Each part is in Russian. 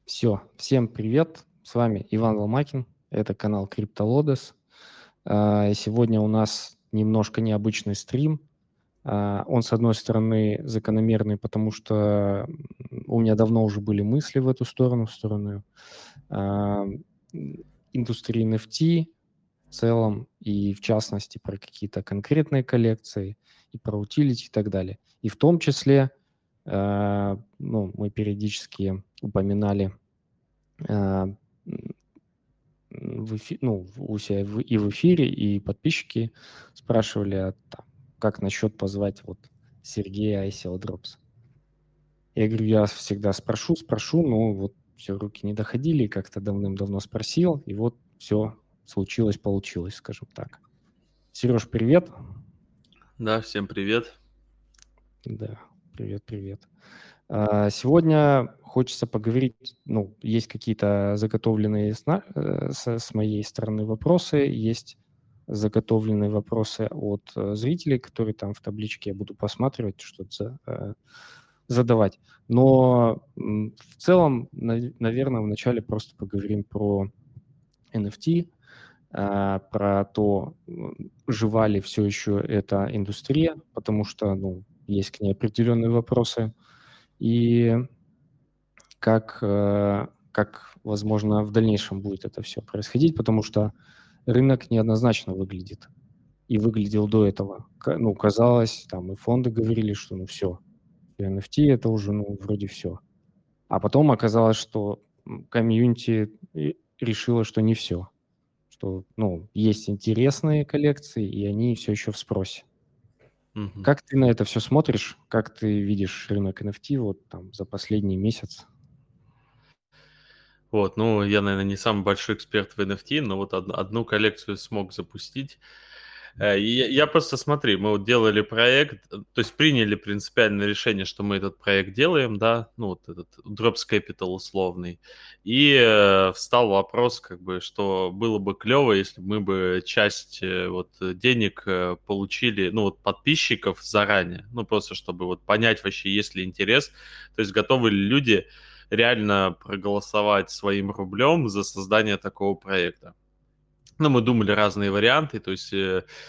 Всем привет, с вами Иван Ломакин, это канал CryptoLodes. Сегодня у нас немножко необычный стрим. Он, с одной стороны, закономерный, потому что у меня давно уже были мысли в эту сторону, в сторону а, индустрии NFT в целом, и в частности про какие-то конкретные коллекции, и про утилити и так далее. И в том числе мы периодически упоминали а, у себя и в эфире, и подписчики спрашивали, как насчет позвать вот Сергея ICO Drops. Я говорю, я всегда спрошу, но вот все, руки не доходили, как-то давным-давно спросил, и вот все случилось, получилось, скажем так. Сереж, привет. Да, всем привет. Да, привет. Сегодня хочется поговорить, есть какие-то заготовленные с моей стороны вопросы, есть заготовленные вопросы от зрителей, которые там в табличке я буду посматривать, что-то задавать. Но в целом, наверное, вначале просто поговорим про NFT, про то, жива ли все еще эта индустрия, потому что, есть к ней определенные вопросы. И как, возможно, в дальнейшем будет это все происходить, потому что рынок неоднозначно выглядит и выглядел до этого. Казалось, там и фонды говорили, что все, NFT — это уже, вроде все. А потом оказалось, что комьюнити решило, что не все, что, есть интересные коллекции, и они все еще в спросе. Мгм. Как ты на это все смотришь? Как ты видишь рынок NFT вот там за последний месяц? Я, наверное, не самый большой эксперт в NFT, но вот одну коллекцию смог запустить. И я просто смотри, мы вот делали проект, то есть приняли принципиальное решение, что мы этот проект делаем, да, ну вот этот Drops Capital условный. И встал вопрос, как бы, что было бы клево, если бы мы бы часть денег получили, ну вот подписчиков заранее, ну просто чтобы вот понять вообще, есть ли интерес, то есть готовы ли люди реально проголосовать своим рублем за создание такого проекта. Ну, мы думали разные варианты, то есть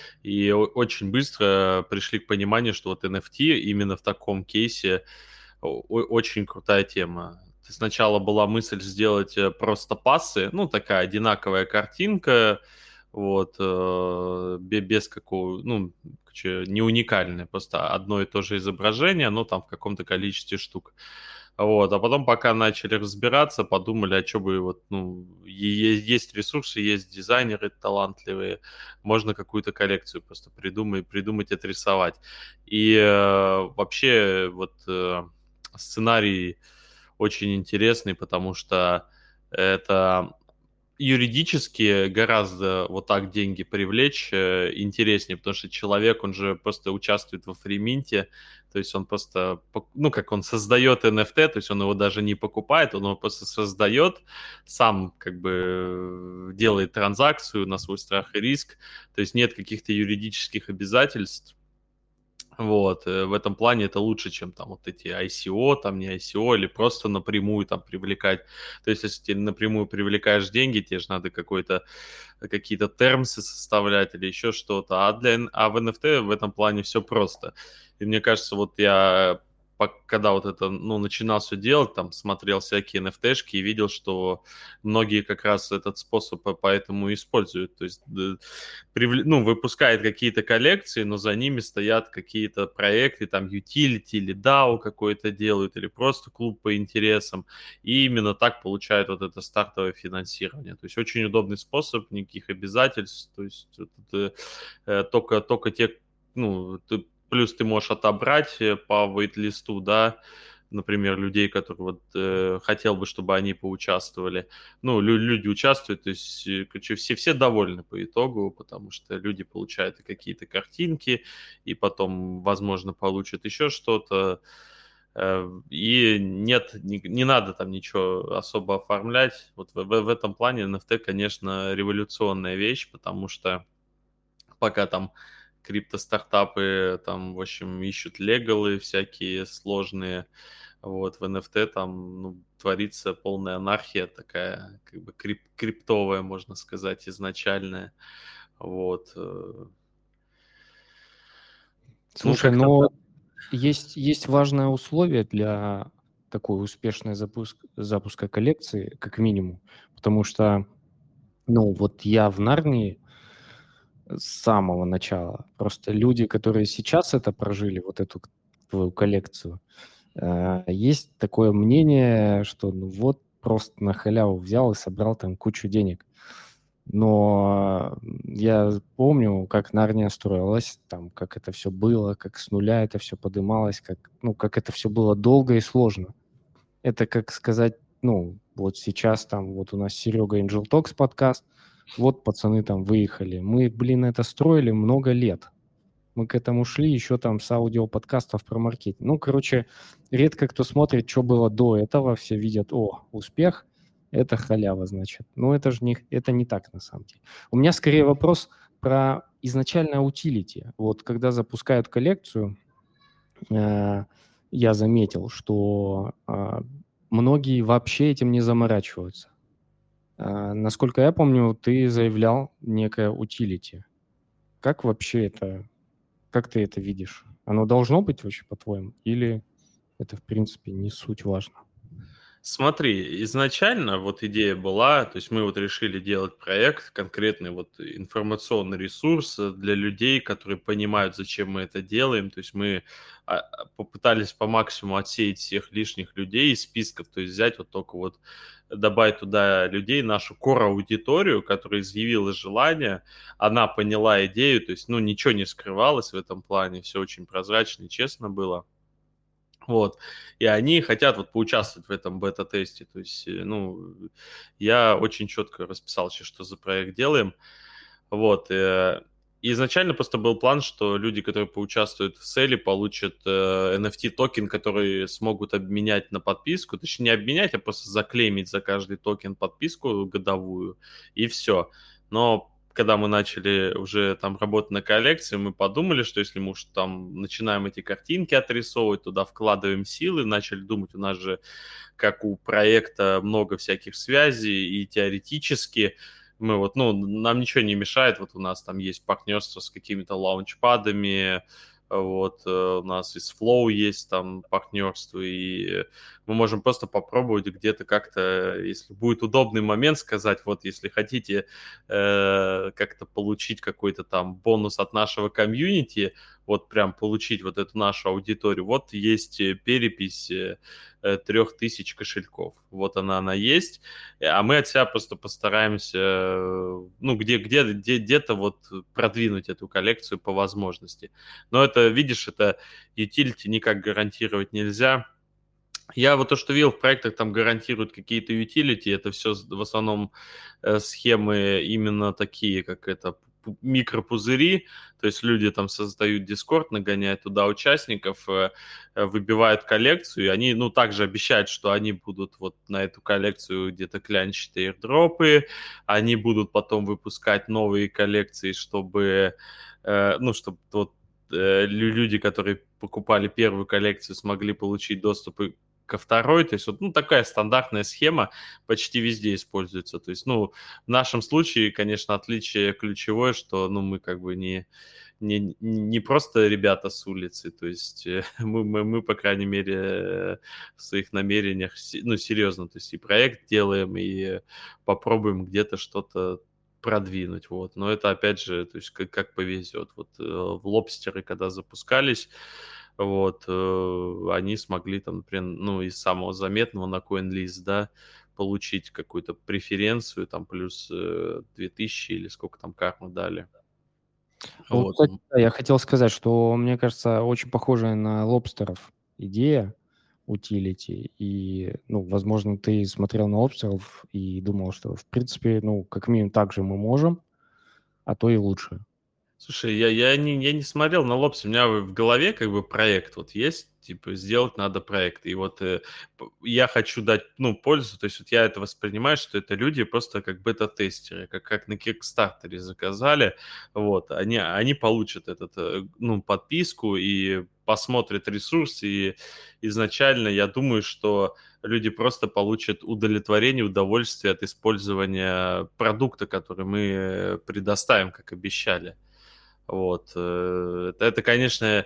очень быстро пришли к пониманию, что вот NFT именно в таком кейсе очень крутая тема. Сначала была мысль сделать просто пассы, ну, такая одинаковая картинка, вот, без какого, ну, не уникальное, просто одно и то же изображение, но там в каком-то количестве штук. Вот, а потом, пока начали разбираться, подумали, а что бы вот, ну, есть ресурсы, есть дизайнеры талантливые, можно какую-то коллекцию просто придумать, отрисовать. И вообще вот сценарий очень интересный, потому что это юридически гораздо вот так деньги привлечь интереснее, потому что человек, он же просто участвует во фриминте, то есть он просто, ну, как он создает NFT, то есть он его даже не покупает, он его просто создает, сам как бы делает транзакцию на свой страх и риск, то есть нет каких-то юридических обязательств. Вот, в этом плане это лучше, чем там вот эти ICO, там не ICO, или просто напрямую там привлекать. То есть, если ты напрямую привлекаешь деньги, тебе же надо какие-то термсы составлять или еще что-то. А в NFT в этом плане все просто. И мне кажется, вот я когда вот это, ну, начинал все делать, там, смотрел всякие NFT-шки и видел, что многие как раз этот способ поэтому используют. То есть, выпускает какие-то коллекции, но за ними стоят какие-то проекты, там, utility или DAO какой-то делают, или просто клуб по интересам. И именно так получают вот это стартовое финансирование. То есть очень удобный способ, никаких обязательств. То есть только те, плюс ты можешь отобрать по вейт-листу, да, например, людей, которые вот хотел бы, чтобы они поучаствовали. Ну, люди участвуют, то есть, короче, все довольны по итогу, потому что люди получают и какие-то картинки, и потом, возможно, получат еще что-то. И нет, не надо там ничего особо оформлять. Вот в этом плане NFT, конечно, революционная вещь, потому что пока там крипто-стартапы там, в общем, ищут легалы всякие сложные, Вот, в NFT там, ну, творится полная анархия такая, как бы криптовая, можно сказать, изначальная. Вот. Ну, Слушай, как-то так. но есть важное условие для такой успешной запуска коллекции, как минимум, потому что, ну, вот я в Нарнии с самого начала. Просто люди, которые сейчас это прожили, вот эту твою коллекцию, есть такое мнение, что ну вот просто на халяву взял и собрал там кучу денег. Но я помню, как Нарния строилась, там, как это все было, как с нуля это все подымалось, как, ну, как это все было долго и сложно. Это как сказать, ну, вот сейчас там вот у нас Серега Angel Talks подкаст, вот пацаны там выехали. Мы, блин, это строили много лет. Мы к этому шли еще там с аудиоподкастов про маркетинг. Ну, короче, редко кто смотрит, что было до этого. Все видят, о, успех, это халява, значит. Но это же не так на самом деле. У меня скорее вопрос про изначальное утилити. Вот когда запускают коллекцию, я заметил, что многие вообще этим не заморачиваются. Насколько я помню, ты заявлял некое утилити. Как вообще это, как ты это видишь? Оно должно быть вообще, по-твоему? Или это, в принципе, не суть важно? Смотри, изначально вот идея была, то есть мы вот решили делать проект, конкретный вот информационный ресурс для людей, которые понимают, зачем мы это делаем. То есть мы попытались по максимуму отсеять всех лишних людей из списков, то есть взять вот только вот добавить туда людей, нашу core-аудиторию, которая изъявила желание, она поняла идею, то есть, ну, ничего не скрывалось в этом плане, все очень прозрачно и честно было. Вот. И они хотят вот поучаствовать в этом бета-тесте. То есть, ну, я очень четко расписал вообще, что за проект делаем. Вот. И изначально просто был план, что люди, которые поучаствуют в селе, получат NFT-токен, который смогут обменять на подписку. Точнее, не обменять, а просто заклеймить за каждый токен подписку годовую, и все. Но когда мы начали уже там работать на коллекции, мы подумали, что если мы уж там начинаем эти картинки отрисовывать, туда вкладываем силы, начали думать, у нас же, как у проекта, много всяких связей, и теоретически мы вот, ну, нам ничего не мешает, вот у нас там есть партнерство с какими-то лаунчпадами, вот, у нас и с Flow есть там партнерство, и мы можем просто попробовать где-то как-то, если будет удобный момент, сказать, вот, если хотите как-то получить какой-то там бонус от нашего комьюнити, вот прям получить вот эту нашу аудиторию, вот есть перепись 3000 кошельков. Вот она есть. А мы от себя просто постараемся, ну, где-то вот продвинуть эту коллекцию по возможности. Но это, видишь, это utility никак гарантировать нельзя. Я вот то, что видел в проектах, там гарантируют какие-то utility, это все в основном схемы именно такие, как это микропузыри, то есть люди там создают Discord, нагоняют туда участников, выбивают коллекцию, и они, ну, также обещают, что они будут вот на эту коллекцию где-то клянчить airdропы, они будут потом выпускать новые коллекции, чтобы, ну, чтобы вот люди, которые покупали первую коллекцию, смогли получить доступ и ко второй, то есть вот, ну, такая стандартная схема почти везде используется, то есть, ну, в нашем случае, конечно, отличие ключевое, что, ну, мы как бы не просто ребята с улицы, то есть мы по крайней мере, в своих намерениях, ну, серьезно, то есть и проект делаем, и попробуем где-то что-то продвинуть, вот. Но это, опять же, то есть как повезет. Вот в лобстеры, когда запускались, вот, они смогли там, например, ну, из самого заметного на CoinList, да, получить какую-то преференцию, там, плюс 2000 или сколько там кармы дали. Вот, Вот. кстати, да, я хотел сказать, что, мне кажется, очень похожая на лобстеров идея утилити. И, ну, возможно, ты смотрел на лобстеров и думал, что, в принципе, ну, как минимум так же мы можем, а то и лучше. Слушай, я не смотрел на Лобси, у меня в голове как бы проект вот есть, типа сделать надо проект, и вот я хочу дать, ну, пользу, то есть вот я это воспринимаю, что это люди просто как бета-тестеры, как на Кикстартере заказали, вот, они получат этот, ну, подписку и посмотрят ресурс, и изначально я думаю, что люди просто получат удовлетворение, удовольствие от использования продукта, который мы предоставим, как обещали. Вот. Это, конечно,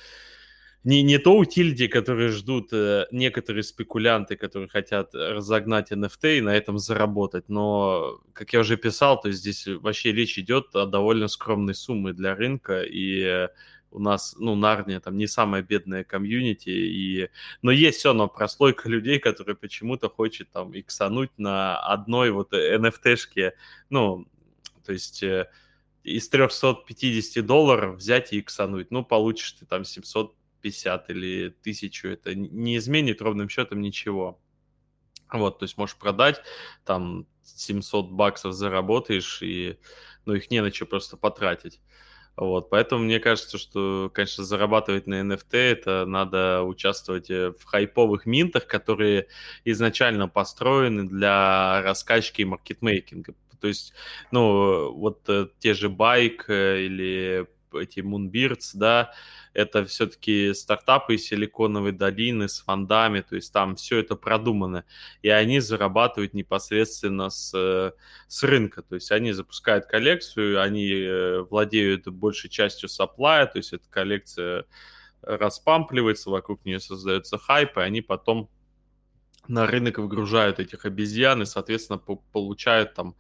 не то утилити, которые ждут некоторые спекулянты, которые хотят разогнать NFT и на этом заработать. Но, как я уже писал, то есть здесь вообще речь идет о довольно скромной сумме для рынка. И у нас, ну, Нарния там не самая бедная комьюнити. Но есть все равно прослойка людей, которые почему-то хочет там иксануть на одной вот NFT-шке. Ну, то есть... из $350 взять и иксануть. Ну, получишь ты там 750 или 1000. Это не изменит ровным счетом ничего. Вот, то есть можешь продать, там $700 заработаешь, и, ну, их не на что просто потратить. Вот, поэтому мне кажется, что, конечно, зарабатывать на NFT это надо участвовать в хайповых минтах, которые изначально построены для раскачки и маркетмейкинга. То есть, ну, вот те же Байк или эти Moonbirds, да, это все-таки стартапы из Силиконовой долины с фондами, то есть там все это продумано, и они зарабатывают непосредственно с рынка, то есть они запускают коллекцию, они владеют большей частью сапплая, то есть эта коллекция распампливается, вокруг нее создается хайп, и они потом на рынок выгружают этих обезьян и, соответственно, получают там,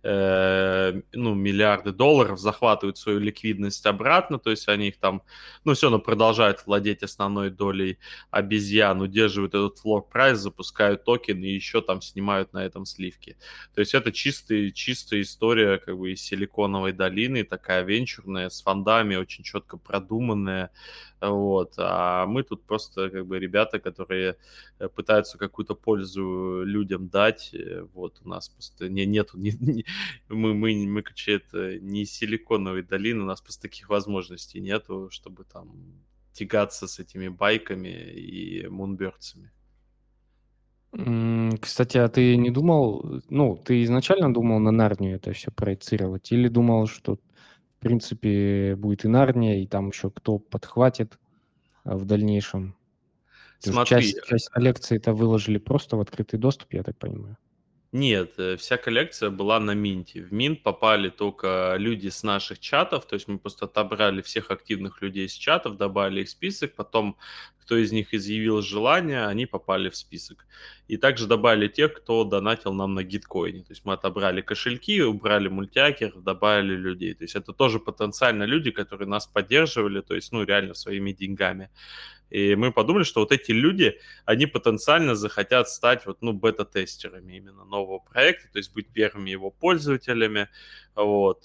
ну, миллиарды долларов, захватывают свою ликвидность обратно, то есть они их там, ну, все равно продолжают владеть основной долей обезьян, удерживают этот флор прайс, запускают токен и еще там снимают на этом сливки. То есть это чистая история как бы из Силиконовой долины, такая венчурная, с фондами, очень четко продуманная, вот. А мы тут просто как бы ребята, которые пытаются какую-то пользу людям дать. Вот у нас просто нету, мы короче, это не из Силиконовой долины, у нас просто таких возможностей нету, чтобы там тягаться с этими байками и мунбердсами. Кстати, а ты не думал, ну, ты изначально думал на Нарнию это все проецировать, или думал, что, в принципе, будет и Нарния, и там еще кто подхватит в дальнейшем? Потому что Смотри, часть коллекции-то выложили просто в открытый доступ, я так понимаю. нет, вся коллекция была на Минте. В Минт попали только люди с наших чатов, то есть мы просто отобрали всех активных людей с чатов, добавили их в список, потом, кто из них изъявил желание, они попали в список. И также добавили тех, кто донатил нам на гиткоине. То есть мы отобрали кошельки, убрали мультиакер, добавили людей. То есть это тоже потенциально люди, которые нас поддерживали, то есть, ну, реально своими деньгами. И мы подумали, что вот эти люди, они потенциально захотят стать вот, ну, бета-тестерами именно нового проекта, то есть быть первыми его пользователями, вот.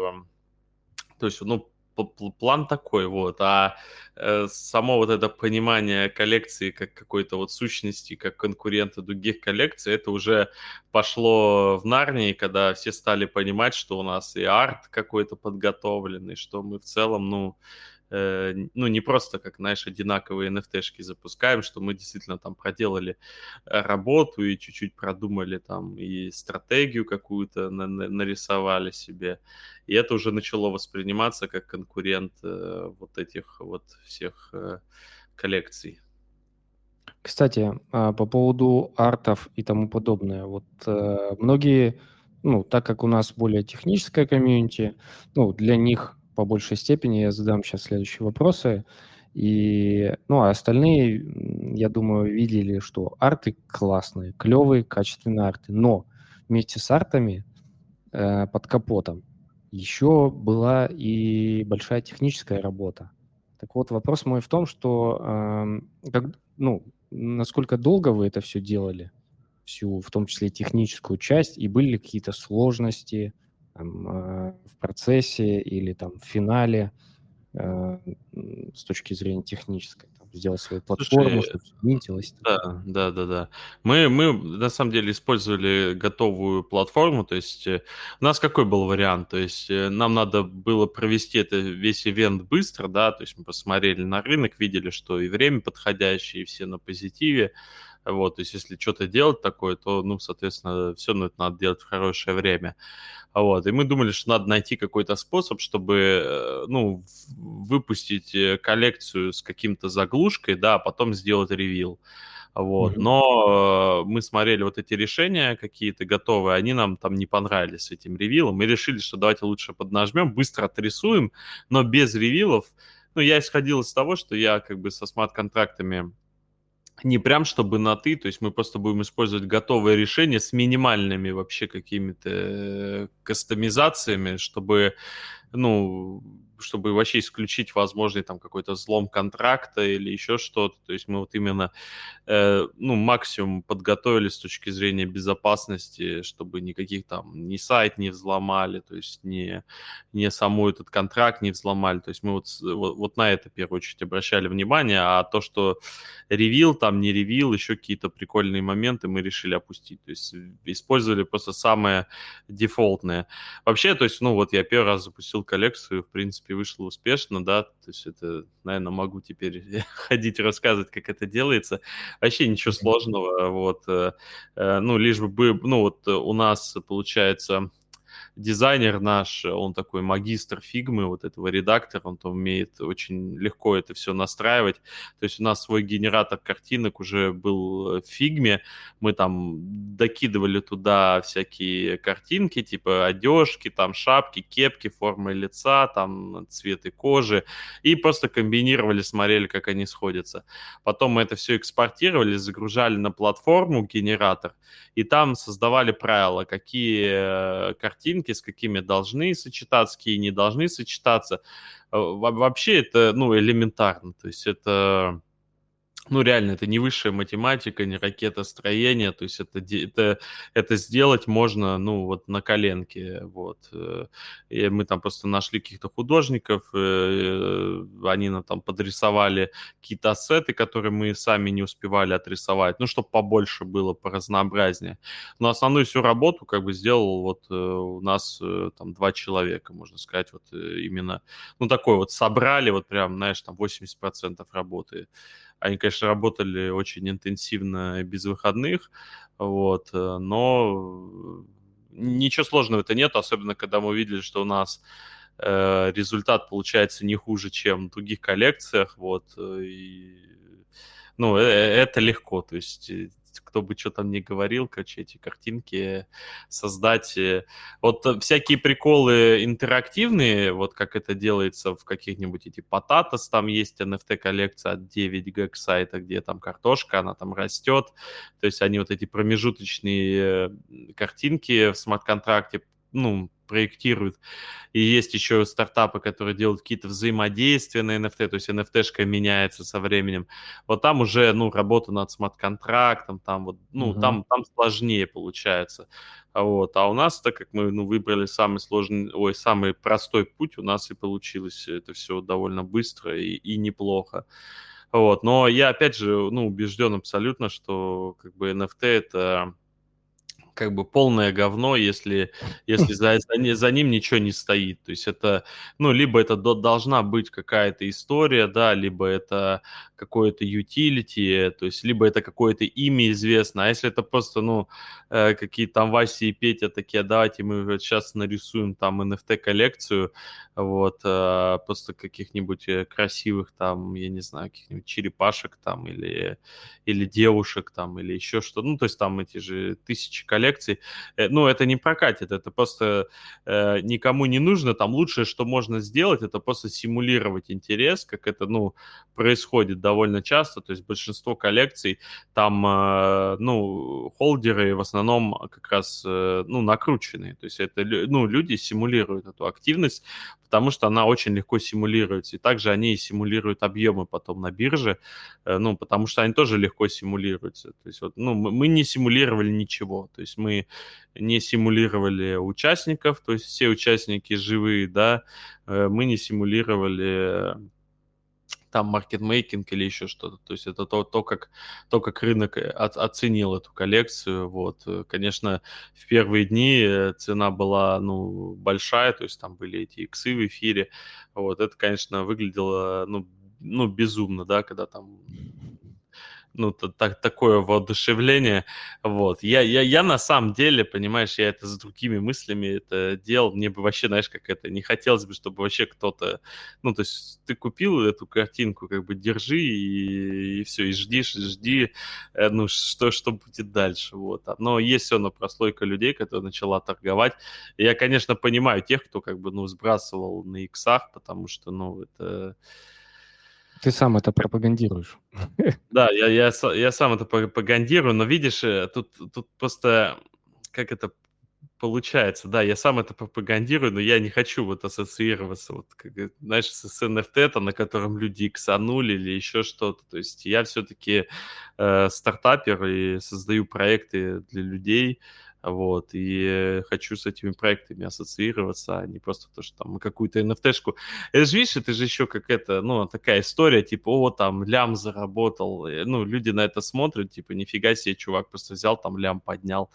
То есть, ну, план такой, вот. А само вот это понимание коллекции как какой-то вот сущности, как конкурента других коллекций, это уже пошло в Нарнии, когда все стали понимать, что у нас и арт какой-то подготовленный, что мы в целом, ну, ну, не просто, как, знаешь, одинаковые NFT-шки запускаем, что мы действительно там проделали работу и чуть-чуть продумали там и стратегию какую-то нарисовали себе. И это уже начало восприниматься как конкурент вот этих вот всех коллекций. Кстати, по поводу артов и тому подобное. Вот многие, ну, так как у нас более техническая комьюнити, ну, для них по большей степени я задам сейчас следующие вопросы. И, ну, а остальные, я думаю, видели, что арты классные, клевые, качественные арты. Но вместе с артами под капотом еще была и большая техническая работа. Так вот, вопрос мой в том, что ну, насколько долго вы это все делали, всю, в том числе техническую часть, и были ли какие-то сложности там, в процессе или там в финале с точки зрения технической? Там. сделать свою платформу, Слушай, чтобы все минтилось. да. Мы на самом деле использовали готовую платформу, то есть у нас какой был вариант? То есть нам надо было провести это весь ивент быстро, да, то есть мы посмотрели на рынок, видели, что и время подходящее, и все на позитиве, вот, то есть если что-то делать такое, то, ну, соответственно, все это надо делать в хорошее время. Вот, и мы думали, что надо найти какой-то способ, чтобы, ну, выпустить коллекцию с каким-то заглушкой, да, а потом сделать ревил. Вот, Мгм. но мы смотрели вот эти решения какие-то готовые, они нам там не понравились с этим ревилом. Мы решили, что давайте лучше поднажмем, быстро отрисуем, но без ревилов. Ну, я исходил из того, что я как бы со смарт-контрактами не прям чтобы на «ты», то есть мы просто будем использовать готовое решение с минимальными вообще какими-то кастомизациями, чтобы, ну, чтобы вообще исключить возможный там какой-то взлом контракта или еще что-то. То есть мы вот именно ну, максимум подготовили с точки зрения безопасности, чтобы никаких там ни сайт не взломали, то есть не саму этот контракт не взломали. То есть мы вот на это в первую очередь обращали внимание, а то, что ревил, там не ревил, еще какие-то прикольные моменты мы решили опустить. То есть использовали просто самое дефолтное. Вообще, то есть, ну, вот я первый раз запустил коллекцию, в принципе, вышло успешно, да, то есть это, наверное, могу теперь ходить и рассказывать, как это делается. Вообще ничего Мгм. сложного, вот, ну, лишь бы, ну, вот у нас, получается, дизайнер наш, он такой магистр фигмы, вот этого редактора, он там умеет очень легко это все настраивать. То есть у нас свой генератор картинок уже был в фигме, мы там докидывали туда всякие картинки, типа одежки, там шапки, кепки, формы лица, там цветы кожи, и просто комбинировали, смотрели, как они сходятся. Потом мы это все экспортировали, загружали на платформу генератор, и там создавали правила, какие картинки с какими должны сочетаться, какие не должны сочетаться. Вообще это, ну, элементарно, то есть это... Ну, реально, это не высшая математика, не ракетостроение, то есть это сделать можно, ну, вот на коленке, вот. И мы там просто нашли каких-то художников, они нам там подрисовали какие-то ассеты, которые мы сами не успевали отрисовать, ну, чтобы побольше было, поразнообразнее. Но основную всю работу как бы сделал вот у нас там 2 человека, можно сказать, вот именно, ну, такой вот собрали, вот прям, знаешь, там 80% работы. Они, конечно, работали очень интенсивно без выходных, вот, но ничего сложного это нет, особенно когда мы увидели, что у нас результат получается не хуже, чем в других коллекциях, вот, и, ну, это легко, то есть кто бы что там ни говорил, короче, эти картинки создать. Вот всякие приколы интерактивные, вот как это делается в каких-нибудь эти Potatoes, там есть NFT-коллекция от 9 гэг сайта, где там картошка, она там растет, то есть они вот эти промежуточные картинки в смарт-контракте, ну, проектируют. И есть еще стартапы, которые делают какие-то взаимодействия на NFT, то есть NFT-шка меняется со временем. Вот там уже, ну, работа над смарт-контрактом, там вот, ну, Мгм. там сложнее получается. Вот. А у нас, так как мы, ну, выбрали самый сложный, ой, самый простой путь, у нас и получилось это все довольно быстро и неплохо. Вот. Но я, опять же, ну, убежден абсолютно, что как бы NFT это как бы полное говно, если за ним ничего не стоит. То есть это, ну, либо это должна быть какая-то история, да, либо это какое-то utility, то есть либо это какое-то имя известно, а если это просто, ну, какие-то там Вася и Петя такие: «А давайте мы вот сейчас нарисуем там NFT-коллекцию, вот, просто каких-нибудь красивых там, я не знаю, каких-нибудь черепашек там или девушек там, или еще что. Ну, то есть там эти же тысячи коллекций. Ну, это не прокатит, это просто никому не нужно. Там лучшее, что можно сделать, это просто симулировать интерес, как это, ну, происходит довольно часто. То есть большинство коллекций там, ну, холдеры в основном как раз, ну, накрученные. То есть это, ну, люди симулируют эту активность, потому что она очень легко симулируется. И также они симулируют объемы потом на бирже, ну, потому что они тоже легко симулируются. То есть вот, ну, мы не симулировали ничего, то есть мы не симулировали участников, то есть все участники живые, да, мы не симулировали там маркетмейкинг или еще что-то. То есть это то, как рынок оценил эту коллекцию. Вот. Конечно, в первые дни цена была, ну, большая, то есть там были эти иксы в эфире. Вот. Это, конечно, выглядело, ну, безумно, да, когда там ну, такое воодушевление, вот. Я на самом деле, понимаешь, я это с другими мыслями это делал, мне бы вообще, знаешь, как это, не хотелось бы, чтобы вообще кто-то, ну, то есть ты купил эту картинку, как бы держи и все, и жди, ну, что будет дальше, вот. Но есть все равно прослойка людей, которая начала торговать. И я, конечно, понимаю тех, кто, как бы, ну, сбрасывал на иксах, потому что, ну, это... Ты сам это пропагандируешь. Да, я сам это пропагандирую, но видишь, тут просто как это получается, да, я сам это пропагандирую, но я не хочу вот ассоциироваться, вот, как, знаешь, с NFT, на котором люди иксанули или еще что-то. То есть я все-таки стартапер и создаю проекты для людей, вот, и хочу с этими проектами ассоциироваться, а не просто то, что там мы какую-то NFT-шку. Это же, видишь, это же еще как это, ну, такая история, типа, о, там, лям заработал. Ну, люди на это смотрят, типа, нифига себе, чувак просто взял, там, лям поднял.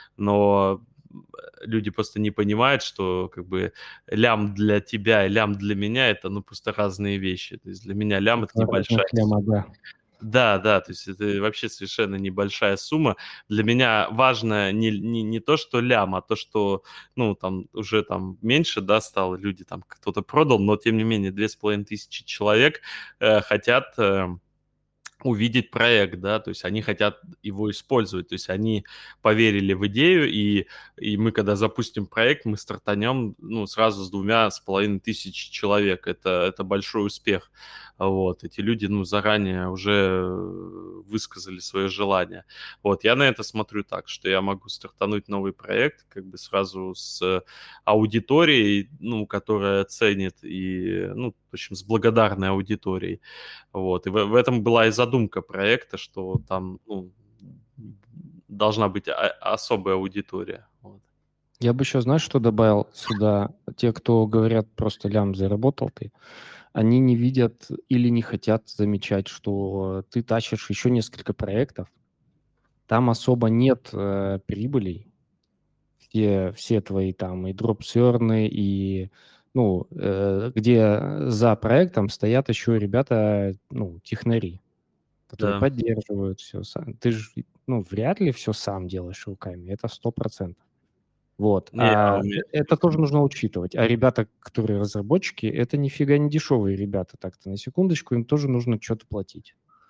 Но люди просто не понимают, что, как бы, лям для тебя и лям для меня — это, ну, просто разные вещи. То есть для меня лям — это Два разных небольшая ляма, да. да, да, то есть это вообще совершенно небольшая сумма. Для меня важно не то, что лям, а то, что, ну, там уже там меньше, да, стало, люди там кто-то продал, но тем не менее 2500 человек хотят увидеть проект, да, то есть они хотят его использовать, то есть они поверили в идею, и мы, когда запустим проект, мы стартанем, ну, сразу с 2500 человек, это большой успех, вот, эти люди, ну, заранее уже высказали свое желание, вот, я на это смотрю так, что я могу стартануть новый проект, как бы сразу с аудиторией, ну, которая ценит, и, ну, в общем, с благодарной аудиторией, вот. И в этом была и задумка проекта, что там, ну, должна быть особая аудитория. Вот. Я бы еще, знаешь, что добавил сюда? Те, кто говорят просто лям заработал ты, они не видят или не хотят замечать, что ты тащишь еще несколько проектов, там особо нет прибылей, все твои там и дропсерны, и, ну, где за проектом стоят еще ребята, ну, технари, которые Да. поддерживают все. Ты же, ну, вряд ли все сам делаешь руками, это 100%. Вот, Не, я умею. это тоже нужно учитывать. А ребята, которые разработчики, это нифига не дешевые ребята, так-то на секундочку, им тоже нужно что-то платить.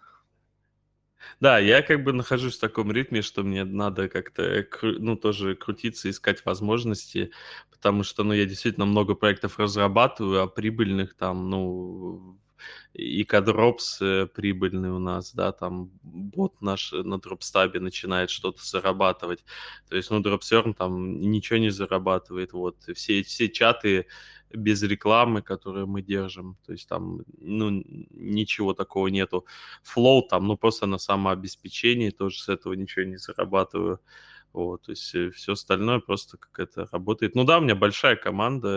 Да, я как бы нахожусь в таком ритме, что мне надо как-то, ну, тоже крутиться, искать возможности, потому что, ну, я действительно много проектов разрабатываю, а прибыльных там, ну, и Кадропс прибыльный у нас, да, там бот наш на Дропстабе начинает что-то зарабатывать. То есть, ну, Дропсерн там ничего не зарабатывает, вот. И все чаты без рекламы, которые мы держим, то есть там, ну, ничего такого нету. Flow там, ну, просто на самообеспечении, тоже с этого ничего не зарабатываю. Вот, то есть все остальное просто как это работает. Ну да, у меня большая команда,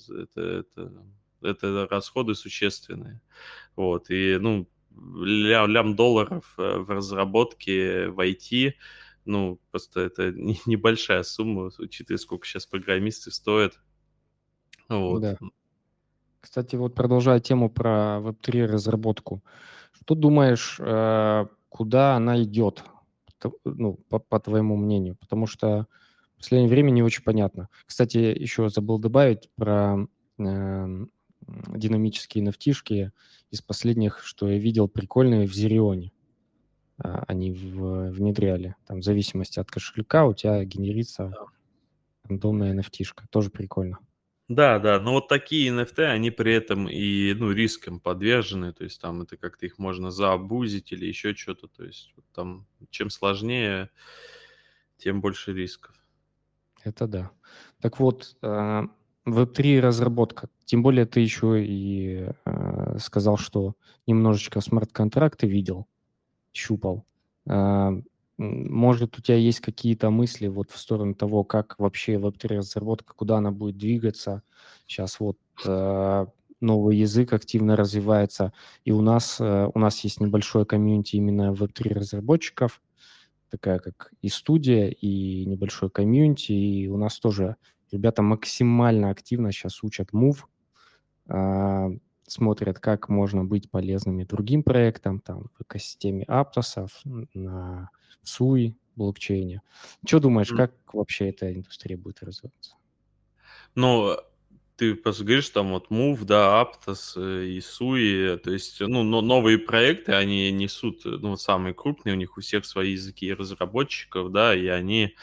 это расходы существенные. Вот, и, ну, лям долларов в разработке в IT, ну, просто это небольшая сумма, учитывая, сколько сейчас программисты стоят. Вот. Да. Кстати, вот продолжая тему про Web3 разработку, что думаешь, куда она идет, ну, по твоему мнению? Потому что в последнее время не очень понятно. Кстати, еще забыл добавить про динамические nft из последних, что я видел, прикольные в Зерионе. Они внедряли. Там в зависимости от кошелька у тебя генерится рандомная nft. Тоже прикольно. Да, да, но вот такие NFT, они при этом и, ну, рискам подвержены, то есть там это как-то их можно заабузить или еще что-то, то есть вот там чем сложнее, тем больше рисков. Это да. Так вот, Web3 разработка. Тем более ты еще и сказал, что немножечко смарт-контракты видел, щупал. Может, у тебя есть какие-то мысли вот в сторону того, как вообще Web3 разработка, куда она будет двигаться? Сейчас вот новый язык активно развивается, и у нас есть небольшое комьюнити именно Web3 разработчиков, такая как и студия, и небольшое комьюнити, и у нас тоже ребята максимально активно сейчас учат Move, а, смотрят, как можно быть полезными другим проектам, там, в экосистеме Aptos, на Sui блокчейне. Что думаешь, как вообще эта индустрия будет развиваться? Ну, ты просто говоришь, там вот Move, да, Aptos и Sui, то есть, ну, но новые проекты, они несут, ну, самые крупные, у них у всех свои языки разработчиков, да, и они,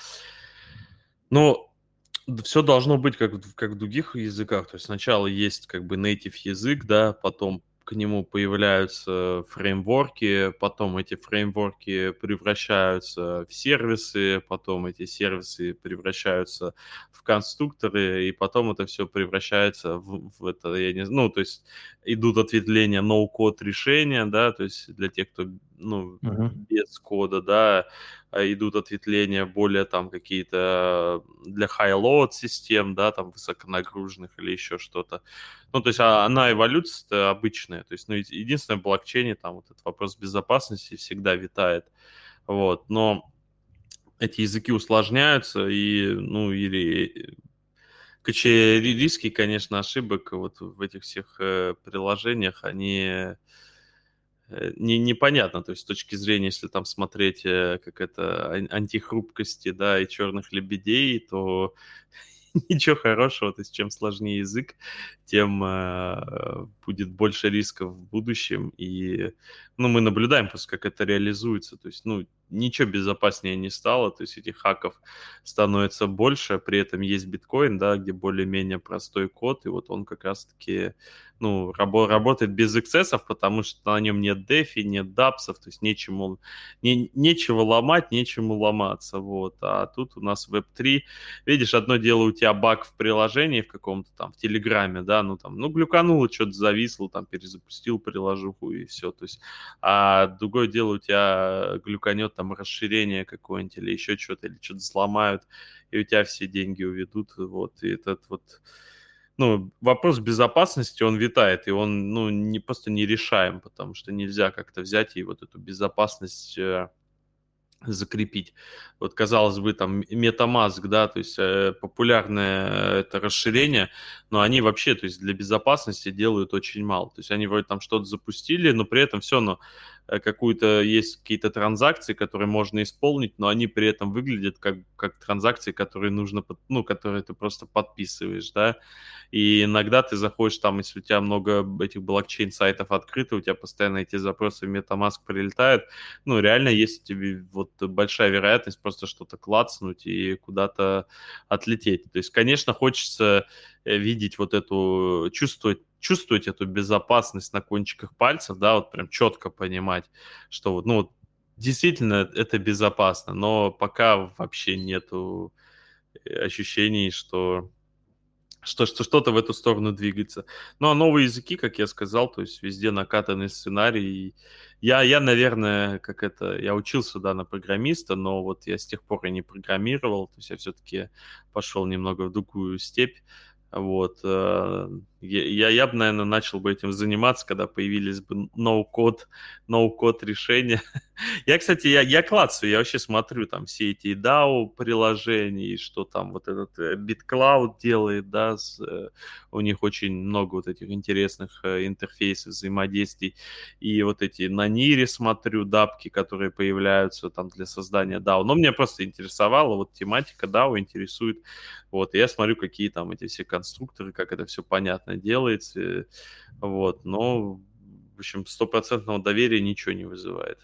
ну, все должно быть как в других языках. То есть сначала есть как бы native язык, да, потом к нему появляются фреймворки, потом эти фреймворки превращаются в сервисы, потом эти сервисы превращаются в конструкторы, и потом это все превращается в это, я не знаю, ну, то есть идут ответвления ноу-код решения, да, то есть для тех, кто, ну, Мгм. без кода, да, идут ответвления более там какие-то для high-load систем, да, там высоконагруженных или еще что-то. Ну, то есть она эволюция обычная. То есть, ну, единственное, в блокчейне там вот этот вопрос безопасности всегда витает. Вот, но эти языки усложняются, и, ну, или риски, конечно, ошибок вот в этих всех приложениях, они непонятно, то есть с точки зрения, если там смотреть, как это, антихрупкости, да, и черных лебедей, то ничего хорошего, то есть чем сложнее язык, тем будет больше рисков в будущем, и, ну, мы наблюдаем просто, как это реализуется, то есть, ну, ничего безопаснее не стало, то есть этих хаков становится больше, при этом есть биткоин, да, где более-менее простой код, и вот он как раз-таки, ну, работает без эксцессов, потому что на нем нет дефи, нет дапсов, то есть нечего ломать, нечему ломаться, вот, а тут у нас Web3. Видишь, одно дело у тебя баг в приложении в каком-то там, в Телеграме, да, ну там, ну глюкануло, что-то зависло, там перезапустил приложуху и все, то есть, а другое дело у тебя глюканет там расширение какое-нибудь или еще что-то, или что-то сломают, и у тебя все деньги уведут, вот, и этот вот, ну, вопрос безопасности, он витает, и он, ну, не просто нерешаем, потому что нельзя как-то взять и вот эту безопасность закрепить. Вот, казалось бы, там MetaMask, да, то есть популярное это расширение, но они вообще, то есть для безопасности делают очень мало. То есть они вроде там что-то запустили, но при этом все равно какую-то есть какие-то транзакции, которые можно исполнить, но они при этом выглядят как транзакции, которые нужно, ну, которые ты просто подписываешь, да. И иногда ты заходишь там, если у тебя много этих блокчейн-сайтов открыто, у тебя постоянно эти запросы в MetaMask прилетают, ну, реально есть тебе вот большая вероятность просто что-то клацнуть и куда-то отлететь. То есть, конечно, хочется видеть вот эту, чувствовать эту безопасность на кончиках пальцев, да, вот прям четко понимать, что вот, ну, вот действительно это безопасно, но пока вообще нету ощущений, что что-то в эту сторону двигается. Ну, а новые языки, как я сказал, то есть везде накатанный сценарий. Наверное, как это, я учился, да, на программиста, но вот я с тех пор и не программировал, то есть я все-таки пошел немного в другую степь. Вот. Я бы, наверное, начал бы этим заниматься, когда появились бы no-код решения. Я, кстати, я клацаю, я вообще смотрю там все эти DAO-приложения, и что там вот этот BitCloud делает, да, у них очень много вот этих интересных интерфейсов, взаимодействий, и вот эти на Нире смотрю дапки, которые появляются там для создания DAO, но меня просто интересовала вот тематика DAO, интересует, вот, и я смотрю, какие там эти все конструкторы, как это все понятно делается, вот, но, в общем, стопроцентного доверия ничего не вызывает.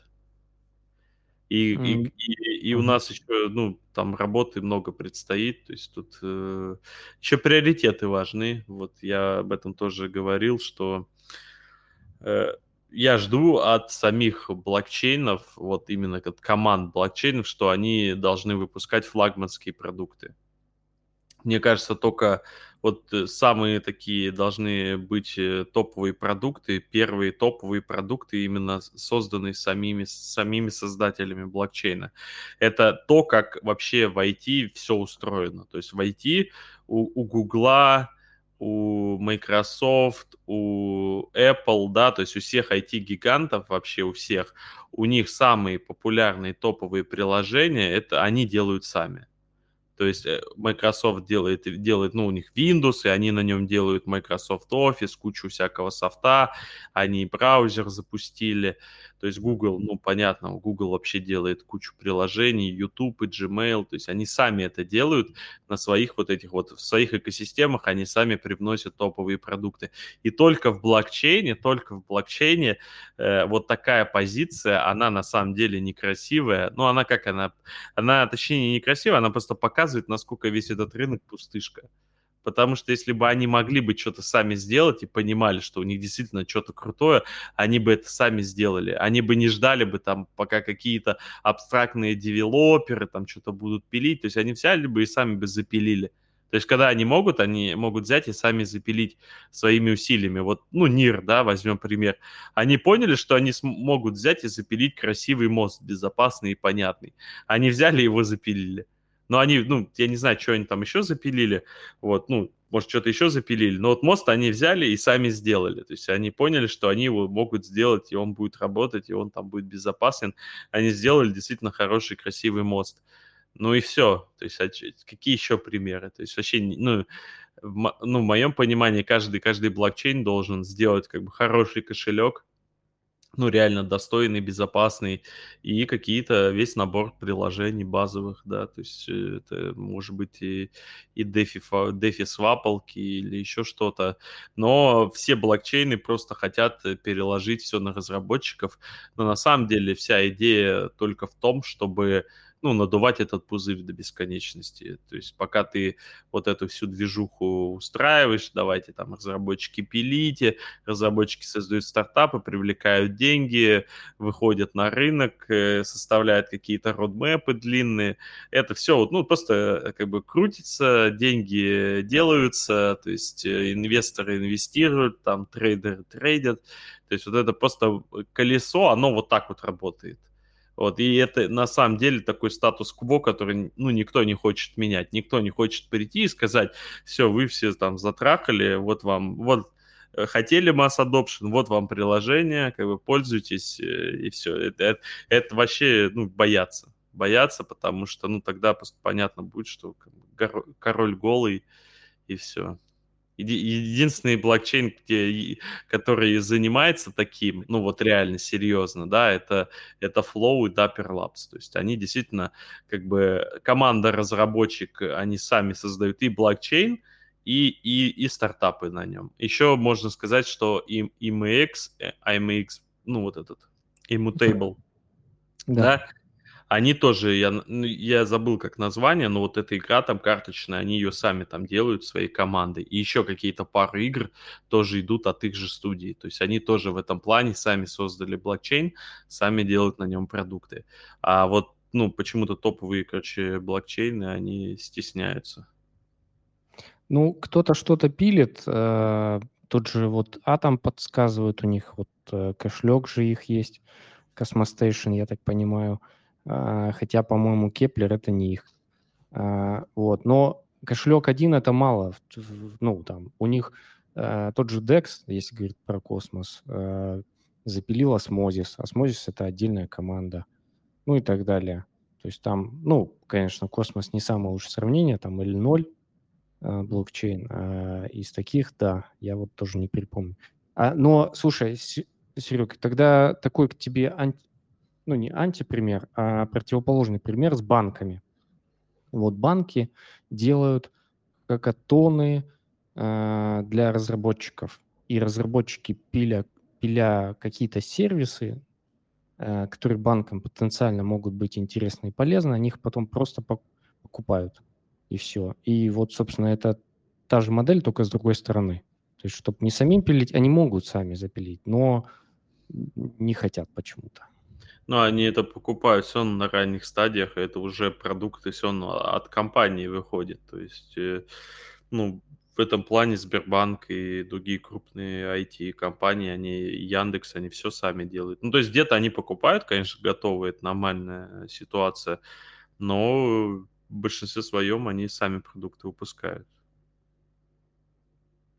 И у Мгм. нас еще, ну, там работы много предстоит, то есть тут еще приоритеты важны. Вот я об этом тоже говорил, что э, я жду от самих блокчейнов, вот именно от команд блокчейнов, что они должны выпускать флагманские продукты. Мне кажется, только вот самые такие должны быть топовые продукты, первые топовые продукты именно созданные самими создателями блокчейна. Это то, как вообще в IT все устроено. То есть в IT у Гугла, у Microsoft, у Apple, да, то есть у всех IT-гигантов, вообще у всех, у них самые популярные топовые приложения, это они делают сами. То есть Microsoft делает, ну, у них Windows, и они на нем делают Microsoft Office, кучу всякого софта, они браузер запустили. То есть Google, ну, понятно, Google вообще делает кучу приложений, YouTube и Gmail, то есть они сами это делают на своих вот этих вот, в своих экосистемах они сами привносят топовые продукты. И только в блокчейне вот такая позиция, она на самом деле некрасивая. Ну, она, точнее, некрасивая, она просто показывает, насколько весь этот рынок пустышка. Потому что если бы они могли бы что-то сами сделать и понимали, что у них действительно что-то крутое, они бы это сами сделали. Они бы не ждали бы там, пока какие-то абстрактные девелоперы там что-то будут пилить. То есть они взяли бы и сами бы запилили. То есть когда они могут взять и сами запилить своими усилиями. Вот, ну, НИР, да, возьмем пример. Они поняли, что они могут взять и запилить красивый мост, безопасный и понятный. Они взяли его запилили. Но они, ну, я не знаю, что они там еще запилили, вот, ну, может, что-то еще запилили, но вот мост они взяли и сами сделали, то есть они поняли, что они его могут сделать, и он будет работать, и он там будет безопасен, они сделали действительно хороший, красивый мост. Ну и все, то есть какие еще примеры, то есть вообще, ну, ну, в моем понимании каждый блокчейн должен сделать как бы хороший кошелек, ну, реально достойный, безопасный, и какие-то, весь набор приложений базовых, да, то есть это может быть и DeFi-свапалки или еще что-то, но все блокчейны просто хотят переложить все на разработчиков, но на самом деле вся идея только в том, чтобы, ну, надувать этот пузырь до бесконечности, то есть пока ты вот эту всю движуху устраиваешь, давайте там разработчики пилите, разработчики создают стартапы, привлекают деньги, выходят на рынок, составляют какие-то родмэпы длинные. Это все вот, ну, просто как бы крутится, деньги делаются, то есть инвесторы инвестируют, там трейдеры трейдят. То есть вот это просто колесо, оно вот так вот работает. Вот, и это на самом деле такой статус-кво, который, ну, никто не хочет менять. Никто не хочет прийти и сказать, все, вы все там затрахали, вот вам, вот хотели масс adoption, вот вам приложение, как бы пользуйтесь, и все. Это вообще, ну, бояться, потому что, ну, тогда просто понятно будет, что как бы, король голый, и все. Единственный блокчейн, который занимается таким, ну вот реально серьезно, да, это Flow и Dapper Labs. То есть они действительно, как бы, команда разработчик, они сами создают и блокчейн, и стартапы на нем. Еще можно сказать, что и IMX, ну вот этот, Immutable, Да. да, они тоже, я забыл как название, но вот эта игра там карточная, они ее сами там делают своей командой. И еще какие-то пары игр тоже идут от их же студии. То есть они тоже в этом плане сами создали блокчейн, сами делают на нем продукты. А вот, ну, почему-то топовые, короче, блокчейны, они стесняются. Ну, кто-то что-то пилит, тот же вот Atom подсказывает, у них вот кошелек же их есть, Cosmostation, я так понимаю. Хотя, по-моему, Кеплер это не их. Вот, но кошелек один это мало. Ну, там, у них тот же DEX, если говорить про космос, запилил Osmosis. Osmosis это отдельная команда, ну и так далее. То есть там, ну, конечно, космос не самое лучшее сравнение, там или ноль блокчейн. Из таких, да, я вот тоже не припомню. Но, слушай, Серег, тогда такой к тебе ну, не антипример, а противоположный пример с банками. Вот банки делают хакатоны для разработчиков, и разработчики, пиля какие-то сервисы, которые банкам потенциально могут быть интересны и полезны, они их потом просто покупают, и все. И вот, собственно, это та же модель, только с другой стороны. То есть, чтобы не самим пилить, они могут сами запилить, но не хотят почему-то. Но они это покупают все равно на ранних стадиях, и это уже продукты все равно от компании выходит. То есть, ну, в этом плане Сбербанк и другие крупные IT-компании, они, Яндекс, они все сами делают. Ну, то есть где-то они покупают, конечно, готовые, это нормальная ситуация, но в большинстве своем они сами продукты выпускают.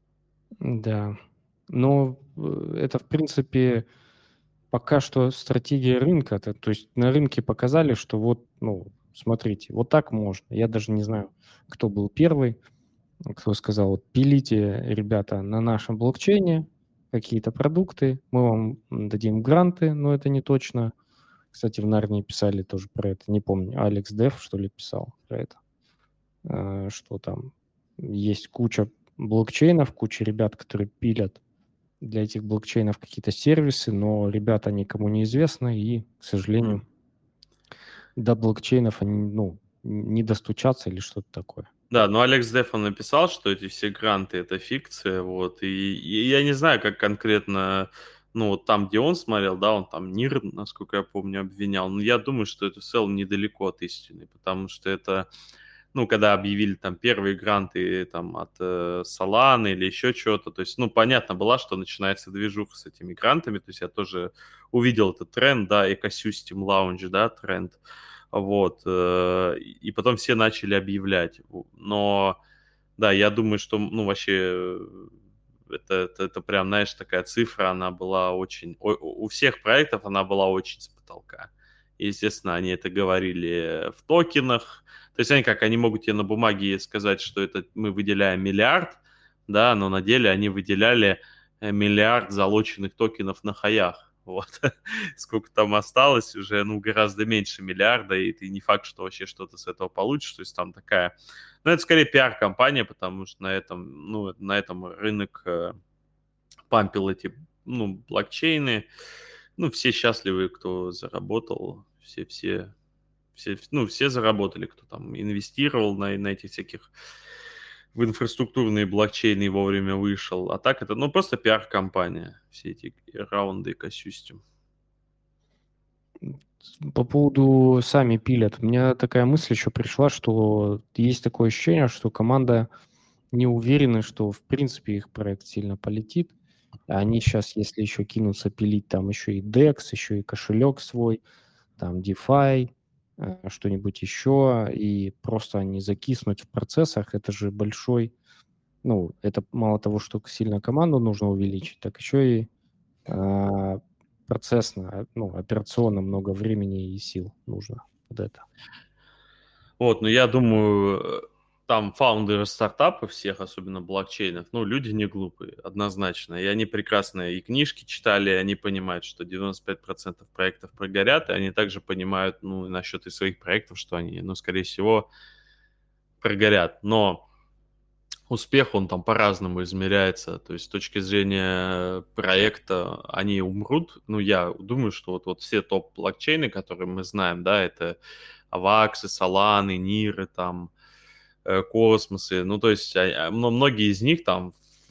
Да. Но это, в принципе, пока что стратегия рынка. То есть на рынке показали, что вот, ну, смотрите, вот так можно. Я даже не знаю, кто был первый, кто сказал, вот пилите, ребята, на нашем блокчейне какие-то продукты, мы вам дадим гранты, но это не точно. Кстати, в Нарнии писали тоже про это, не помню, Алекс Дев, что ли, писал про это, что там есть куча блокчейнов, куча ребят, которые пилят для этих блокчейнов какие-то сервисы, но ребята никому не известны, и, к М. сожалению, до блокчейнов они, ну, не достучаться или что-то такое. Да, но Алекс Деф, он написал, что эти все гранты — это фикция, вот, и я не знаю, как конкретно, ну, вот там, где он смотрел, да, он там НИР, насколько я помню, обвинял, но я думаю, что это в целом недалеко от истины, потому что это, ну, когда объявили там первые гранты там от Solana или еще чего-то, то есть, ну, понятно было, что начинается движуха с этими грантами, то есть я тоже увидел этот тренд, да, Ecosystem Lounge, да, тренд, вот, и потом все начали объявлять, но, да, я думаю, что, ну, вообще, это прям, знаешь, такая цифра, она была очень, у всех проектов она была очень с потолка. Естественно, они это говорили в токенах, то есть они как, они могут тебе на бумаге сказать, что это мы выделяем миллиард, да, но на деле они выделяли миллиард залоченных токенов на хаях. Вот. Сколько там осталось, уже, ну, гораздо меньше миллиарда, и ты не факт, что вообще что-то с этого получишь. То есть там такая... Ну, это скорее пиар-компания, потому что на этом, ну, на этом рынок пампил эти, ну, блокчейны. Ну, все счастливы, кто заработал, ну, все заработали, кто там инвестировал на этих всяких в инфраструктурные блокчейны и вовремя вышел. А так это, ну, просто пиар-компания, все эти раунды экосистем. По поводу сами пилят. У меня такая мысль еще пришла, что есть такое ощущение, что команда не уверена, что в принципе их проект сильно полетит. А они сейчас, если еще кинутся пилить там еще и DEX, еще и кошелек свой, там DeFi, что-нибудь еще, и просто они закиснуть в процессах, это же большой, ну, это мало того, что сильно команду нужно увеличить, так еще и а, процессно, ну, операционно много времени и сил нужно под это. Вот, но я думаю, там фаундеры стартапов всех, особенно блокчейнов, ну, люди не глупые, однозначно. И они прекрасно и книжки читали, и они понимают, что 95% проектов прогорят, и они также понимают, ну, насчет и своих проектов, что они, ну, скорее всего, прогорят. Но успех, он там по-разному измеряется. То есть с точки зрения проекта они умрут. Ну, я думаю, что вот все топ-блокчейны, которые мы знаем, да, это Аваксы, Соланы, Ниры, там, Космосы. Ну, то есть многие из них там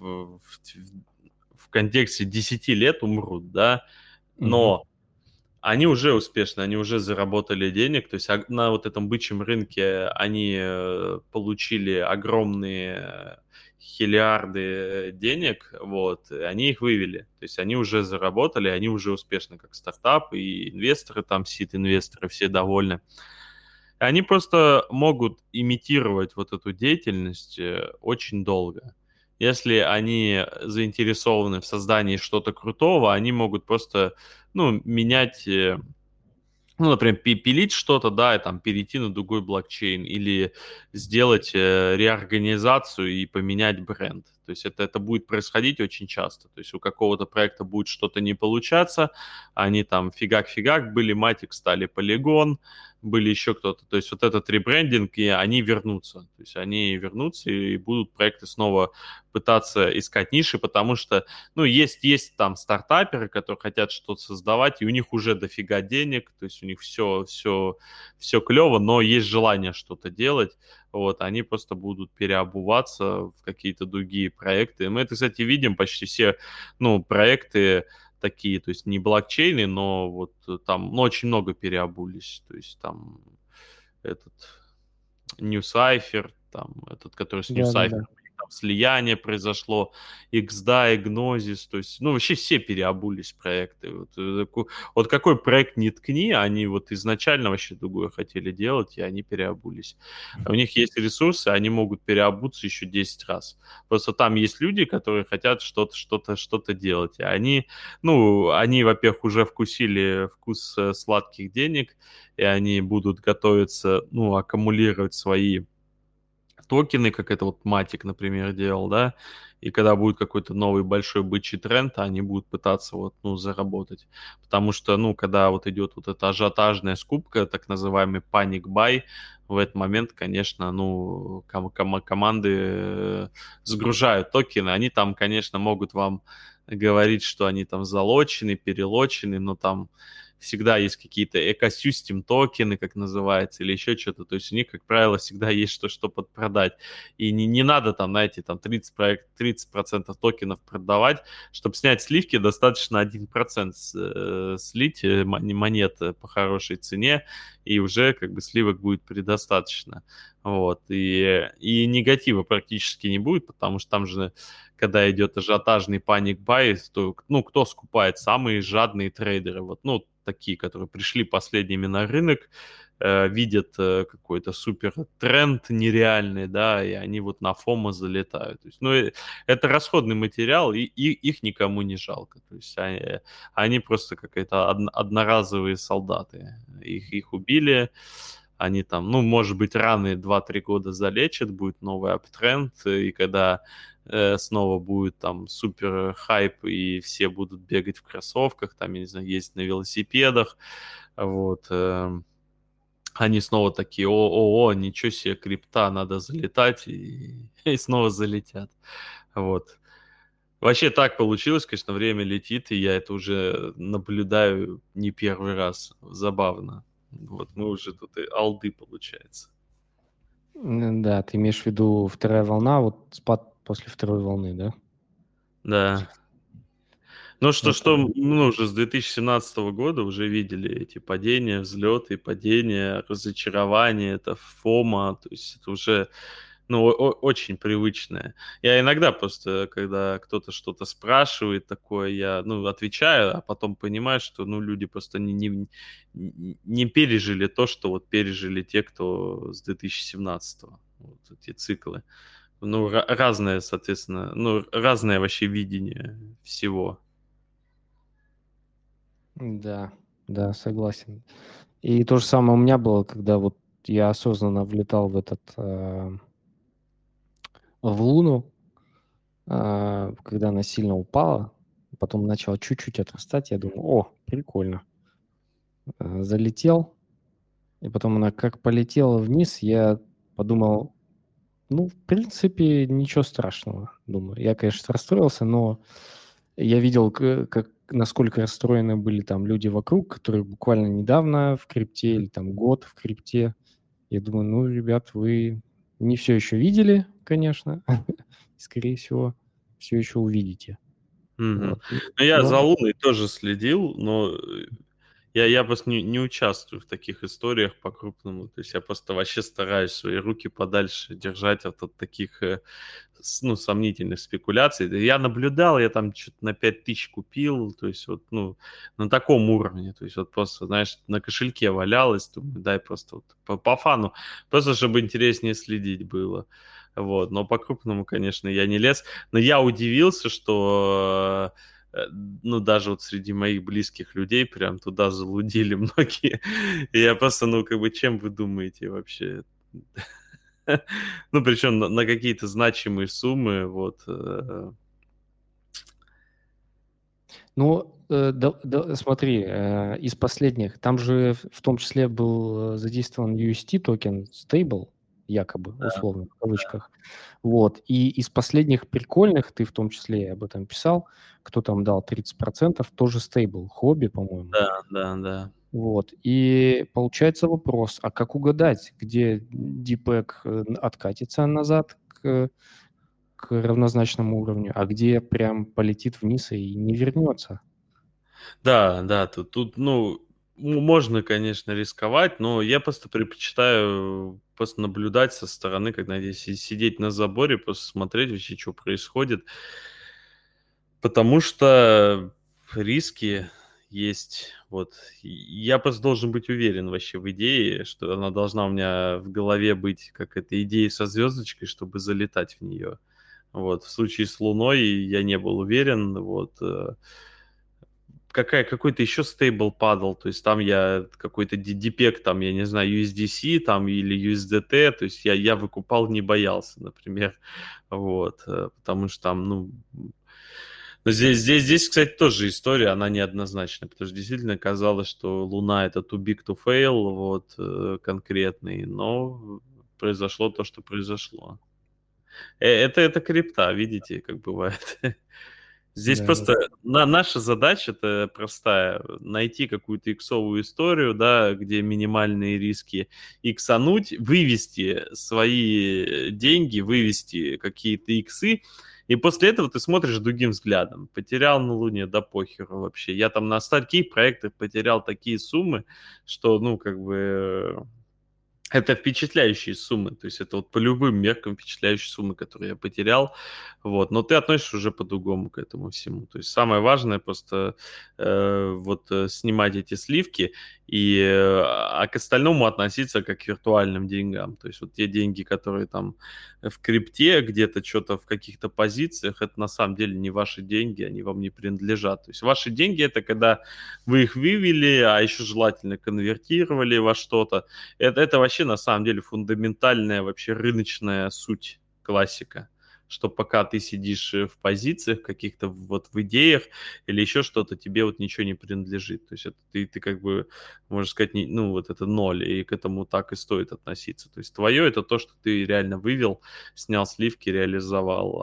в контексте 10 лет умрут, да, Мгм. но они уже успешны, они уже заработали денег, то есть на вот этом бычьем рынке они получили огромные хиллиарды денег, вот, и они их вывели, то есть они уже заработали, они уже успешны как стартап, и инвесторы там, сид-инвесторы, все довольны. Они просто могут имитировать вот эту деятельность очень долго. Если они заинтересованы в создании что-то крутого, они могут просто, ну, менять, ну, например, пилить что-то, да, и там перейти на другой блокчейн или сделать реорганизацию и поменять бренд. То есть это будет происходить очень часто. То есть у какого-то проекта будет что-то не получаться, они там фигак-фигак были, Матик стали Polygon, были еще кто-то. То есть вот этот ребрендинг, и они вернутся. То есть они вернутся и будут проекты снова пытаться искать ниши, потому что, ну, есть там стартаперы, которые хотят что-то создавать, и у них уже дофига денег, то есть у них все клево, но есть желание что-то делать, вот, они просто будут переобуваться в какие-то другие проекты. И мы это, кстати, видим почти все, ну, проекты такие, то есть не блокчейны, но вот там, ну, очень много переобулись, то есть там этот NewCypher, там этот, который с NewCypher, Да-да-да. слияние произошло, XDAI, Gnosis, то есть, ну, вообще все переобулись проекты. Вот какой проект не ткни, они вот изначально вообще другое хотели делать, и они переобулись. У них есть ресурсы, они могут переобуться еще 10 раз. Просто там есть люди, которые хотят что-то делать, и они, ну, они, во-первых, уже вкусили вкус сладких денег, и они будут готовиться, ну, аккумулировать свои токены, как это вот Матик, например, делал, да, и когда будет какой-то новый большой бычий тренд, они будут пытаться вот, ну, заработать. Потому что, ну, когда вот идет вот эта ажиотажная скупка, так называемый panic buy, в этот момент, конечно, ну, команды сгружают токены, они там, конечно, могут вам говорить, что они там залочены, перелочены, но там всегда есть какие-то экосистем токены, как называется, или еще что-то. То есть у них, как правило, всегда есть что подпродать. И не надо там, знаете, там 30% токенов продавать. Чтобы снять сливки, достаточно 1% слить монет по хорошей цене, и уже как бы сливок будет предостаточно. Вот. И негатива практически не будет, потому что там же, когда идет ажиотажный паник бай, то, ну, кто скупает? Самые жадные трейдеры. Вот, ну, такие, которые пришли последними на рынок, видят какой-то супер тренд нереальный, да, и они вот на фомо залетают. То есть, ну, это расходный материал, и их никому не жалко. То есть они просто какие-то одноразовые солдаты. Их убили, они там, ну, может быть, раны 2-3 года залечат, будет новый аптренд, и когда снова будет там супер хайп, и все будут бегать в кроссовках, там, я не знаю, ездить на велосипедах, вот, они снова такие, ничего себе, крипта, надо залетать, и снова залетят, вот. Вообще так получилось, конечно, время летит, и я это уже наблюдаю не первый раз, забавно. Вот мы уже тут и алды, получается. Да, ты имеешь в виду вторая волна, вот спад после второй волны, да? Да. Ну Это мы уже с 2017 года уже видели эти падения, взлеты, падения, разочарования, это фома, то есть это уже, ну, очень привычное. Я иногда просто, когда кто-то что-то спрашивает такое, я, ну, отвечаю, а потом понимаю, что, ну, люди просто не пережили то, что вот пережили те, кто с 2017-го, вот эти циклы. Ну, разное, соответственно, ну, разное вообще видение всего. Да, да, согласен. И то же самое у меня было, когда вот я осознанно влетал в в Луну, когда она сильно упала, потом начала чуть-чуть отрастать, я думаю, о, прикольно. Залетел, и потом она как полетела вниз, я подумал, ну, в принципе, ничего страшного, думаю. Я, конечно, расстроился, но я видел, насколько расстроены были там люди вокруг, которые буквально недавно в крипте или там год в крипте. Я думаю, ну, ребят, вы не все еще видели, конечно, скорее всего, все еще увидите. Мгм. Вот. Ну, я за Но, Луной тоже следил, но я просто не участвую в таких историях по-крупному. То есть я просто вообще стараюсь свои руки подальше держать от таких, ну, сомнительных спекуляций. Да я наблюдал, я там что-то на 5000 купил, то есть вот, ну, на таком уровне. То есть вот просто, знаешь, на кошельке валялось, думаю, дай просто вот по фану, просто чтобы интереснее следить было. Вот, но по-крупному, конечно, я не лез. Но я удивился, что ну, даже вот среди моих близких людей прям туда залудили многие. И я просто, ну, как бы, чем вы думаете вообще? Ну, причем на какие-то значимые суммы, вот. ну, смотри, из последних, там же в том числе был задействован UST токен, стейбл, якобы, условно, в кавычках. Вот. И из последних прикольных, ты в том числе об этом писал, кто там дал 30%, тоже стейбл, хобби, по-моему. Да, да, да. Вот. И получается вопрос, а как угадать, где дипэк откатится назад к равнозначному уровню, а где прям полетит вниз и не вернется? Да, да, тут, ну, можно, конечно, рисковать, но я просто предпочитаю просто наблюдать со стороны, когда здесь сидеть на заборе, просто смотреть вообще, что происходит. Потому что риски есть. Вот. Я просто должен быть уверен вообще в идее, что она должна у меня в голове быть как эта идея со звездочкой, чтобы залетать в нее. Вот. В случае с Луной я не был уверен. Вот. Какой-то еще стейбл падал, то есть там я какой-то DPEG, там, я не знаю, USDC там или USDT, то есть я выкупал, не боялся, например, вот, потому что там, ну, но здесь, кстати, тоже история, она неоднозначная, потому что действительно казалось, что Луна это too big to fail, вот, конкретный, но произошло то, что произошло. Это крипта, видите, как бывает. Здесь Да, да. просто наша задача-то простая. Найти какую-то иксовую историю, да, где минимальные риски, иксануть, вывести свои деньги, вывести какие-то иксы, и после этого ты смотришь другим взглядом. Потерял на Луне, да похеру вообще. Я там на таких проектах потерял такие суммы, что, ну, как бы, это впечатляющие суммы, то есть это вот по любым меркам впечатляющие суммы, которые я потерял, вот, но ты относишься уже по-другому к этому всему, то есть самое важное просто снимать эти сливки и к остальному относиться как к виртуальным деньгам, то есть вот те деньги, которые там в крипте где-то что-то в каких-то позициях, это на самом деле не ваши деньги, они вам не принадлежат, то есть ваши деньги это когда вы их вывели, а еще желательно конвертировали во что-то, это вообще на самом деле фундаментальная вообще рыночная суть, классика. Что пока ты сидишь в позициях каких-то вот в идеях или еще что-то, тебе вот ничего не принадлежит. То есть это ты как бы, можно сказать, ну вот это ноль, и к этому так и стоит относиться. То есть твое это то, что ты реально вывел, снял сливки, реализовал.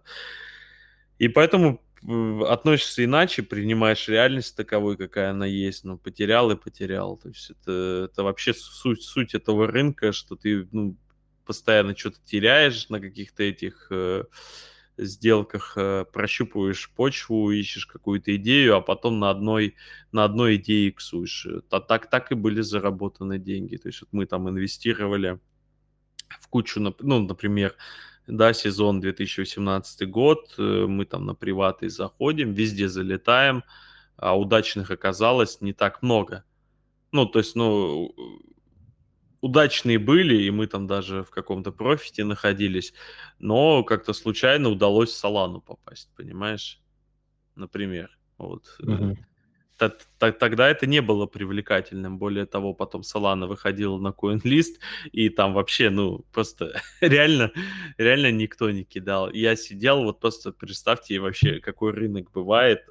И поэтому относишься иначе, принимаешь реальность таковой, какая она есть, ну, потерял и потерял. То есть это вообще суть этого рынка, что ты, ну, постоянно что-то теряешь на каких-то этих сделках, прощупываешь почву, ищешь какую-то идею, а потом на одной идее иксуешь. Так и были заработаны деньги. То есть вот мы там инвестировали в кучу, ну, например, да, сезон 2018 год, мы там на приваты заходим, везде залетаем, а удачных оказалось не так много. Ну, то есть, ну, удачные были, и мы там даже в каком-то профите находились, но как-то случайно удалось в Солану попасть, понимаешь? Например. Вот. Мгм. Тогда это не было привлекательным. Более того, потом Solana выходила на CoinList, и там вообще, ну, просто реально никто не кидал. Я сидел, вот просто представьте вообще, какой рынок бывает.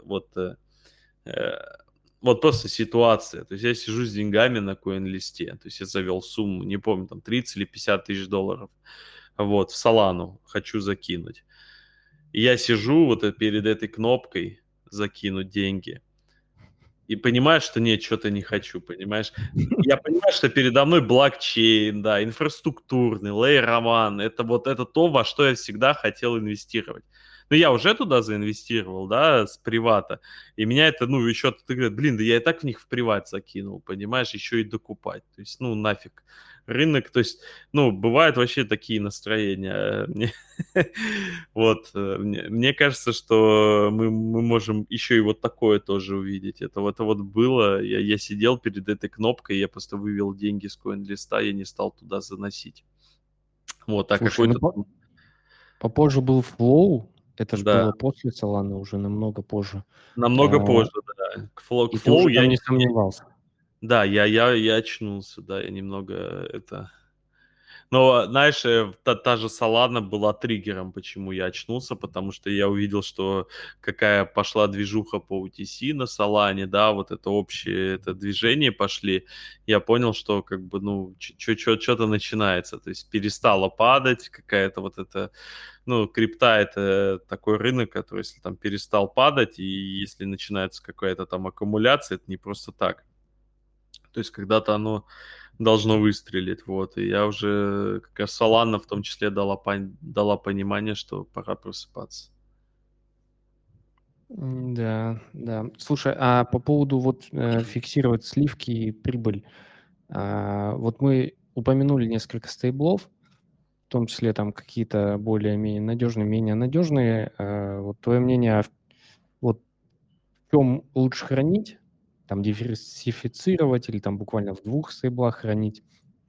Э, вот просто ситуация. То есть я сижу с деньгами на CoinList, то есть я завел сумму, не помню, там 30 или 50 тысяч долларов. Вот, в Solana хочу закинуть. И я сижу вот перед этой кнопкой закинуть деньги и понимаешь, что нет, что-то не хочу, понимаешь? Я понимаю, что передо мной блокчейн, да, инфраструктурный, лейер-роман, это вот это то, во что я всегда хотел инвестировать. Но я уже туда заинвестировал, да, с привата, и меня это, ну, еще ты говоришь, блин, да я и так в них в приват закинул, понимаешь, еще и докупать, то есть, ну, нафиг рынок, то есть, ну, бывают вообще такие настроения. Вот, мне кажется, что мы можем еще и вот такое тоже увидеть. Это вот было, я сидел перед этой кнопкой, я просто вывел деньги с коин-листа, я не стал туда заносить. Вот, а Слушай, ну какой-то там, попозже был Flow, это ж да, было после Solana, уже намного позже. намного А, позже, да. К и ты Flow уже там не сомневался. да, я очнулся, да, я немного это. Но, знаешь, та же Solana была триггером, почему я очнулся, потому что я увидел, что какая пошла движуха по UTC на Solana, да, вот это общее это движение пошли, я понял, что как бы, ну, что-то начинается, то есть перестало падать, какая-то вот это, ну, крипта это такой рынок, который, если там перестал падать, и если начинается какая-то там аккумуляция, это не просто так. То есть когда-то оно должно выстрелить, вот. И я уже, как раз Solana в том числе дала понимание, что пора просыпаться. Да, да. Слушай, а по поводу вот фиксировать сливки и прибыль, вот мы упомянули несколько стейблов, в том числе там какие-то более-менее надежные, менее надежные. Вот твое мнение, вот в чем лучше хранить? Там диверсифицировать или там буквально в двух стейблах хранить?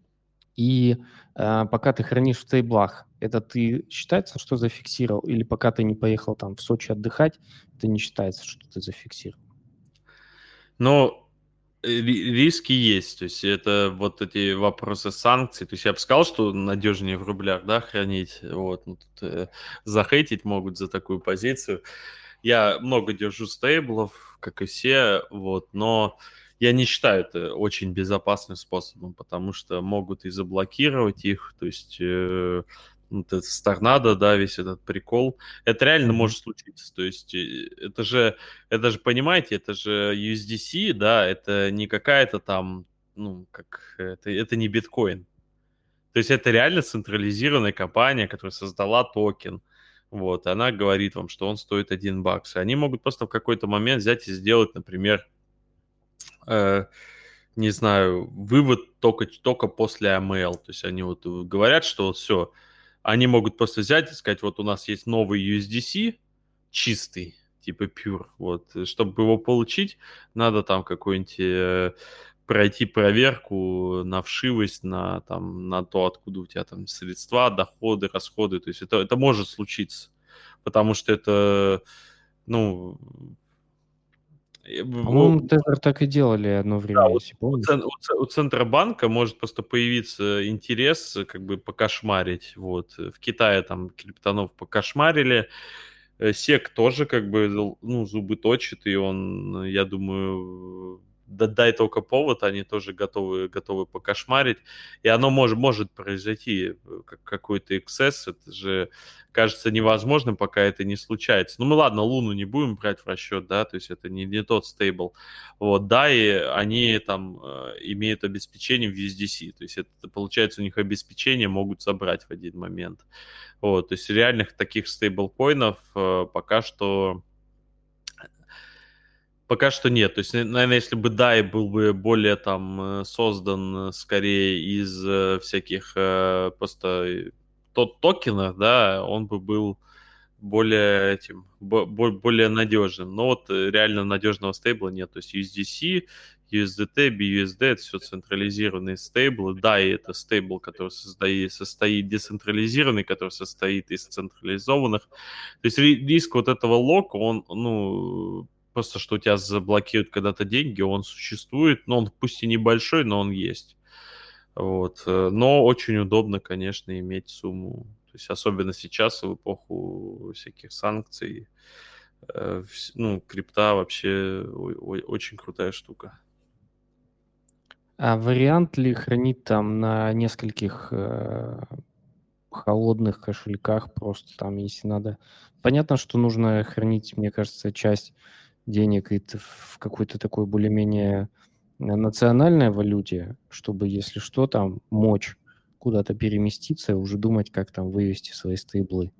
И пока ты хранишь в стейблах, это ты считается, что зафиксировал? Или пока ты не поехал там в Сочи отдыхать, это не считается, что ты зафиксировал? Но риски есть, то есть это вот эти вопросы санкций, то есть я бы сказал, что надежнее в рублях, да, хранить, вот, ну, тут, захейтить могут за такую позицию. Я много держу стейблов, как и все, вот, но я не считаю это очень безопасным способом, потому что могут и заблокировать их, то есть вот это с торнадо, да, весь этот прикол, это реально Мгм. может случиться, то есть это же, понимаете, это же USDC, да, это не какая-то там, ну, как, это не биткоин. То есть это реально централизированная компания, которая создала токен. Вот, она говорит вам, что он стоит 1 бакс. И они могут просто в какой-то момент взять и сделать, например, э, не знаю, вывод только после AML. То есть они вот говорят, что вот все, они могут просто взять и сказать, вот у нас есть новый USDC, чистый, типа pure. Вот, чтобы его получить, надо там какой-нибудь пройти проверку на вшивость, на, там, на то, откуда у тебя там средства, доходы, расходы. То есть это может случиться, потому что это, ну, По-моему, Тезер так и делали одно да, время, если помнишь. у Центробанка может просто появиться интерес как бы покошмарить. Вот. В Китае там криптонов покошмарили. Сек тоже как бы ну, зубы точит, и он, я думаю, да, дай только повод, они тоже готовы покошмарить. И оно может произойти, как какой-то эксцесс. Это же кажется невозможным, пока это не случается. Ну, мы, ладно, Луну не будем брать в расчет, да, то есть это не тот стейбл. Вот, да, и они там имеют обеспечение в USDC, то есть это, получается, у них обеспечение могут собрать в один момент. Вот, то есть реальных таких стейблкоинов пока что нет. То есть, наверное, если бы DAI был бы более там создан скорее из всяких просто токенов, да, он бы был более этим, более надежным. Но вот реально надежного стейбла нет. То есть USDC, USDT, BUSD — это все централизированные стейблы. Да, и это стейбл, который состоит децентрализированный, который состоит из централизованных. То есть риск вот этого лока, он, ну, просто что у тебя заблокируют когда-то деньги, он существует, но он пусть и небольшой, но он есть. Вот. Но очень удобно, конечно, иметь сумму. То есть особенно сейчас, в эпоху всяких санкций, ну, крипта вообще очень крутая штука. А вариант ли хранить там на нескольких холодных кошельках просто там, если надо? Понятно, что нужно хранить, мне кажется, часть денег в какой-то такой более-менее национальной валюте, чтобы, если что, там мочь куда-то переместиться и уже думать, как там вывести свои стейблы.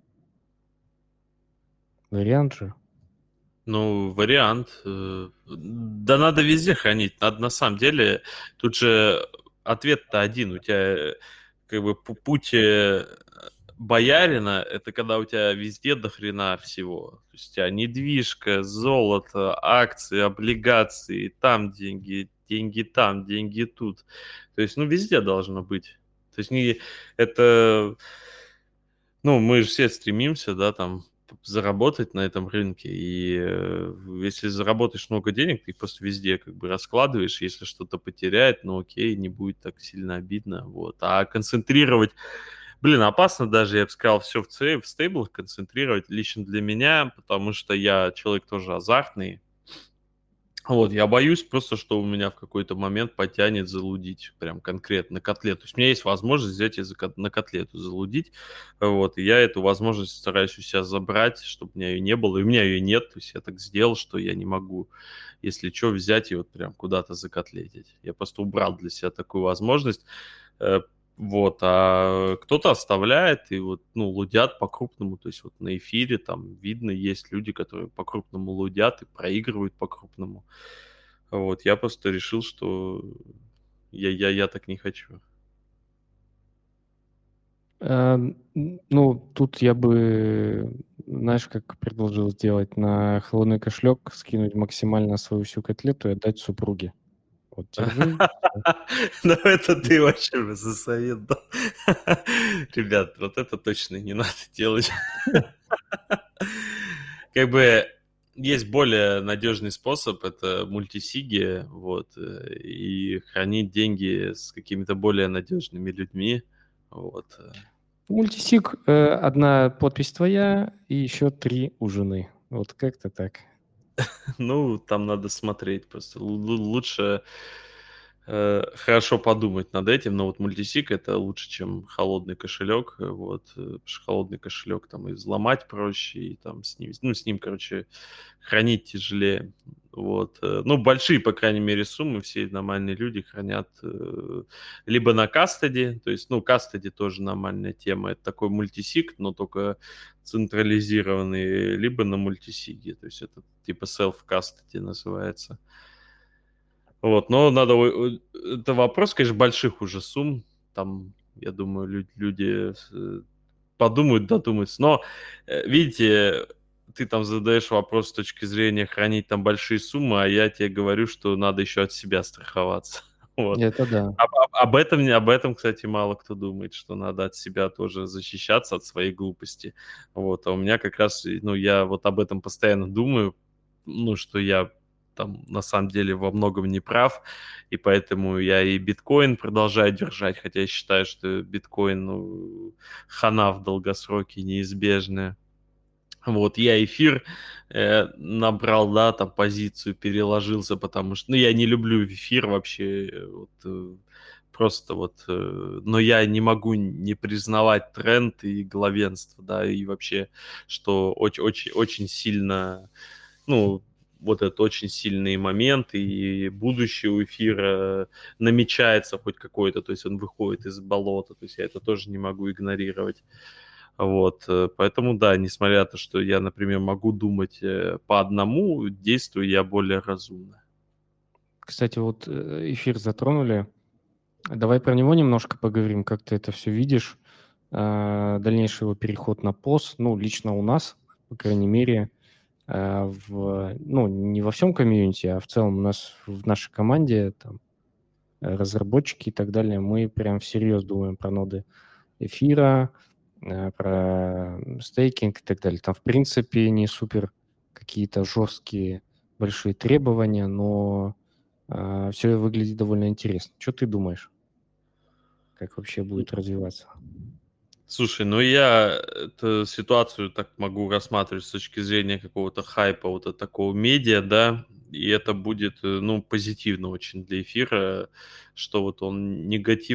Вариант же. Ну, вариант. Да надо везде хранить. Надо на самом деле, тут же ответ-то один. У тебя как бы путь боярина — это когда у тебя везде до хрена всего. То есть у тебя недвижка, золото, акции, облигации, там деньги, деньги там, деньги тут. То есть, ну, везде должно быть. То есть не это, ну, мы же все стремимся, да, там, заработать на этом рынке. И если заработаешь много денег, ты их просто везде как бы раскладываешь. Если что-то потеряет, ну окей, не будет так сильно обидно. Вот. А концентрировать, блин, опасно даже, я бы сказал, все в стейблах концентрировать лично для меня, потому что я человек тоже азартный. Вот, я боюсь просто, что у меня в какой-то момент потянет залудить прям конкретно котлету. То есть у меня есть возможность взять и на котлету залудить. Вот, и я эту возможность стараюсь у себя забрать, чтобы у меня ее не было. И у меня ее нет. То есть я так сделал, что я не могу, если что, взять и вот прям куда-то закотлетить. Я просто убрал для себя такую возможность. Э, Вот, а кто-то оставляет и вот, ну, лудят по-крупному, то есть вот на эфире там видно, есть люди, которые по-крупному лудят и проигрывают по-крупному. Вот, я просто решил, что я так не хочу. Ну, тут я бы, знаешь, как предложил сделать на холодный кошелек, скинуть максимально свою всю котлету и отдать супруге. Вот, держи, всё. Ну, это ты вообще за совет дал. Ребят, вот это точно не надо делать. Как бы есть более надежный способ, это мультисиги, вот, и хранить деньги с какими-то более надежными людьми, вот. Мультисиг, 1 подпись твоя и еще 3 у жены. Вот как-то так. Ну, там надо смотреть просто. Лучше хорошо подумать над этим, но вот мультисиг это лучше, чем холодный кошелек, вот, потому что холодный кошелек там и взломать проще, и там с ним, ну, с ним, короче, хранить тяжелее, вот. Ну, большие, по крайней мере, суммы все нормальные люди хранят либо на кастеди, то есть, ну, кастеди тоже нормальная тема, это такой мультисиг, но только централизированный, либо на мультисиге, то есть это типа self-custody называется. Вот, но надо... Это вопрос, конечно, больших уже сумм. Там, я думаю, люди подумают, додумаются. Но, видите, ты там задаешь вопрос с точки зрения хранить там большие суммы, а я тебе говорю, что надо еще от себя страховаться. Вот. Это да. Об этом, кстати, мало кто думает, что надо от себя тоже защищаться от своей глупости. Вот. А у меня как раз, ну, я вот об этом постоянно думаю, ну, что я там на самом деле во многом не прав, и поэтому я и биткоин продолжаю держать, хотя я считаю, что биткоин, ну, хана в долгосроке неизбежная. Вот, я эфир набрал, да, там позицию, переложился, потому что, ну, я не люблю эфир вообще, вот, просто вот, но я не могу не признавать тренд и главенство, да, и вообще, что очень сильно, ну, вот это очень сильный момент, и будущее у эфира намечается хоть какой-то, то есть он выходит из болота, то есть я это тоже не могу игнорировать. Вот, поэтому да, несмотря на то, что я, например, могу думать по одному, действую я более разумно. Кстати, вот, эфир затронули. Давай про него немножко поговорим, как ты это все видишь. Дальнейший его переход на POS, ну, лично у нас, по крайней мере, ну, не во всем комьюнити, а в целом у нас в нашей команде, там, разработчики и так далее, мы прям всерьез думаем про ноды эфира, про стейкинг и так далее. Там, в принципе, не супер какие-то жесткие большие требования, но все выглядит довольно интересно. Что ты думаешь, как вообще будет развиваться? Слушай, ну я эту ситуацию так могу рассматривать с точки зрения какого-то хайпа, вот от такого медиа, да, и это будет, ну, позитивно очень для эфира, что вот он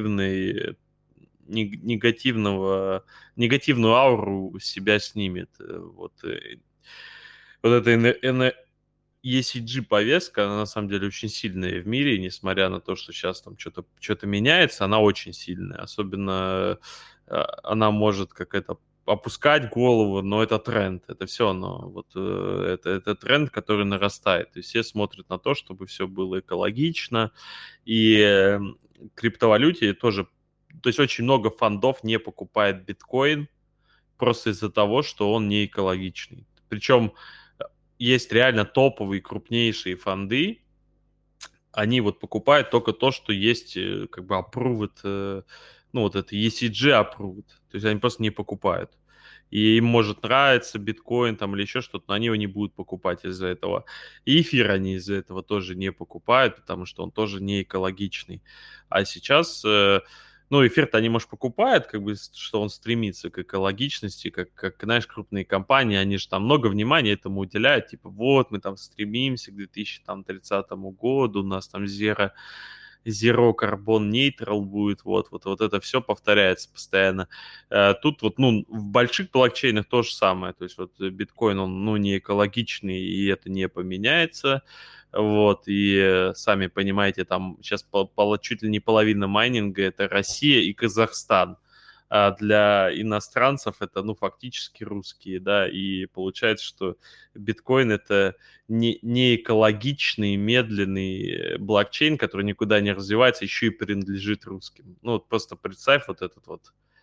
негативную ауру с себя снимет. Вот, вот эта ESG-повестка, она на самом деле очень сильная в мире, несмотря на то, что сейчас там что-то меняется, она очень сильная. Особенно она может как это опускать голову, но это тренд, это все, но вот это тренд, который нарастает. И все смотрят на то, чтобы все было экологично, и криптовалюте тоже, то есть очень много фондов не покупает биткоин просто из-за того, что он не экологичный. Причем есть реально топовые крупнейшие фонды, они вот покупают только то, что есть как бы approved, ну вот это ECG approved, то есть они просто не покупают. И им может нравиться биткоин там или еще что-то, но они его не будут покупать из-за этого. И эфир они из-за этого тоже не покупают, потому что он тоже не экологичный. А сейчас ну, эфир-то они, может, покупают, как бы, что он стремится к экологичности, как, знаешь, крупные компании, они же там много внимания этому уделяют, типа, вот, мы там стремимся к 2030 году, у нас там Zero Carbon Neutral будет, вот это все повторяется постоянно. Тут вот, ну, в больших блокчейнах то же самое, то есть вот биткоин, он, ну, не экологичный, и это не поменяется, вот, и сами понимаете, там сейчас чуть ли не половина майнинга это Россия и Казахстан. А для иностранцев это, ну, фактически русские, да, и получается, что биткоин это не экологичный, медленный блокчейн, который никуда не развивается, еще и принадлежит русским. Ну, вот просто представь вот этот вот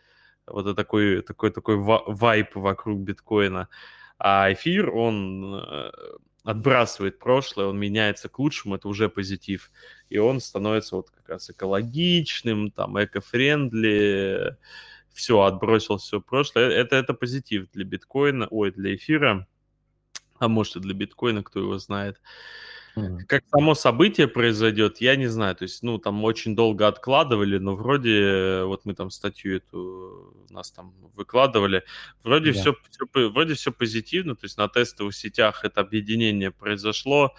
Вот это такой вайп вокруг биткоина. А эфир, он отбрасывает прошлое, он меняется к лучшему, это уже позитив. И он становится вот как раз экологичным, там, эко-френдли, все, отбросил все прошлое. Это позитив для биткоина, для эфира, а может и для биткоина, кто его знает. Как само событие произойдет, я не знаю. То есть, там очень долго откладывали, но вроде, вот мы там статью эту нас там выкладывали, вроде Да. все позитивно. То есть на тестовых сетях это объединение произошло.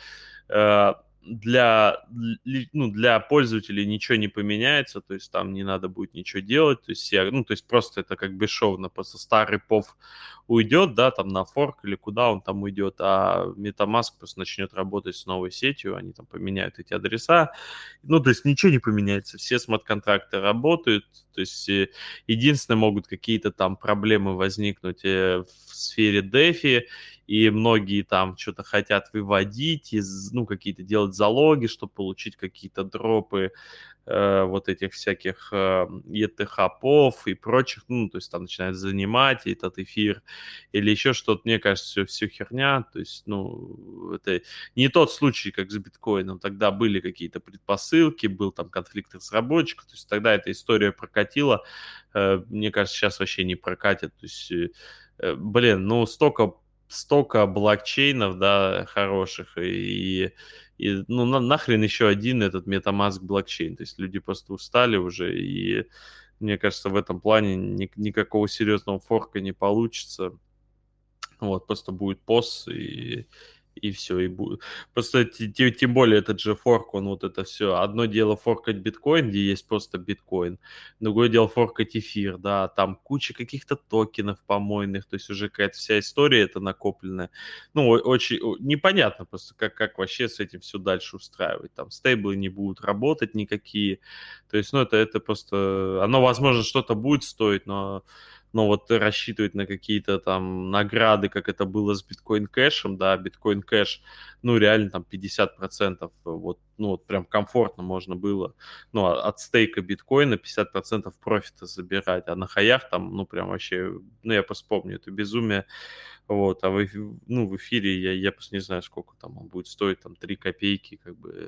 Для пользователей ничего не поменяется, то есть там не надо будет ничего делать, то есть то есть просто это как бесшовно, просто старый POV уйдет, да, там на форк или куда он там уйдет, а MetaMask просто начнет работать с новой сетью, они там поменяют эти адреса, то есть ничего не поменяется, все смарт-контракты работают, то есть единственное, могут какие-то там проблемы возникнуть в сфере DeFi, и многие там что-то хотят выводить, какие-то делать залоги, чтобы получить какие-то дропы вот этих всяких ETH-пов и прочих, то есть там начинают занимать этот эфир или еще что-то, мне кажется, все херня, то есть, это не тот случай, как с биткоином, тогда были какие-то предпосылки, был там конфликт разработчиков, то есть тогда эта история прокатила, мне кажется, сейчас вообще не прокатит, то есть, столько блокчейнов, да, хороших, нахрен еще один этот MetaMask блокчейн, то есть люди просто устали уже, и мне кажется, в этом плане никакого серьезного форка не получится, вот, просто будет POS, и все, и будет. Просто тем более этот же форк, он вот это все. Одно дело форкать биткоин, где есть просто биткоин. Другое дело форкать эфир, да, там куча каких-то токенов помойных, то есть уже какая-то вся история это накопленная. Очень непонятно просто, как вообще с этим все дальше устраивать. Там стейблы не будут работать никакие. То есть, это просто... Оно, возможно, что-то будет стоить, но вот рассчитывать на какие-то там награды, как это было с биткоин кэшем, да, биткоин кэш, реально там 50%, вот прям комфортно можно было, от стейка биткоина 50% профита забирать, а на хаях там, прям вообще, я просто помню это безумие, вот, а в эфире я просто не знаю, сколько там он будет стоить, там 3 копейки, как бы,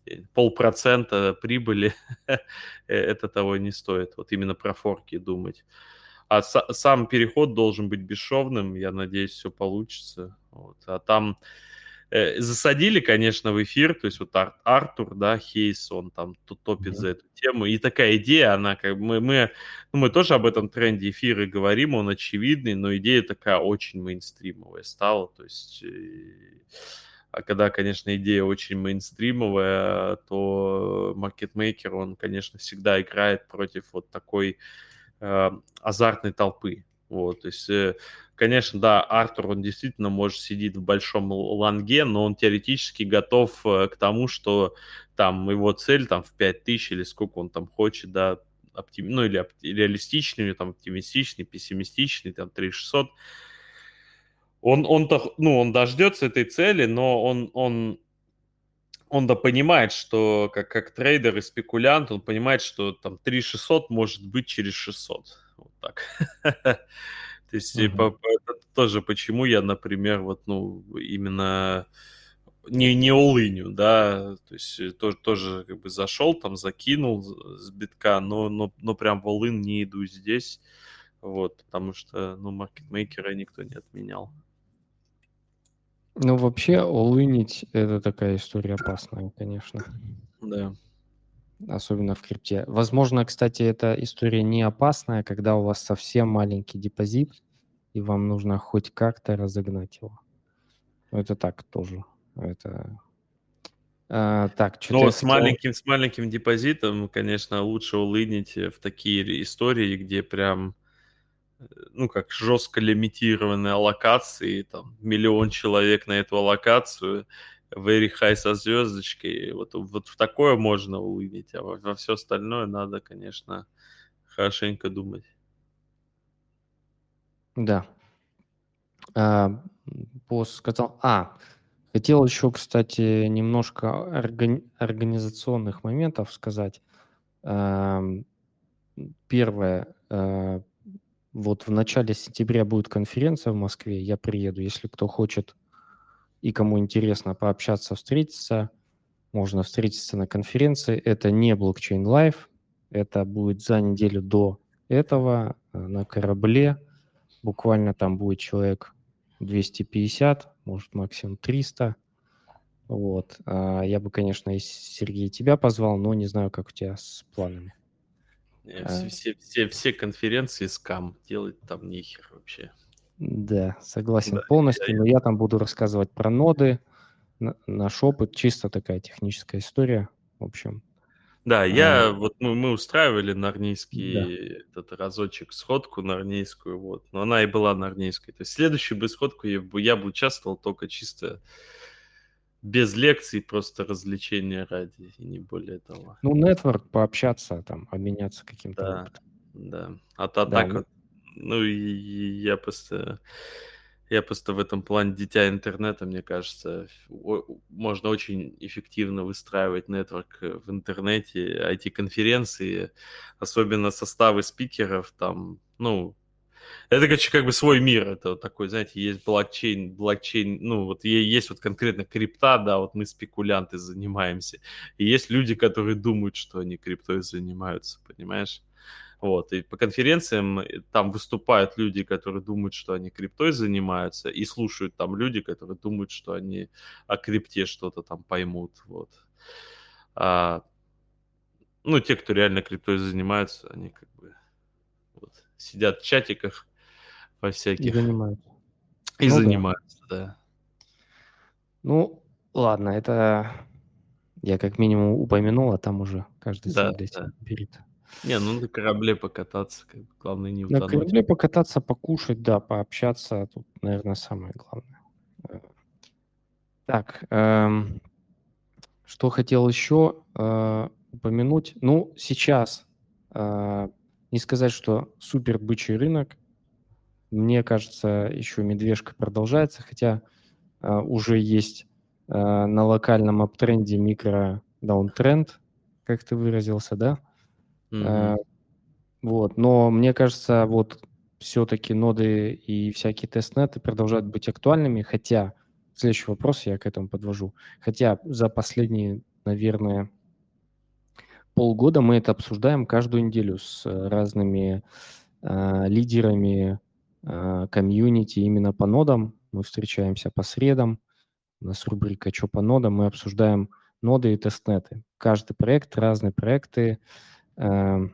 0,5% прибыли, это того не стоит, вот именно про форки думать. А сам переход должен быть бесшовным, я надеюсь, все получится. Вот. А там засадили, конечно, в эфир, то есть вот Артур, да, Хейс, он там топит за эту тему. И такая идея, она как бы, мы тоже об этом тренде эфира говорим, он очевидный, но идея такая очень мейнстримовая стала, то есть... А когда, конечно, идея очень мейнстримовая, то маркетмейкер, он, конечно, всегда играет против вот такой азартной толпы. Вот, то есть, конечно, да, Артур, он действительно, может, сидит в большом лонге, но он теоретически готов к тому, что там его цель там в 5000 или сколько он там хочет, да, или реалистичный, или там оптимистичный, пессимистичный, там 3600. Он дождется этой цели, но он понимает, что как трейдер и спекулянт, он понимает, что там 3600 может быть через 600. Вот так. То есть это тоже почему я, например, вот, именно не улыню, да, то есть тоже как бы зашел, там закинул с битка, но прям в all-in не иду здесь, вот, потому что, маркетмейкера никто не отменял. Вообще, олынить — это такая история опасная, конечно. Да. Особенно в крипте. Возможно, кстати, эта история не опасная, когда у вас совсем маленький депозит, и вам нужно хоть как-то разогнать его. Это так тоже. Это... так, что-то я С хотел... маленьким депозитом, конечно, лучше улынить в такие истории, где прям, как жестко лимитированные аллокации, там, 1 миллион человек на эту аллокацию, very high со звездочкой, вот в такое можно улынить, а во все остальное надо, конечно, хорошенько думать. Да. Босс сказал... хотел еще, кстати, немножко организационных моментов сказать. Первое. вот в начале сентября будет конференция в Москве, я приеду. Если кто хочет и кому интересно пообщаться, встретиться, можно встретиться на конференции. Это не Blockchain Live, это будет за неделю до этого на корабле. Буквально там будет человек 250, может максимум 300. Вот. Я бы, конечно, и Сергей тебя позвал, но не знаю, как у тебя с планами. Все конференции скам, делать там нехер вообще. Да, согласен Да, полностью, но я там буду рассказывать про ноды, наш опыт, чисто такая техническая история, в общем. Да, А, вот мы устраивали да. нарнийский этот разочек сходку нарнийскую, вот, но она и была нарнийской. То есть следующую бы сходку я бы участвовал только чисто без лекций, просто развлечения ради, и не более того. Ну, network, пообщаться, там, обменяться каким-то Да, опытом. да. Да, Так вот, ну и я просто в этом плане дитя интернета, мне кажется, можно очень эффективно выстраивать нетворк в интернете, IT-конференции, особенно составы спикеров, там, ну, это, короче, как бы свой мир, это вот такой, знаете, есть блокчейн, ну, вот есть вот конкретно крипта, да, вот мы спекулянты занимаемся, и есть люди, которые думают, что они криптой занимаются, понимаешь? Вот, и по конференциям там выступают люди, которые думают, что они криптой занимаются, и слушают там люди, которые думают, что они о крипте что-то там поймут, вот. А, ну, те, кто реально криптой занимаются, они как бы вот, сидят в чатиках во и всяких занимаются. и Ну да. занимаются, да. Ну, ладно, это я как минимум упомянул, а там уже каждый Да, сам для себя да. выберет. Не, ну на корабле покататься, как бы, главное не На утонуть. корабле покататься, покушать, да, пообщаться, тут, наверное, самое главное. Так, что хотел еще упомянуть. Ну, сейчас не сказать, что супер бычий рынок. Мне кажется, еще медвежка продолжается, хотя уже есть на локальном аптренде микро-даунтренд, как ты выразился, да? Э, Мгм. Вот, но мне кажется, вот все-таки ноды и всякие тестнеты продолжают быть актуальными, хотя, следующий вопрос я к этому подвожу, хотя за последние, наверное, полгода мы это обсуждаем каждую неделю с разными лидерами комьюнити именно по нодам. Мы встречаемся по средам, у нас рубрика «Чё по нодам?», мы обсуждаем ноды и тестнеты. Каждый проект, разные проекты. Эм,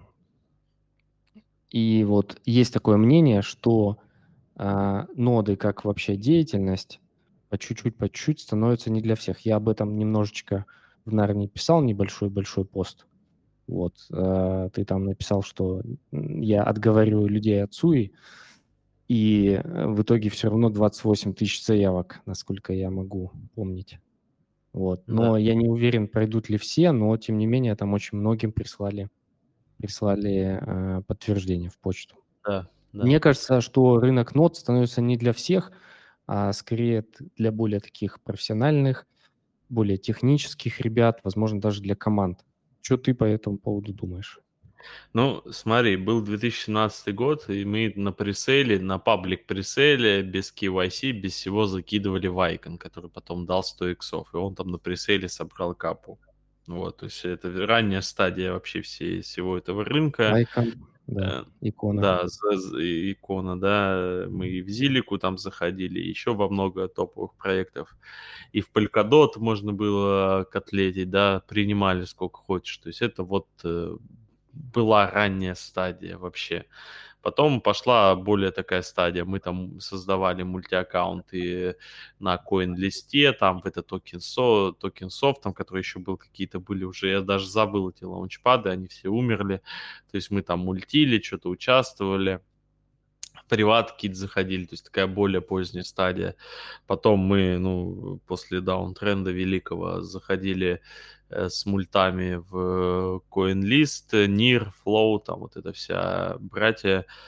И вот есть такое мнение, что ноды как вообще деятельность по чуть-чуть становятся не для всех. Я об этом немножечко в Нарнии писал небольшой-большой пост. Вот, ты там написал, что я отговариваю людей от СУИ, и в итоге все равно 28 тысяч заявок, насколько я могу помнить. Вот. Да, Но я не уверен, пройдут ли все, но тем не менее там очень многим прислали подтверждение в почту. да, да. Мне кажется, что рынок нод становится не для всех, а скорее для более таких профессиональных, более технических ребят, возможно, даже для команд. Что ты по этому поводу думаешь? Ну, смотри, был 2017 год, и мы на пресейле, на паблик пресейле, без KYC, без всего закидывали Вайкон, который потом дал 100 иксов, и он там на пресейле собрал капу. Вот, то есть это ранняя стадия вообще всего этого рынка. Icon, да, Э, икона. Да, икона, да, мы и в Зилику там заходили, еще во много топовых проектов. И в Polkadot можно было котлетить, да, принимали сколько хочешь. То есть это вот была ранняя стадия вообще. Потом пошла более такая стадия. Мы там создавали мультиаккаунты на CoinList'е, там в это TokenSoft, там, который еще был, какие-то были уже, я даже забыл эти лаунчпады, они все умерли. То есть мы там мультили, что-то участвовали, в приват-кит заходили, то есть такая более поздняя стадия. Потом мы, ну, после даунтренда великого заходили с мультами в CoinList, NIR, Flow, там вот это вся братья.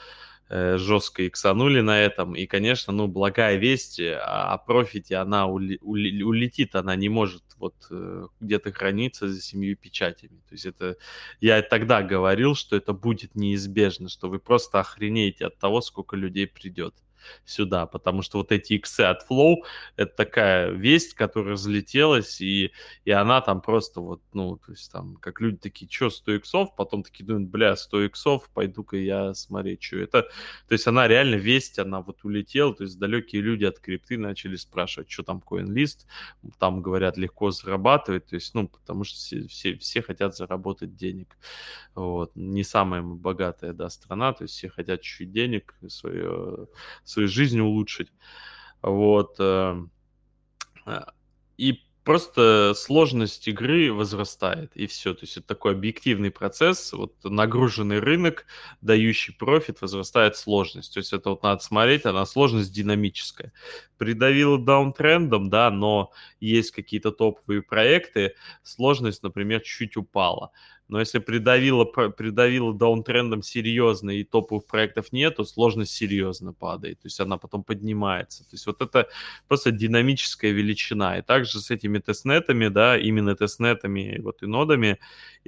жестко иксанули на этом. И, конечно, ну, благая весть о профите, она улетит, она не может вот где-то храниться за 7 печатями. То есть это я тогда говорил, что это будет неизбежно, что вы просто охренеете от того, сколько людей придет сюда, потому что вот эти иксы от Flow, это такая весть, которая разлетелась, и она там просто вот, ну, то есть там, как люди такие, что, 100 иксов? Потом такие думают, бля, 100 иксов, пойду-ка я смотреть, что это. То есть она реально весть, она вот улетела, то есть далекие люди от крипты начали спрашивать, что там CoinList, там, говорят, легко зарабатывать, то есть, ну, потому что все хотят заработать денег. Вот. Не самая богатая, да, страна, то есть все хотят чуть-чуть денег, свою жизнь улучшить. Вот. Э, И просто сложность игры возрастает, и все. То есть это такой объективный процесс, вот нагруженный рынок, дающий профит, возрастает сложность. То есть это вот надо смотреть, она сложность динамическая. Придавила даунтрендом, да, но есть какие-то топовые проекты, сложность, например, чуть-чуть упала. Но если придавило даунтрендом серьезно и топовых проектов нет, то сложность серьезно падает. То есть она потом поднимается. То есть вот это просто динамическая величина. И также с этими тестнетами, да, именно тестнетами вот и нодами,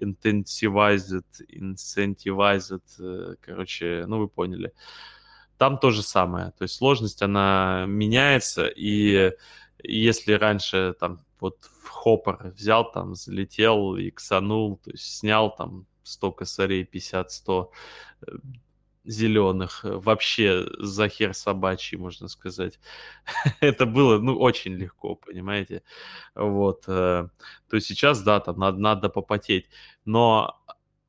incentivized, короче, ну вы поняли. Там то же самое. То есть сложность, она меняется, и если раньше там вот в хоппер взял, там залетел, иксанул, то есть снял там 100 косарей, 50-100 зеленых, вообще за хер собачий, можно сказать. Это было, ну, очень легко, понимаете? Вот. То сейчас, да, там надо попотеть, но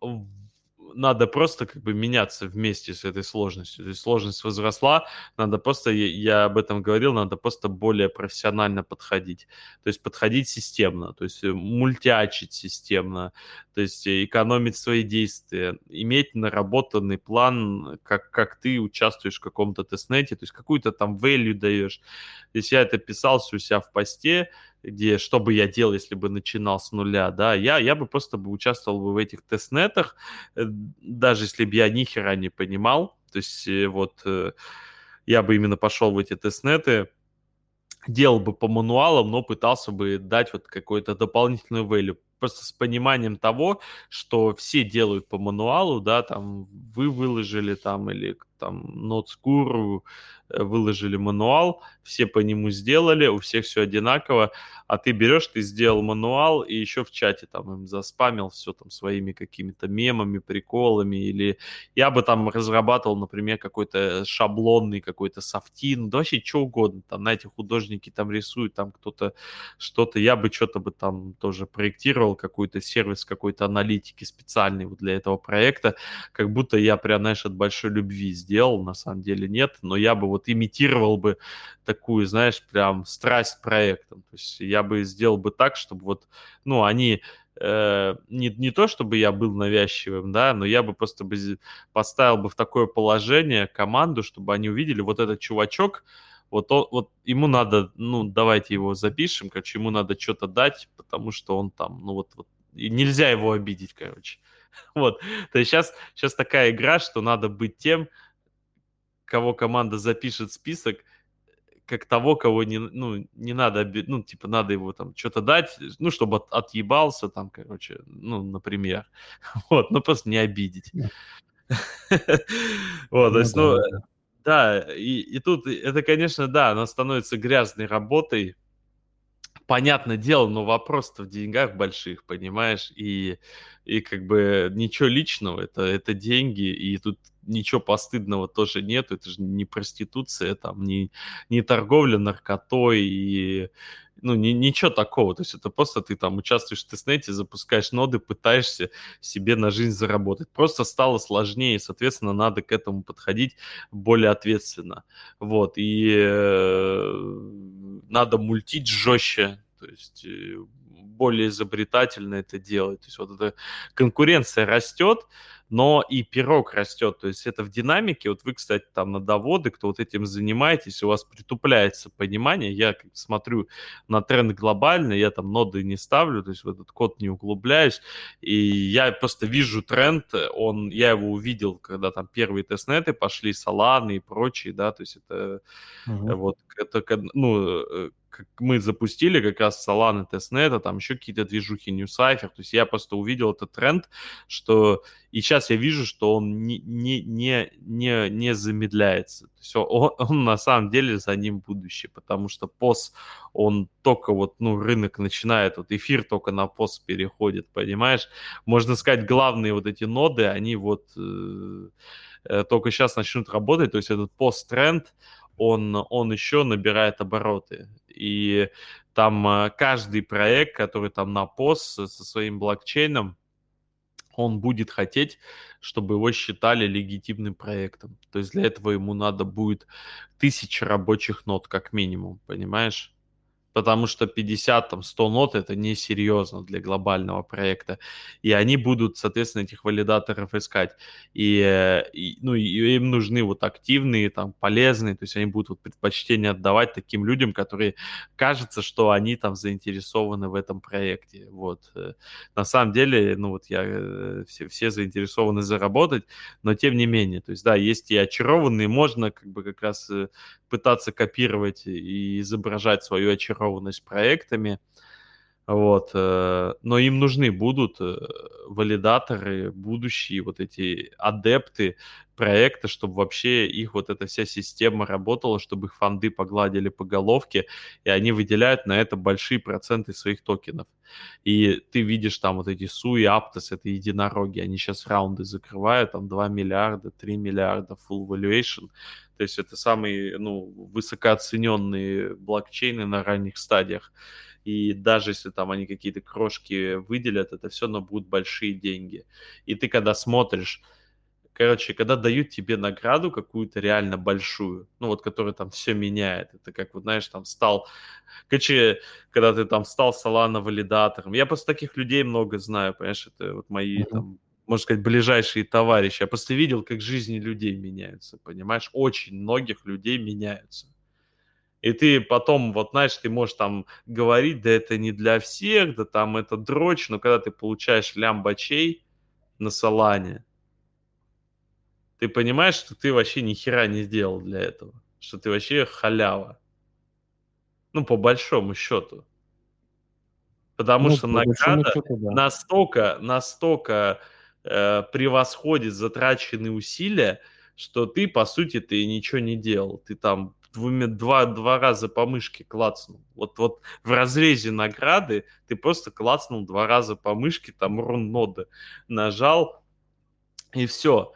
надо просто как бы меняться вместе с этой сложностью. То есть сложность возросла, надо просто, я об этом говорил, надо просто более профессионально подходить. То есть подходить системно, то есть мультячить системно, то есть экономить свои действия, иметь наработанный план, как ты участвуешь в каком-то тестнете, то есть какую-то там value даешь. То есть я это писал у себя в посте, где что бы я делал, если бы начинал с нуля, да, я бы просто бы участвовал бы в этих тестнетах, даже если бы я ни хера не понимал, то есть вот я бы именно пошел в эти тестнеты, делал бы по мануалам, но пытался бы дать вот какой-то дополнительный value. Просто с пониманием того, что все делают по мануалу, да, там вы выложили там или там NodeScuro выложили мануал, все по нему сделали, у всех все одинаково, а ты берешь, ты сделал мануал и еще в чате там им заспамил все там своими какими-то мемами, приколами, или я бы там разрабатывал, например, какой-то шаблонный какой-то софтин, да вообще что угодно, там, знаете, художники там рисуют, там кто-то что-то, я бы что-то бы там тоже проектировал, какой-то сервис какой-то аналитики специальный вот для этого проекта, как будто я прям, знаешь, от большой любви сделал, на самом деле нет, но я бы вот имитировал бы такую, знаешь, прям страсть к проектам, то есть я бы сделал бы так, чтобы вот, ну, они не то, чтобы я был навязчивым, да, но я бы просто поставил бы в такое положение команду, чтобы они увидели, вот этот чувачок, вот ему надо, ну, давайте его запишем, короче, ему надо что-то дать, потому что он там, ну, вот и нельзя его обидеть, короче. Вот, то есть сейчас такая игра, что надо быть тем, кого команда запишет в список, как того, кого не, ну, не надо, ну, типа, надо его там что-то дать, ну, чтобы отъебался там, короче, ну, например. Вот, ну, просто не обидеть. Ну Вот, то ну есть, да, ну, да-да. да, и тут это, конечно, да, она становится грязной работой, понятное дело, но вопрос-то в деньгах больших, понимаешь? И как бы ничего личного, это деньги, и тут ничего постыдного тоже нет, это же не проституция, там, не торговля наркотой, и, ну, ничего такого, то есть это просто ты там участвуешь в тестнете, запускаешь ноды, пытаешься себе на жизнь заработать. Просто стало сложнее, соответственно, надо к этому подходить более ответственно. Вот, и надо мультить жестче, то есть более изобретательно это делать. То есть вот эта конкуренция растет, но и пирог растет. То есть это в динамике. Вот вы, кстати, там надоводы, кто вот этим занимаетесь, у вас притупляется понимание. Я как смотрю на тренд глобально, я там ноды не ставлю, то есть в этот код не углубляюсь, и я просто вижу тренд, я его увидел, когда там первые тестнеты пошли, Solana и прочие, да, то есть это вот, как мы запустили как раз Solana тестнета, там еще какие-то движухи New Cypher, то есть я просто увидел этот тренд, что и сейчас я вижу, что он не замедляется. То есть он на самом деле за ним будущее, потому что POS, он только вот, рынок начинает, вот эфир только на POS переходит, понимаешь? Можно сказать, главные вот эти ноды, они вот только сейчас начнут работать, то есть этот POS-тренд, он еще набирает обороты. И там каждый проект, который там на POS со своим блокчейном, он будет хотеть, чтобы его считали легитимным проектом. То есть для этого ему надо будет 1000 рабочих нод как минимум, понимаешь? Потому что 50, там, 100 нот это несерьезно для глобального проекта. И они будут, соответственно, этих валидаторов искать. И им нужны вот активные, там, полезные, то есть они будут вот предпочтение отдавать таким людям, которые кажется, что они там заинтересованы в этом проекте. Вот. На самом деле, все заинтересованы заработать, но тем не менее, то есть, да, есть и очарованные, можно как бы как раз пытаться копировать и изображать свою очарованность проектами, вот, но им нужны будут валидаторы, будущие вот эти адепты проекта, чтобы вообще их вот эта вся система работала, чтобы их фонды погладили по головке, и они выделяют на это большие проценты своих токенов. И ты видишь там вот эти Суи, Aptos, это единороги, они сейчас раунды закрывают, там 2 миллиарда, 3 миллиарда full valuation, то есть это самые, высокооцененные блокчейны на ранних стадиях. И даже если там они какие-то крошки выделят, это все равно будут большие деньги. И ты когда смотришь, когда дают тебе награду какую-то реально большую, которая там все меняет, это как, вот знаешь, там когда ты там стал Solana валидатором, я просто таких людей много знаю, понимаешь, это вот мои там, можно сказать, ближайшие товарищи, я просто видел, как жизни людей меняются, понимаешь, очень многих людей меняются. И ты потом, вот знаешь, ты можешь там говорить, да это не для всех, да там это дрочь, но когда ты получаешь лямбачей на Солане, ты понимаешь, что ты вообще ни хера не сделал для этого, что ты вообще халява. По большому счету. Потому что По большому награда счету, да. настолько превосходит затраченные усилия, что ты, по сути, ты ничего не делал. Ты там два раза по мышке клацнул. Вот в разрезе награды ты просто клацнул 2 раза по мышке, там рун ноды нажал, и все.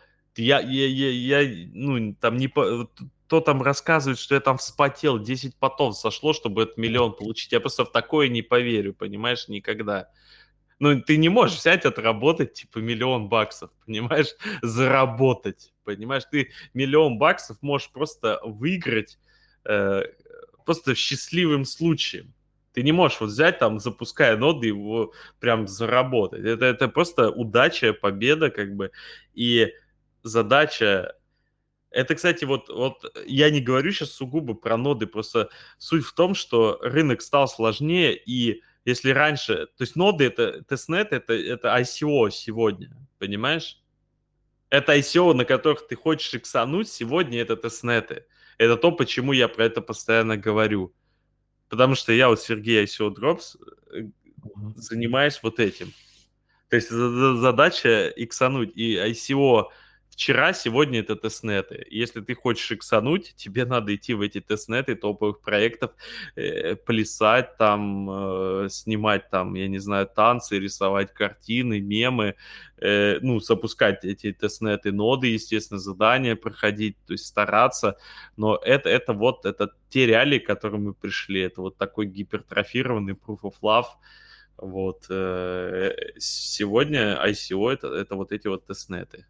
Там не по... Кто там рассказывает, что я там вспотел, 10 потов сошло, чтобы этот миллион получить. Я просто в такое не поверю, понимаешь, никогда. Ты не можешь взять, отработать, типа, $1 000 000, понимаешь, заработать, понимаешь, ты $1 000 000 можешь просто выиграть, просто счастливым случаем. Ты не можешь вот взять, там, запуская ноды, его прям заработать. Это просто удача, победа, как бы, и задача. Это, кстати, вот я не говорю сейчас сугубо про ноды, просто суть в том, что рынок стал сложнее, и если раньше, то есть ноды, это тестнет, это ICO сегодня, понимаешь? Это ICO, на которых ты хочешь иксануть, сегодня это тестнеты. Это то, почему я про это постоянно говорю. Потому что я вот Сергей ICO Drops занимаюсь вот этим. То есть задача иксануть. И ICO вчера, сегодня это тестнеты. Если ты хочешь иксануть, тебе надо идти в эти тестнеты топовых проектов, плясать там, снимать там, я не знаю, танцы, рисовать картины, мемы, запускать эти тестнеты, ноды, естественно, задания проходить, то есть стараться. Но это те реалии, к которым мы пришли. Это вот такой гипертрофированный proof of love. Вот. Сегодня ICO это вот эти вот тестнеты.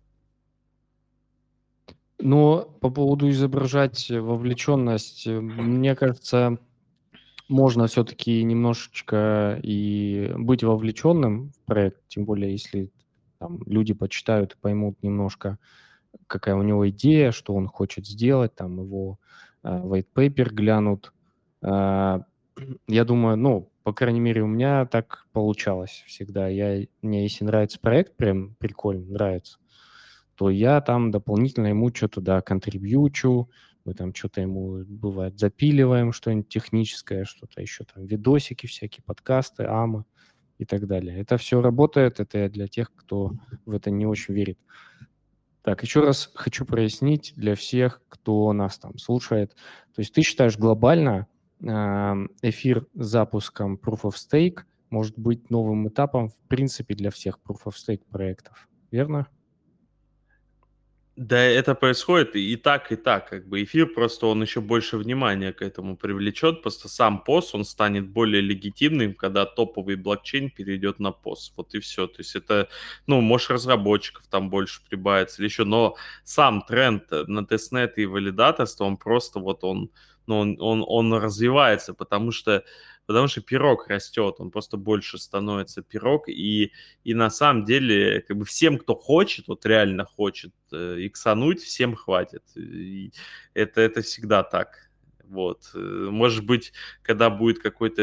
Но по поводу изображать вовлеченность, мне кажется, можно все-таки немножечко и быть вовлеченным в проект, тем более если там люди почитают и поймут немножко, какая у него идея, что он хочет сделать, там его white paper глянут. А, Я думаю, ну, по крайней мере, у меня так получалось всегда. Мне если нравится проект, прям прикольно, нравится, то я там дополнительно ему что-то, да, контрибьючу, мы там что-то ему, бывает, запиливаем, что-нибудь техническое, что-то еще там, видосики всякие, подкасты, амы и так далее. Это все работает, это я для тех, кто в это не очень верит. Так, еще раз хочу прояснить для всех, кто нас там слушает. То есть ты считаешь глобально эфир с запуском Proof of Stake может быть новым этапом, в принципе, для всех Proof of Stake проектов, верно? Да, это происходит и так, и так. Как бы эфир просто он еще больше внимания к этому привлечет. Просто сам POS, он станет более легитимным, когда топовый блокчейн перейдет на POS. Вот и все. То есть это, ну, может, разработчиков там больше прибавится или еще. Но сам тренд на тестнет и валидаторство, он просто вот он, ну, он развивается, потому что пирог растет, он просто больше становится пирог, и на самом деле, как бы всем, кто хочет, вот реально хочет иксануть, всем хватит. И это всегда так. Вот. Может быть, когда будет какой-то...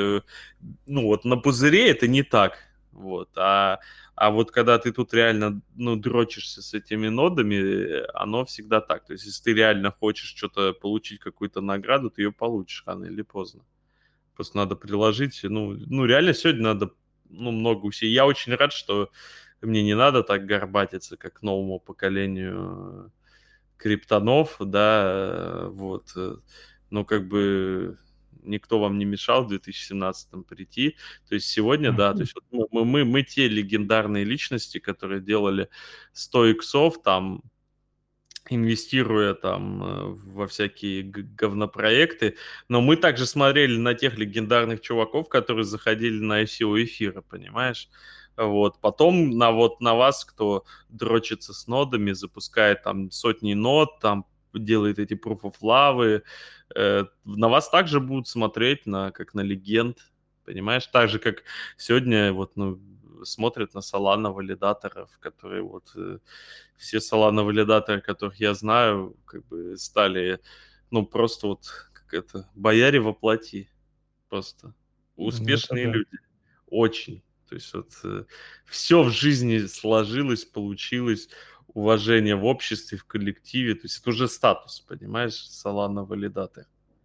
Ну, вот на пузыре это не так. Вот. А вот когда ты тут реально, ну, дрочишься с этими нодами, оно всегда так. То есть, если ты реально хочешь что-то получить, какую-то награду, ты ее получишь рано или поздно. Просто надо приложить. Ну, реально сегодня надо, ну, много усилий. Я очень рад, что мне не надо так горбатиться, как новому поколению криптонов, да, вот. Но как бы никто вам не мешал в 2017 прийти. То есть сегодня, да, то есть вот мы те легендарные личности, которые делали 100 иксов, там, инвестируя там во всякие говнопроекты, но мы также смотрели на тех легендарных чуваков, которые заходили на ICO эфира, понимаешь? Вот. Потом на вас, кто дрочится с нодами, запускает там сотни нод, там делает эти proof of love, на вас также будут смотреть как на легенд, понимаешь? Так же, как сегодня вот, ну, смотрят на Solana валидаторов, которые вот все Solana валидаторы, которых я знаю, как бы стали, ну, просто вот как это, бояре во плоти. Просто Ну, это успешные да. люди. Очень. То есть вот все в жизни сложилось, получилось, уважение в обществе, в коллективе. То есть это уже статус, понимаешь, Solana валидатор.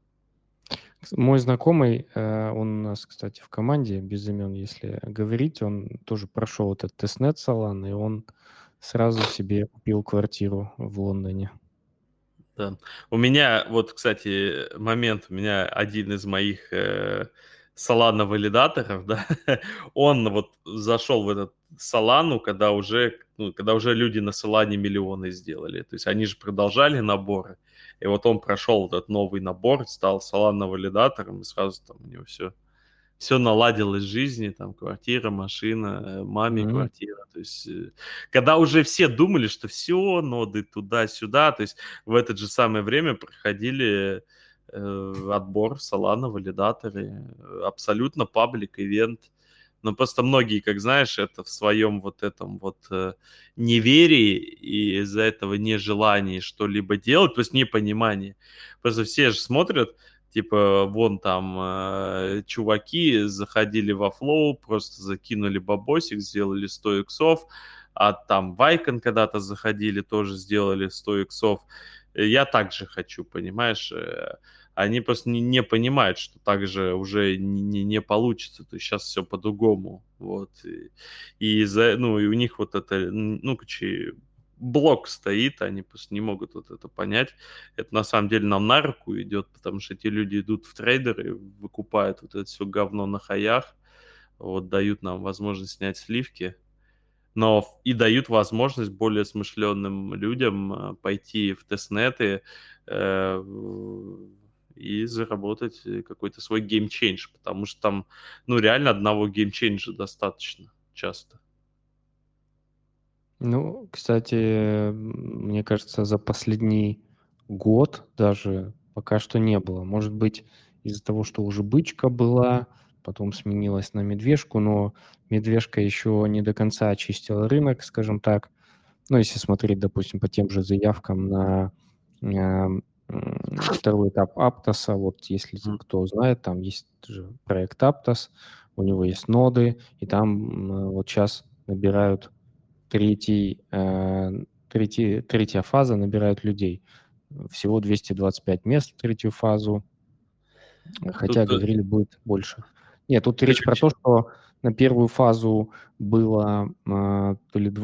Мой знакомый, он у нас, кстати, в команде, без имен, если говорить, он тоже прошел этот тестнет Solana, и он сразу себе купил квартиру в Лондоне. Да. У меня, вот, кстати, момент, у меня один из моих Solana валидаторов, да, он вот зашел в этот Solana, когда уже люди на Solana миллионы сделали. То есть они же продолжали наборы. И вот он прошел этот новый набор, стал Solana валидатором, и сразу там у него все наладилось в жизни, там квартира, машина, маме Мгм. квартира. То есть, когда уже все думали, что все, ноды туда-сюда, то есть в это же самое время проходили отбор в Solana, валидаторы, абсолютно паблик, ивент. Но просто многие, как знаешь, это в своем вот этом вот неверии и из-за этого нежелании что-либо делать, то есть непонимание. Просто все же смотрят, типа, вон там чуваки заходили во флоу, просто закинули бабосик, сделали 100 иксов, а там Вайкон когда-то заходили, тоже сделали 100 иксов. Я также хочу, понимаешь? Они просто не понимают, что так же уже не получится. То есть сейчас все по-другому. Вот. Ну, и у них вот это, ну, короче, блок стоит, они просто не могут вот это понять. Это на самом деле нам на руку идет, потому что эти люди идут в трейдеры, выкупают вот это все говно на хаях, вот дают нам возможность снять сливки, но и дают возможность более смышленным людям пойти в тестнеты и заработать какой-то свой геймчейндж, потому что там, ну, реально одного геймчейнджа достаточно часто. Ну, кстати, мне кажется, за последний год даже пока что не было. Может быть, из-за того, что уже бычка была, потом сменилась на медвежку, но медвежка еще не до конца очистила рынок, скажем так. Ну, если смотреть, допустим, по тем же заявкам на второй этап Аптоса, вот если кто знает, там есть же проект Аптос, у него есть ноды, и там вот сейчас набирают третья фаза, набирают людей. Всего 225 мест в третью фазу, хотя Тут говорили, будет больше. Нет, тут речь про короче, то, что на первую фазу было то ли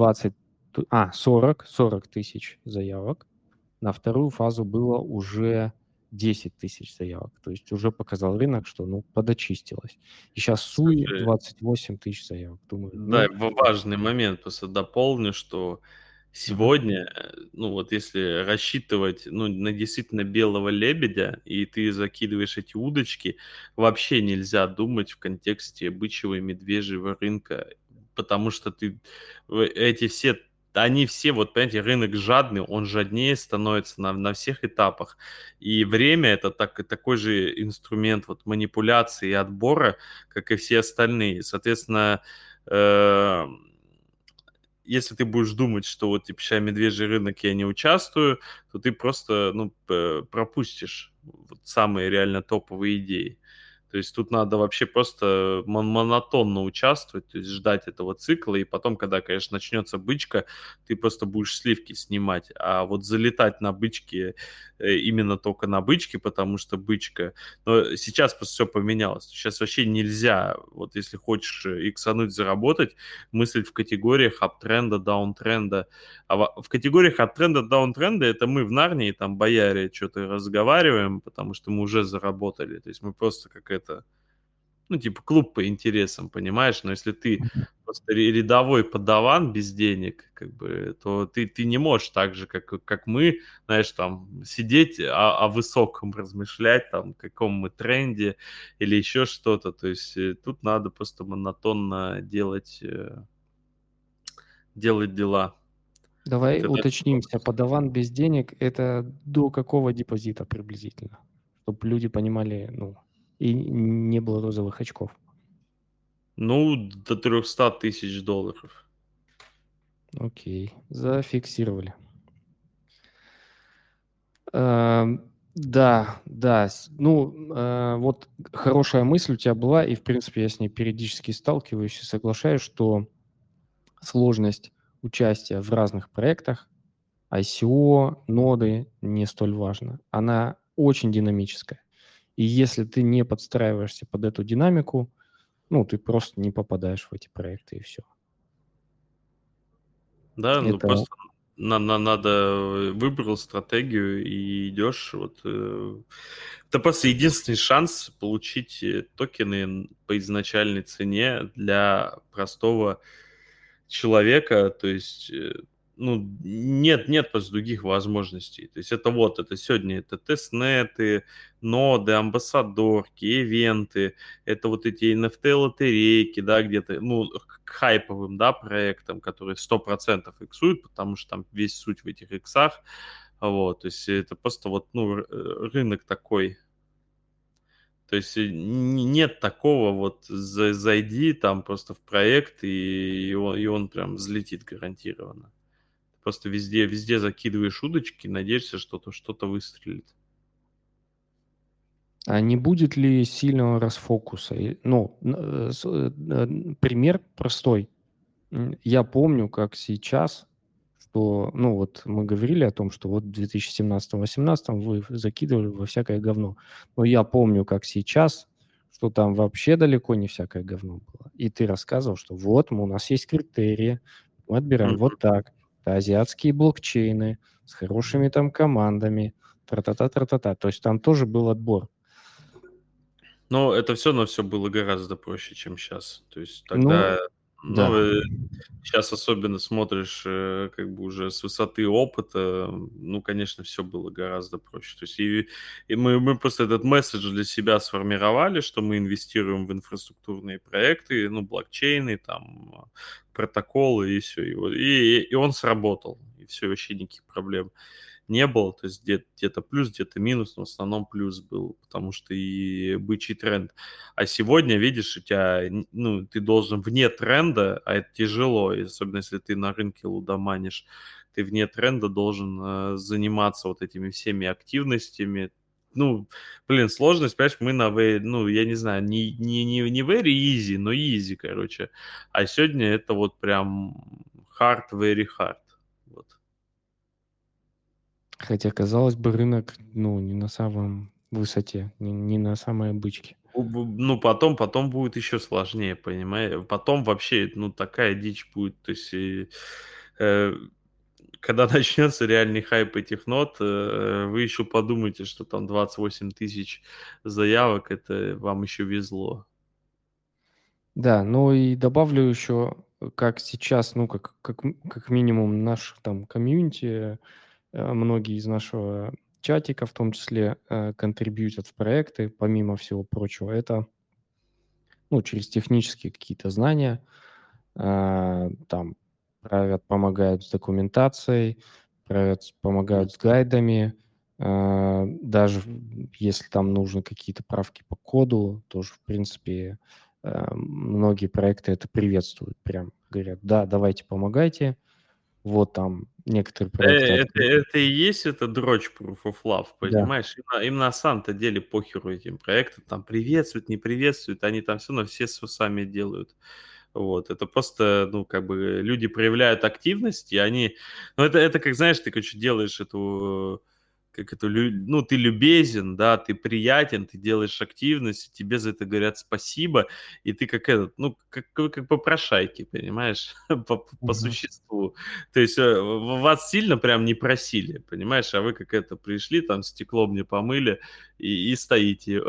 40 тысяч заявок, на вторую фазу было уже 10 тысяч заявок. То есть уже показал рынок, что подочистилось. И сейчас Суи слушай, 28 тысяч заявок. Думаю, да, важный момент, просто дополню, что мгм. сегодня, ну вот если рассчитывать, ну, на действительно белого лебедя, и ты закидываешь эти удочки, вообще нельзя думать в контексте бычьего и медвежьего рынка, потому что эти все, они все, вот понимаете, рынок жадный, он жаднее становится на всех этапах, и время это такой же инструмент вот манипуляции и отбора, как и все остальные, соответственно, э, если ты будешь думать, что вот типа ща медвежий рынок я не участвую, то ты просто, ну, пропустишь вот самые реально топовые идеи. То есть тут надо вообще просто монотонно участвовать, то есть ждать этого цикла, и потом, когда, конечно, начнется бычка, ты просто будешь сливки снимать. А вот залетать на бычке, именно только на бычке, потому что бычка. Но сейчас просто все поменялось. Сейчас вообще нельзя, вот если хочешь иксануть, заработать, мыслить в категориях аптренда, даунтренда. А в категориях аптренда, даунтренда это мы в Нарнии, там, бояре, что-то разговариваем, потому что мы уже заработали. То есть мы просто как это, ну, типа клуб по интересам, понимаешь? Но если ты просто рядовой подаван без денег, как бы, то ты не можешь так же, как мы, знаешь, там, сидеть о высоком размышлять, там, каком мы тренде или еще что-то. То есть тут надо просто монотонно делать дела. Давай Как-то так. уточнимся, подаван без денег– это до какого депозита приблизительно? Чтобы люди понимали, и не было розовых очков. Ну, до 300 тысяч долларов. Окей, зафиксировали. Да, да. Вот хорошая мысль у тебя была, и, в принципе, я с ней периодически сталкиваюсь и соглашаюсь, что сложность участия в разных проектах, ICO, ноды не столь важна. Она очень динамическая. И если ты не подстраиваешься под эту динамику, ты просто не попадаешь в эти проекты, и все. Да, ну Это просто надо выбрал стратегию и идешь. Вот, это просто единственный шанс получить токены по изначальной цене для простого человека. То есть, ну, нет просто других возможностей. То есть это сегодня это тестнеты, ноды, амбассадорки, ивенты, это вот эти NFT-лотерейки, да, где-то, ну, к хайповым, да, проектам, которые 100% иксуют, потому что там весь суть в этих иксах, вот, то есть это просто вот, ну, рынок такой. То есть нет такого вот зайди там просто в проект, и он прям взлетит гарантированно. Просто везде закидываешь удочки, надеешься, что-то выстрелит. А не будет ли сильного расфокуса? Пример простой. Я помню, как сейчас, что, вот мы говорили о том, что вот в 2017-2018 вы закидывали во всякое говно. Но я помню, как сейчас, что там вообще далеко не всякое говно было. И ты рассказывал, что вот у нас есть критерии, мы отбираем Мгм. вот так. Это азиатские блокчейны с хорошими там командами, тра-та-та, тра-та-та. То есть там тоже был отбор. Но это все равно все было гораздо проще, чем сейчас. То есть Ну, тогда, ну, да. щас особенно смотришь, как бы уже с высоты опыта, ну, конечно, все было гораздо проще. То есть и мы просто этот месседж для себя сформировали, что мы инвестируем в инфраструктурные проекты, ну, блокчейны, там, протоколы и все. И он сработал, и все вообще никаких проблем не было, то есть где-то плюс, где-то минус, но в основном плюс был, потому что и бычий тренд. А сегодня, видишь, у тебя, ну, ты должен вне тренда, а это тяжело, и особенно если ты на рынке лудоманишь, ты вне тренда должен заниматься вот этими всеми активностями. Ну, блин, сложность, понимаешь, мы на, ну, я не знаю, не very easy, но easy, короче. А сегодня это вот прям hard, very hard. Вот. Хотя, казалось бы, рынок, ну, не на самом высоте, не на самой бычке. Ну, потом будет еще сложнее, понимаешь? Потом вообще, ну, такая дичь будет. То есть, э, когда начнется реальный хайп этих нот, вы еще подумаете, что там 28 тысяч заявок, это вам еще везло. Да, ну и добавлю еще, как сейчас, ну, как минимум наш там комьюнити, многие из нашего чатика в том числе контрибьютят в проекты, помимо всего прочего. Это, ну, через технические какие-то знания, там правят, помогают с документацией, помогают с гайдами, даже если там нужны какие-то правки по коду, тоже, в принципе, многие проекты это приветствуют, прям говорят, да, давайте помогайте. Вот там некоторые проекты Это и есть это дрочь Proof of Love, Да. понимаешь? Им на самом-то деле похеру этим проектам, там приветствуют, не приветствуют, они там все равно все сами делают. Вот, это просто, ну, как бы люди проявляют активность, и они... Ну, это как, знаешь, ты, короче, делаешь эту... Как это, ну, ты любезен, да, ты приятен, ты делаешь активность, тебе за это говорят спасибо, и ты как этот, ну, как попрошайки, понимаешь, по Мгм. существу. То есть вас сильно прям не просили, понимаешь, а вы как это пришли, там стеклом не помыли и стоите.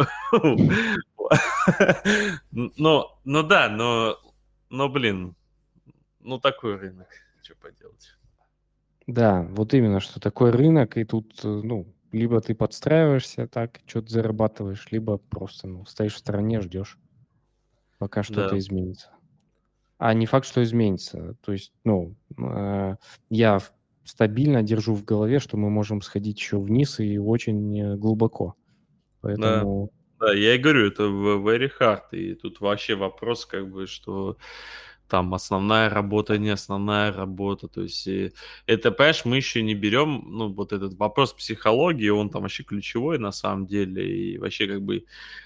Ну да, но, блин, ну такой рынок, что поделать. Да, вот именно, что такой рынок, и тут, ну, либо ты подстраиваешься так, что-то зарабатываешь, либо просто, ну, стоишь в стороне, ждешь, пока Да. что-то изменится. А не факт, что изменится. То есть, ну, я стабильно держу в голове, что мы можем сходить еще вниз и очень глубоко. Да, Поэтому, да, я и говорю, это very hard, и тут вообще вопрос, как бы, что там основная работа, не основная работа, то есть это, понимаешь, мы еще не берем, ну, вот этот вопрос психологии, он там вообще ключевой на самом деле, и вообще как бы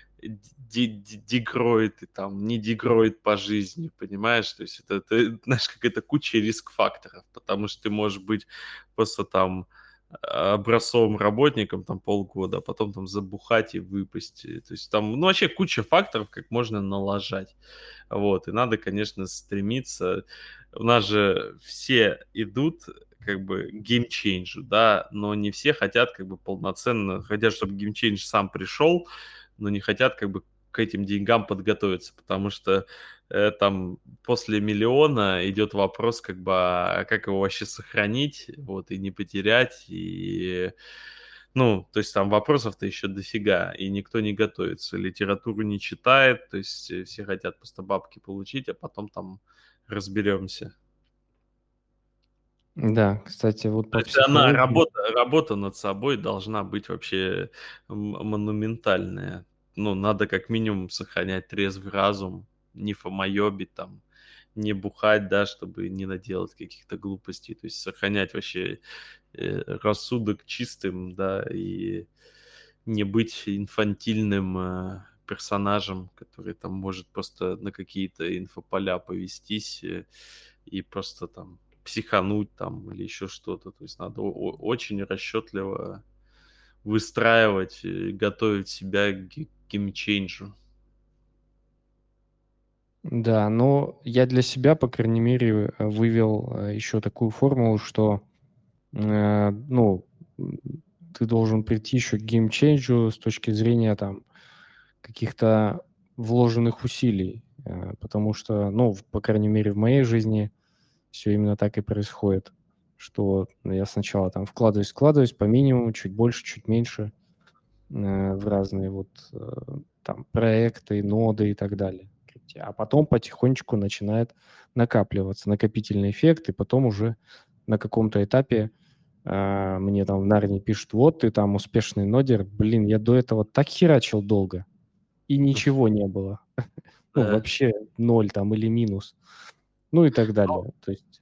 дегроид и там не дегроид по жизни, понимаешь? То есть это знаешь, как это куча риск-факторов, потому что ты можешь быть просто там образцовым работником там полгода, а потом там забухать и выпасть. То есть там, ну, вообще куча факторов, как можно налажать. Вот, и надо, конечно, стремиться. У нас же все идут как бы геймчейнджу, да, но не все хотят как бы полноценно, хотят, чтобы геймчейндж сам пришел, но не хотят как бы к этим деньгам подготовиться, потому что там после миллиона идет вопрос, как бы, а как его вообще сохранить, вот, и не потерять, и, ну, то есть там вопросов-то еще дофига, и никто не готовится, литературу не читает, то есть все хотят просто бабки получить, а потом там разберемся. да, кстати, вот То по есть она, психологии, работа над собой должна быть вообще монументальная. Ну, надо как минимум сохранять трезвый разум, не фомоебить там, не бухать, да, чтобы не наделать каких-то глупостей. То есть сохранять вообще рассудок чистым, да, и не быть инфантильным персонажем, который там может просто на какие-то инфополя повестись и просто там психануть там или еще что-то. То есть надо очень расчетливо выстраивать, готовить себя к геймчейнджу. да, но я для себя, по крайней мере, вывел еще такую формулу, что, ну, м, ты должен прийти еще к геймченджу с точки зрения там каких-то вложенных усилий, потому что, ну, по крайней мере, в моей жизни все именно так и происходит, что я сначала там вкладываюсь по минимуму, чуть больше, чуть меньше, в разные вот там проекты, ноды и так далее. А потом потихонечку начинает накапливаться накопительный эффект, и потом уже на каком-то этапе Мне там в Нарне пишут, вот ты там успешный нодер. Блин, я до этого так херачил долго, и ничего не было. Ну, Да. вообще ноль там или минус. Ну и так далее. То есть,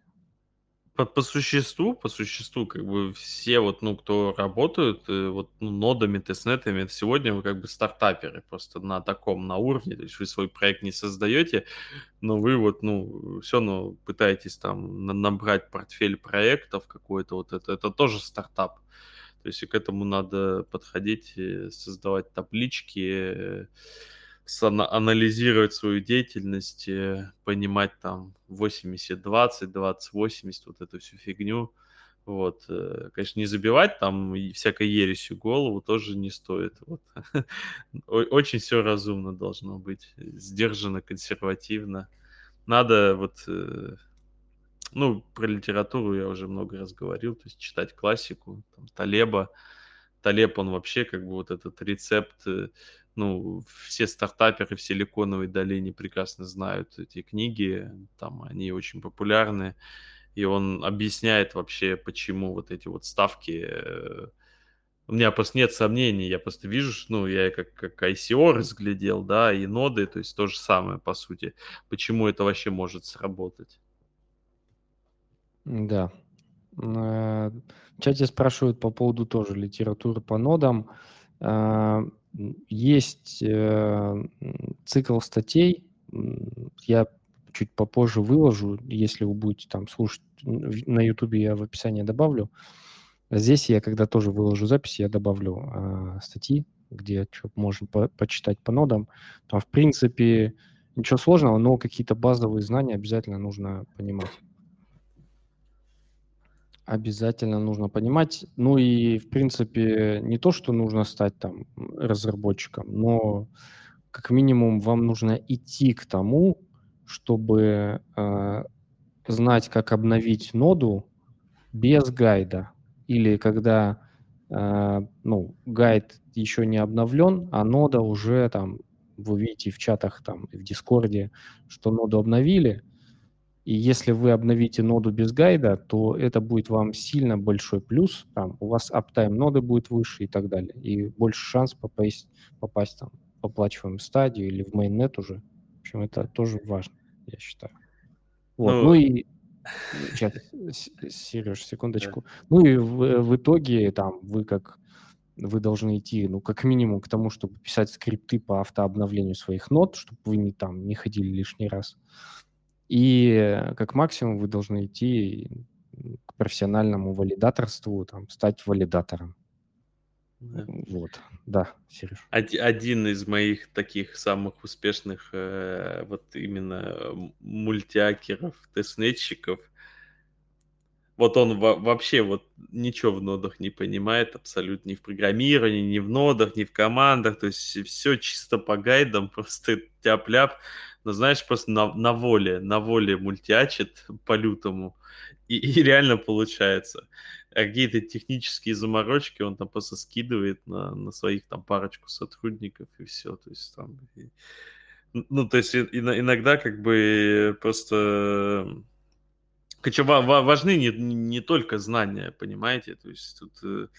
По существу, как бы все вот, ну, кто работают, вот, ну, нодами, тестнетами, это сегодня вы как бы стартаперы просто на таком, на уровне, то есть вы свой проект не создаете, но вы вот, ну, все равно пытаетесь там набрать портфель проектов какой-то, вот это тоже стартап. То есть и к этому надо подходить, создавать таблички, анализировать свою деятельность, понимать там 80-20, 20-80, вот эту всю фигню. Вот, конечно, не забивать там и всякой ересью голову тоже не стоит. Вот. Очень все разумно должно быть, сдержанно, консервативно. Надо вот, ну, про литературу я уже много раз говорил, то есть читать классику, там, Талеба. Талеб, он вообще как бы вот этот рецепт, ну, все стартаперы в Силиконовой долине прекрасно знают эти книги, там они очень популярны, и он объясняет вообще, почему вот эти вот ставки. У меня просто нет сомнений, я просто вижу, что, ну, я как ICO разглядел, да, и ноды, то есть то же самое, по сути. Почему это вообще может сработать? да. В чате спрашивают по поводу тоже литературы по нодам. Есть цикл статей. Я чуть попозже выложу, если вы будете там слушать на YouTube, я в описании добавлю. Здесь я, когда тоже выложу запись, я добавлю статьи, где что можно почитать по нодам. Там, в принципе, ничего сложного, но какие-то базовые знания обязательно нужно понимать. Обязательно нужно понимать. Ну и, в принципе, не то, что нужно стать там разработчиком, но как минимум вам нужно идти к тому, чтобы знать, как обновить ноду без гайда. Или когда ну, гайд еще не обновлен, а нода уже там, вы видите в чатах там, в Дискорде, что ноду обновили, и если вы обновите ноду без гайда, то это будет вам сильно большой плюс. Там, у вас аптайм ноды будет выше и так далее. И больше шанс попасть там, в оплачиваемую стадию или в мейннет уже. В общем, это тоже важно, я считаю. Вот. Ну Ну, и сейчас, Сереж, да. секундочку. Ну и в итоге там вы должны идти, ну, как минимум к тому, чтобы писать скрипты по автообновлению своих нод, чтобы вы не ходили лишний раз. И как максимум вы должны идти к профессиональному валидаторству, там, стать валидатором. Да. Вот, да, Сереж. Один из моих таких самых успешных, вот именно мультиакеров, тестнетчиков, вот он вообще вот ничего в нодах не понимает, абсолютно ни в программировании, ни в нодах, ни в командах, то есть все чисто по гайдам, просто тяп-ляп, но знаешь, просто на воле мультиачит по-лютому, и реально получается. А какие-то технические заморочки он там просто скидывает на своих там парочку сотрудников, и все, то есть там... Ну, то есть иногда как бы просто причем важны не только знания, понимаете? То есть тут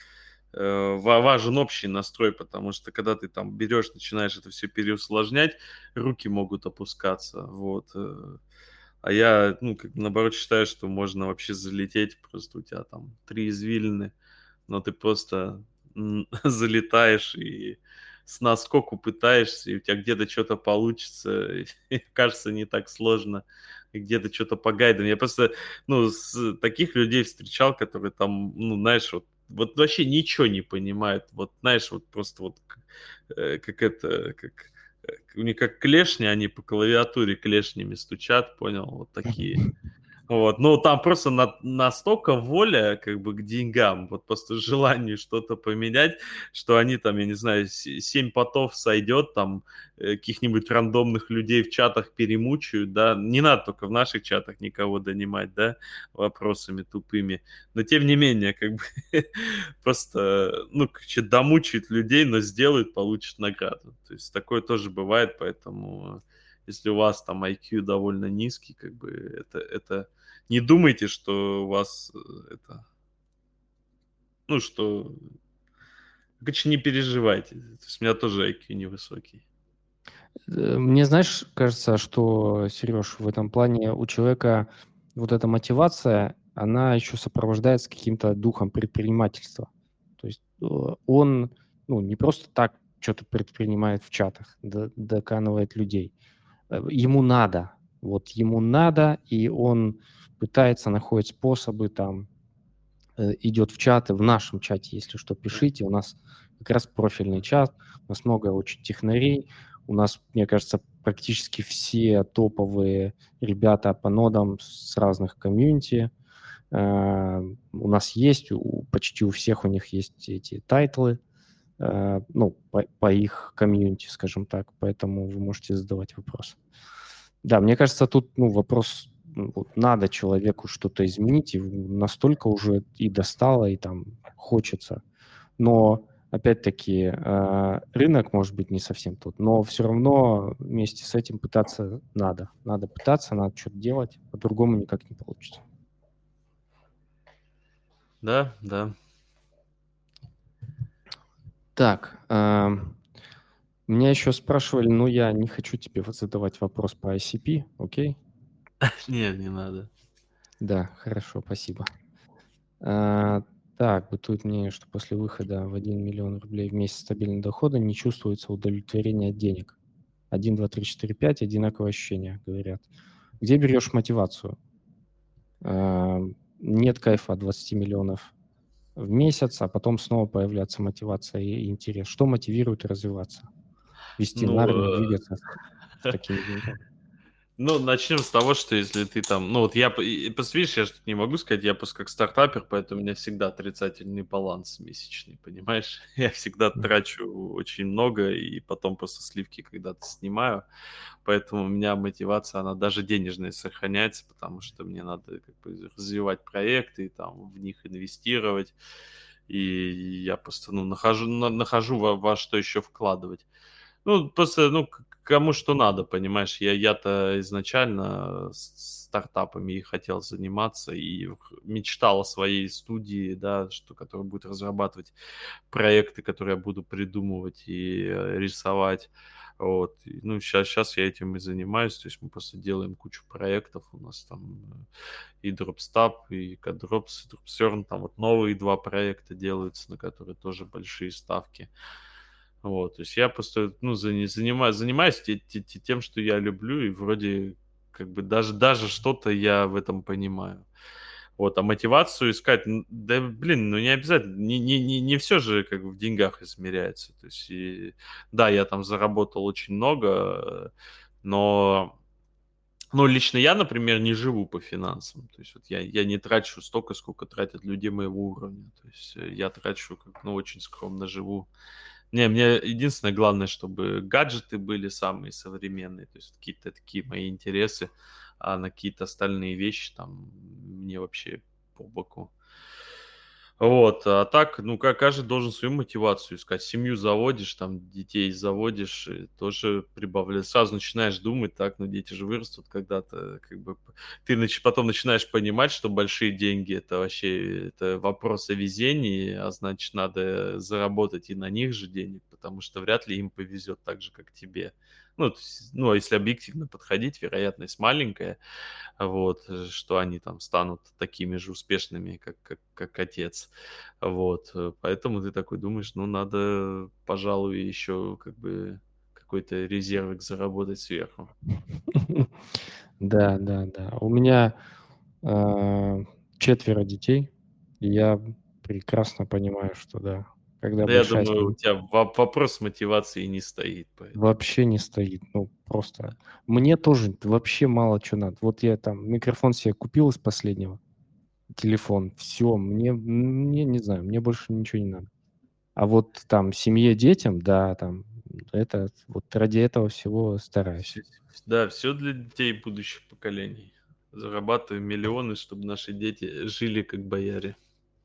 важен общий настрой, потому что когда ты там берешь, начинаешь это все переусложнять, руки могут опускаться. Вот. А я, ну, как, наоборот, считаю, что можно вообще залететь, просто у тебя там 3 извилины, но ты просто залетаешь и с наскоку пытаешься, и у тебя где-то что-то получится, и кажется, не так сложно, и где-то что-то по гайдам. Я просто, ну, таких людей встречал, которые там, ну, знаешь, вот вообще ничего не понимают. Вот, знаешь, вот просто вот как это, как у них как клешни, они по клавиатуре клешнями стучат, понял, вот такие. Вот, ну, там просто настолько воля, как бы, к деньгам, вот просто желание что-то поменять, что они там, я не знаю, 7 потов сойдет, там, каких-нибудь рандомных людей в чатах перемучают, да, не надо только в наших чатах никого донимать, да, вопросами тупыми, но тем не менее, как бы, просто, ну, что-то домучают людей, но сделают, получат награду, то есть такое тоже бывает, поэтому если у вас там IQ довольно низкий, как бы, это не думайте, что у вас это Ну, что, короче, не переживайте. То есть у меня тоже IQ невысокий. Мне, знаешь, кажется, что, Сереж, в этом плане у человека вот эта мотивация, она еще сопровождается каким-то духом предпринимательства. То есть он, ну, не просто так что-то предпринимает в чатах, доканывает людей. Ему надо. Вот ему надо, и он пытается находить способы там, идет в чаты, в нашем чате, если что, пишите. У нас как раз профильный чат, у нас много очень технарей, у нас, мне кажется, практически все топовые ребята по нодам с разных комьюнити. У нас есть, почти у всех у них есть эти тайтлы, ну, по их комьюнити, скажем так, поэтому вы можете задавать вопрос. Да, мне кажется, тут вопрос, вот надо человеку что-то изменить, и настолько уже и достало, и там хочется. Но, опять-таки, рынок, может быть, не совсем тот, но все равно вместе с этим пытаться надо. Надо пытаться, надо что-то делать, по-другому никак не получится. Да, да. Так, меня еще спрашивали, но я не хочу тебе задавать вопрос по ICP, окей? Нет, не надо. Да, хорошо, спасибо. Так, бытует мнение, что после выхода в 1 миллион рублей в месяц стабильного дохода не чувствуется удовлетворение от денег. 1, 2, 3, 4, 5 одинаковые ощущения, говорят. Где берешь мотивацию? Нет кайфа от 20 миллионов в месяц, а потом снова появляется мотивация и интерес. Что мотивирует развиваться? Вести Ну, на армию, двигаться с такими деньгами. ну, начнем с того, что если ты там... Ну, вот я... Просто видишь, я же не могу сказать, я просто как стартапер, поэтому у меня всегда отрицательный баланс месячный, понимаешь? Я всегда трачу очень много, и потом просто сливки когда-то снимаю. Поэтому у меня мотивация, она даже денежная сохраняется, потому что мне надо как бы развивать проекты, там, в них инвестировать. И я просто, ну, нахожу во что еще вкладывать. Ну, просто, ну, кому что надо, понимаешь. Я-то изначально стартапами и хотел заниматься, и мечтал о своей студии, да, которая будет разрабатывать проекты, которые я буду придумывать и рисовать. Вот. Ну, сейчас я этим и занимаюсь. То есть мы просто делаем кучу проектов. У нас там и Dropstab, и Codrops, и Dropsern. Там вот новые 2 проекта делаются, на которые тоже большие ставки. Вот, то есть я просто, ну, занимаюсь тем, что я люблю, и вроде как бы даже что-то я в этом понимаю. Вот, а мотивацию искать, да, блин, ну не обязательно, не все же как бы в деньгах измеряется. То есть, да, я там заработал очень много, но, ну, лично я, например, не живу по финансам. То есть вот я не трачу столько, сколько тратят люди моего уровня. То есть я трачу, ну, очень скромно живу. Не, мне единственное главное, чтобы гаджеты были самые современные, то есть какие-то такие мои интересы, а на какие-то остальные вещи там мне вообще по боку. Вот, а так, ну, каждый должен свою мотивацию искать. Семью заводишь, там, детей заводишь, и тоже прибавляешь. Сразу начинаешь думать, так, ну, дети же вырастут когда-то, как бы, ты потом начинаешь понимать, что большие деньги – это вообще это вопрос о везении, а значит, надо заработать и на них же денег, потому что вряд ли им повезет так же, как тебе. Ну, ну, а если объективно подходить, вероятность маленькая, вот, что они там станут такими же успешными, как отец. Вот, поэтому ты такой думаешь, ну, надо, пожалуй, еще как бы какой-то резервик заработать сверху. Да, да, да. У меня 4 детей, и я прекрасно понимаю, что да, когда Да, я большая думаю, у семья, тебя вопрос мотивации не стоит, поэтому. вообще не стоит. Ну, просто. Мне тоже вообще мало чего надо. Вот я там микрофон себе купил из последнего, телефон, все, мне не знаю, мне больше ничего не надо. А вот там семье, детям, да, там, это вот ради этого всего стараюсь. Да, все для детей будущих поколений. Зарабатываем миллионы, чтобы наши дети жили как бояре.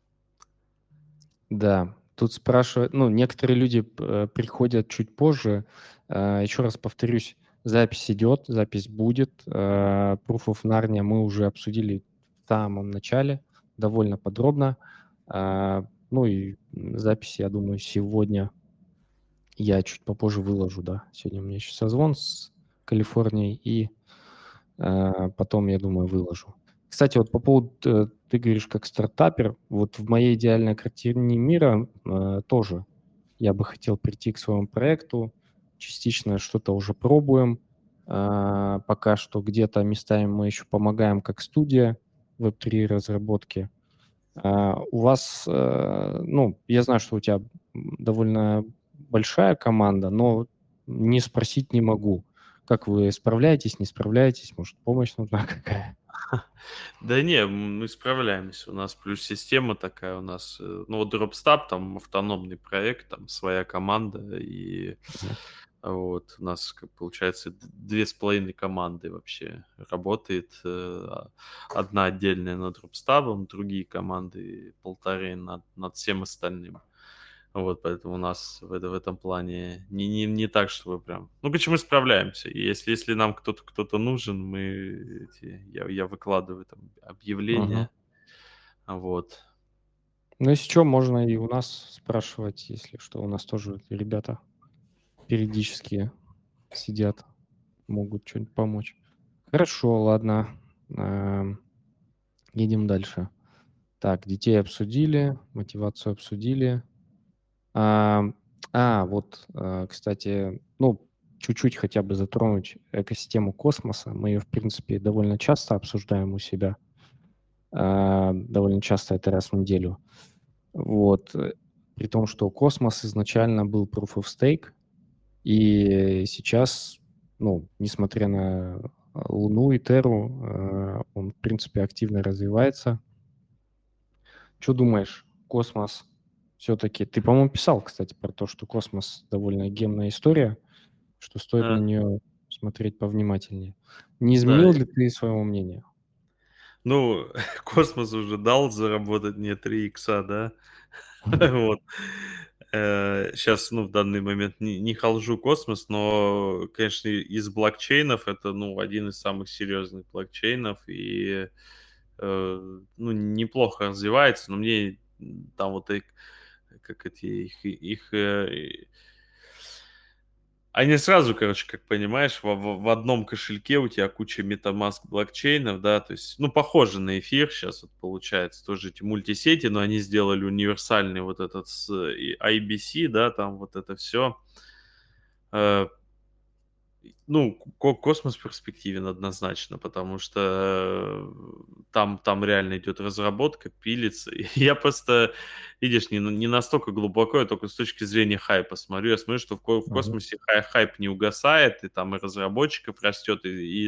Да, тут спрашивают, ну, некоторые люди приходят чуть позже. Еще раз повторюсь, запись идет, запись будет. Proof of Narnia мы уже обсудили в самом начале довольно подробно. Ну и запись, я думаю, сегодня я чуть попозже выложу, да. Сегодня у меня еще созвон с Калифорнией, и потом, я думаю, выложу. Кстати, вот по поводу, ты говоришь, как стартапер, вот в моей идеальной картине мира тоже я бы хотел прийти к своему проекту, частично что-то уже пробуем, пока что где-то местами мы еще помогаем как студия Web3 разработки. У вас, ну, я знаю, что у тебя довольно большая команда, но не спросить не могу. Как вы справляетесь, не справляетесь? Может, помощь нужна какая? Да не, мы справляемся. У нас плюс система такая, у нас, ну вот Dropstab, там автономный проект, там своя команда, и Мгм. вот у нас, как получается, 2,5 команды вообще работает. Одна отдельная над Dropstab, другие команды полторы над всем остальным. Вот, поэтому у нас в этом плане не так, чтобы прям... Ну, короче, мы справляемся. И если нам кто-то нужен, я выкладываю там Мгм. объявления. Вот. Ну, если что, можно и у нас спрашивать, если что. У нас тоже ребята периодически сидят, могут что-нибудь помочь. Хорошо, ладно. Ам, Едем дальше. Так, детей обсудили, мотивацию обсудили. Ам, вот, кстати, ну, чуть-чуть хотя бы затронуть экосистему космоса. Мы ее, в принципе, довольно часто обсуждаем у себя. Довольно часто, это раз в неделю. Вот. При том, что космос изначально был proof of stake, и сейчас, ну, несмотря на Луну и Терру, он, в принципе, активно развивается. Что думаешь, космос все-таки... Ты, по-моему, писал, кстати, про то, что космос довольно гемная история, что стоит на А, нее смотреть повнимательнее. Не да. изменил ли ты своего мнения? Ну, космос уже дал заработать мне 3 икса, да? Вот. Сейчас, ну, в данный момент не халжу космос, но, конечно, из блокчейнов это, ну, один из самых серьезных блокчейнов, и, ну, неплохо развивается, но мне там вот как эти они сразу, короче, как понимаешь, в одном кошельке у тебя куча MetaMask блокчейнов, да, то есть, ну, похоже на эфир сейчас вот получается, тоже эти мультисети, но они сделали универсальный вот этот с IBC, да, там вот это все. Ну, космос перспективен однозначно, потому что там реально идет разработка, пилится. И я просто, видишь, не настолько глубоко, я только с точки зрения хайпа смотрю. Я смотрю, что в Мгм. космосе хайп не угасает, и там и разработчиков растет,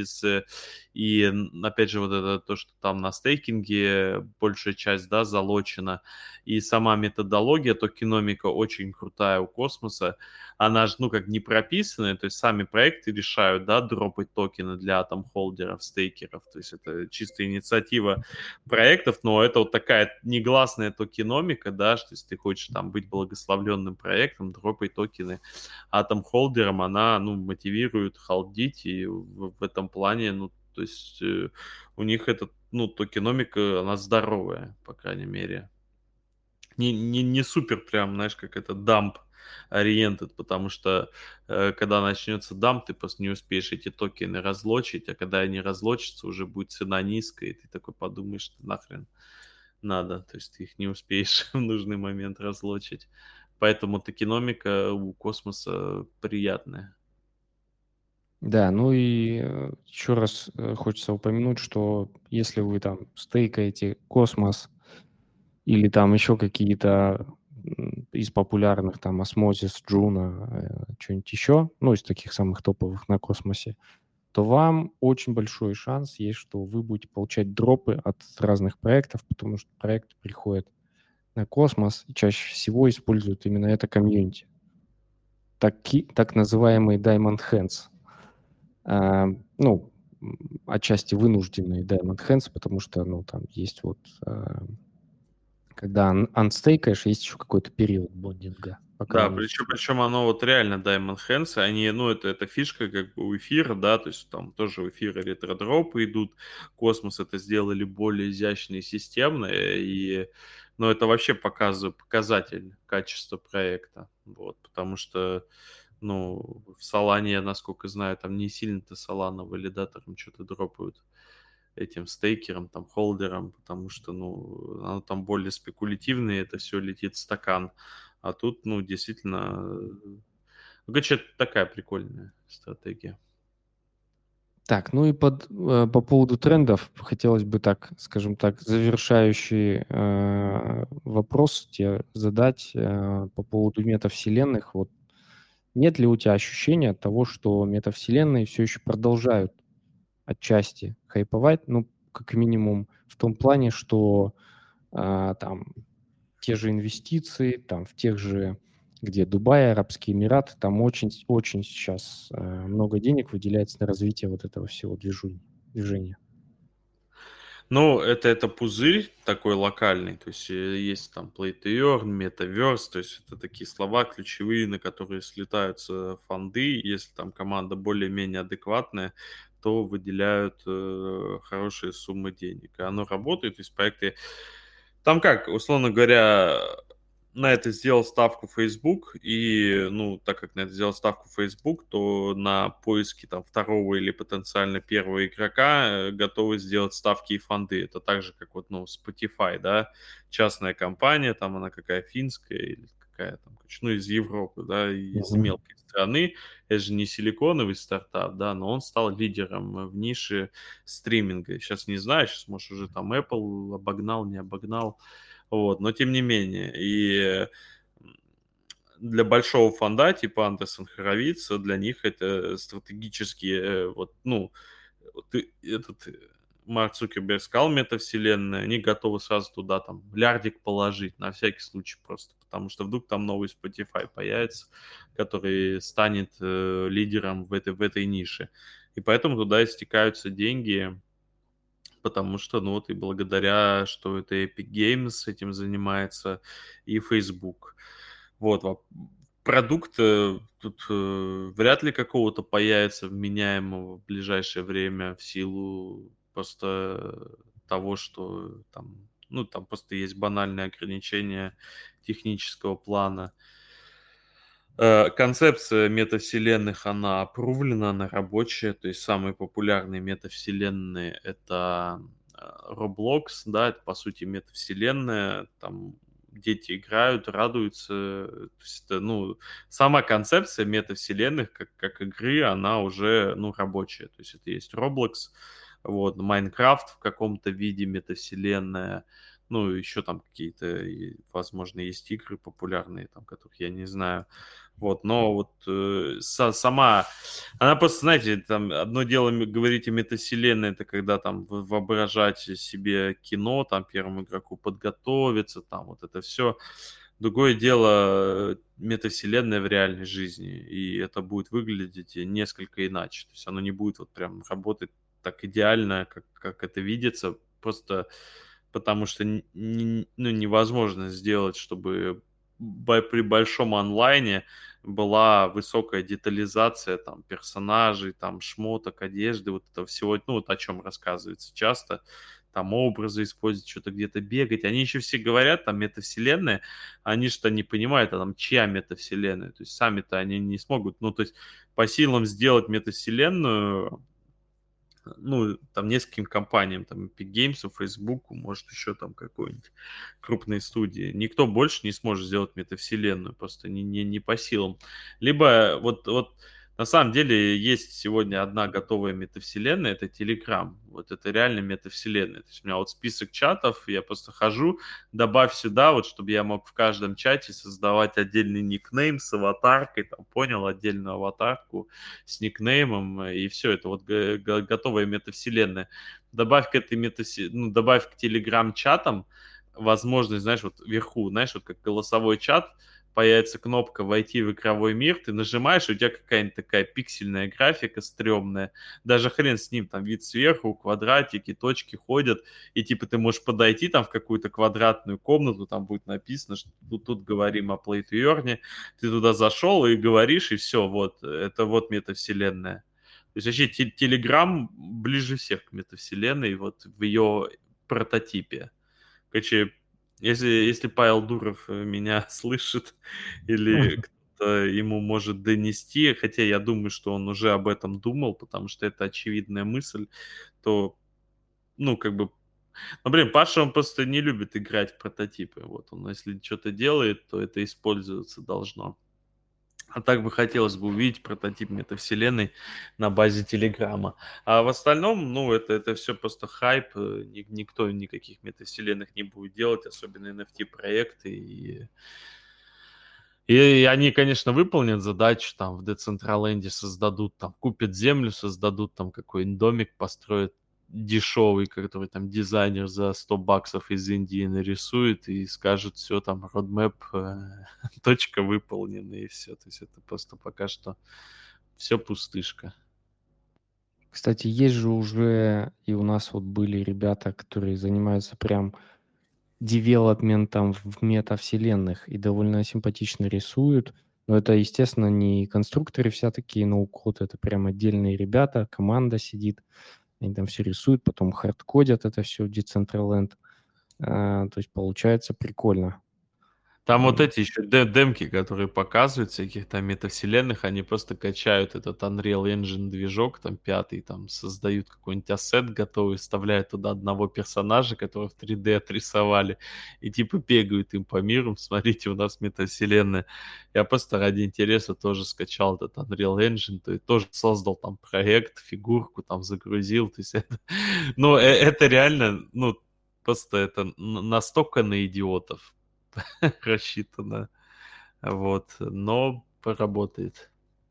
опять же, вот это то, что там на стейкинге большая часть, да, залочена, и сама методология, токеномика очень крутая у космоса, она же, ну, как не прописанная, то есть сами проекты решают, да, дропать токены для там холдеров, стейкеров, то есть это чистая инициатива проектов, но это вот такая негласная токеномика, да, что если ты хочешь там быть благословленным проектом, дропай токены, а там холдерам она, ну, мотивирует холдить, и в этом плане, ну, то есть у них это, ну, токеномика, она здоровая, по крайней мере не супер прям, знаешь, как это дамп ориентед, потому что когда начнется дамп, ты просто не успеешь эти токены разлочить, а когда они разлочатся, уже будет цена низкая, и ты такой подумаешь, что нахрен надо, то есть ты их не успеешь в нужный момент разлочить. Поэтому токеномика у космоса приятная. Да, ну и еще раз хочется упомянуть, что если вы там стейкаете космос или там еще какие-то из популярных там Osmosis, Juno, что-нибудь еще, ну, из таких самых топовых на космосе, то вам очень большой шанс есть, что вы будете получать дропы от разных проектов, потому что проекты приходят на космос и чаще всего используют именно это комьюнити. Так называемые Diamond Hands. Ну, отчасти вынужденные Diamond Hands, потому что, ну, там есть вот, когда анстейкаешь, есть еще какой-то период бондинга, пока Да, они... причем оно вот реально Diamond Hands, они, ну, это фишка как бы у эфира, да, то есть там тоже у эфира ретродропы идут, Космос это сделали более изящно и системно, и но это вообще показатель качества проекта. Вот, потому что, ну, в Solana, я, насколько знаю, там не сильно-то Solana валидатором что-то дропают этим стейкерам, там, холдерам, потому что, ну, оно там более спекулятивное, это все летит в стакан. А тут, ну, действительно, ну, короче, это такая прикольная стратегия. Так, ну и по поводу трендов хотелось бы так, скажем так, завершающий вопрос тебе задать по поводу метавселенных. Вот нет ли у тебя ощущения того, что метавселенные все еще продолжают отчасти хайповать, ну, как минимум в том плане, что там те же инвестиции, там в тех же, где Дубай, Арабские Эмираты, там очень сейчас много денег выделяется на развитие вот этого всего движения. Ну, это пузырь такой локальный, то есть есть там Play to Earn, Metaverse, то есть это такие слова ключевые, на которые слетаются фонды. Если там команда более-менее адекватная, то выделяют хорошие суммы денег. И оно работает, то есть проекты... Там как, условно говоря, на это сделал ставку Facebook, и, ну, так как на это сделал ставку Facebook, то на поиски там второго или потенциально первого игрока готовы сделать ставки и фонды. Это так же, как вот, ну, Spotify, да, частная компания, там она какая финская или какая там, короче, ну, из Европы, да, из Мгм. мелкой страны. Это же не силиконовый стартап, да, но он стал лидером в нише стриминга. Сейчас не знаю, сейчас, может, уже там Apple обогнал, не обогнал. Вот, но тем не менее. И для большого фонда, типа Андерсон Хоровиц, для них это стратегические, вот, ну, вот этот Марк Цукерберг сказал метавселенная, они готовы сразу туда там миллиардик положить, на всякий случай просто, потому что вдруг там новый Spotify появится, который станет лидером в этой нише. И поэтому туда истекаются деньги, потому что, ну вот и благодаря, что это Epic Games этим занимается, и Facebook. Вот, продукт тут вряд ли какого-то появится вменяемого в ближайшее время в силу просто того, что там, ну, там просто есть банальные ограничения технического плана. Концепция метавселенных, она опрувлена, она рабочая, то есть самые популярные метавселенные это Roblox, да, это по сути метавселенная, там дети играют, радуются, то есть это, ну, сама концепция метавселенных как игры, она уже, ну, рабочая, то есть это есть Roblox, вот, Майнкрафт в каком-то виде метавселенная, ну, еще там какие-то, возможно, есть игры популярные, там, которых я не знаю, вот, но вот сама, она просто, знаете, там одно дело говорить о метавселенной, это когда там воображать себе кино, там первому игроку подготовиться, там вот это все. Другое дело метавселенная в реальной жизни, и это будет выглядеть несколько иначе. То есть оно не будет вот прям работать так идеально, как это видится, просто потому что ну, невозможно сделать, чтобы при большом онлайне была высокая детализация там персонажей, там шмоток, одежды, вот этого всего, ну вот о чем рассказывается часто, там образы использовать, что-то где-то бегать. Они еще все говорят, там метавселенная, они что не понимают, а там чья метавселенная, то есть сами-то они не смогут, ну то есть по силам сделать метавселенную, ну, там, нескольким компаниям, там, Epic Games, Facebook, может, еще там какой-нибудь крупной студии. Никто больше не сможет сделать метавселенную, просто не по силам. Либо вот на самом деле есть сегодня одна готовая метавселенная, это Telegram. Вот это реально метавселенная. То есть у меня вот список чатов, я просто хожу, добавь сюда, вот чтобы я мог в каждом чате создавать отдельный никнейм с аватаркой, там, понял, отдельную аватарку, с никнеймом, и все, это вот готовая метавселенная. Добавь к этой ну, добавь к телеграм-чатам возможность, знаешь, вот вверху, знаешь, вот как голосовой чат, появится кнопка «Войти в игровой мир», ты нажимаешь, и у тебя какая-нибудь такая пиксельная графика стрёмная, даже хрен с ним, там вид сверху, квадратики, точки ходят, и типа ты можешь подойти там в какую-то квадратную комнату, там будет написано, что тут говорим о Play to Earn, ты туда зашел и говоришь, и все, вот, это вот метавселенная. То есть вообще Telegram ближе всех к метавселенной, вот в ее прототипе. Короче, Если Павел Дуров меня слышит или кто-то ему может донести, хотя я думаю, что он уже об этом думал, потому что это очевидная мысль, то, ну, как бы, например, Паша, он просто не любит играть в прототипы. Вот он, если что-то делает, то это использоваться должно. А так бы хотелось бы увидеть прототип метавселенной на базе Телеграма. А в остальном, ну, это все просто хайп. Никто никаких метавселенных не будет делать, особенно NFT-проекты. И они, конечно, выполнят задачу, там, в Децентраленде создадут, там, купят землю, создадут там какой-нибудь домик, построят дешевый, который там дизайнер за $100 из Индии нарисует и скажет, все, там, roadmap, точка выполнена, и все. То есть это просто пока что все пустышка. Кстати, есть же уже, и у нас вот были ребята, которые занимаются прям девелопментом в метавселенных и довольно симпатично рисуют. Но это, естественно, не конструкторы вся такие, ноу-код, это прям отдельные ребята, команда сидит, они там все рисуют, потом хардкодят это все в Decentraland. То есть получается прикольно. Там вот эти еще демки, которые показывают всяких там метавселенных, они просто качают этот Unreal Engine движок, там пятый, там создают какой-нибудь ассет готовый, вставляют туда одного персонажа, которого в 3D отрисовали, и типа бегают им по миру, смотрите, у нас метавселенная. Я просто ради интереса тоже скачал этот Unreal Engine, то есть тоже создал там проект, фигурку там загрузил, то есть это, ну, это реально, ну, просто это настолько на идиотов рассчитано. Вот, но поработает.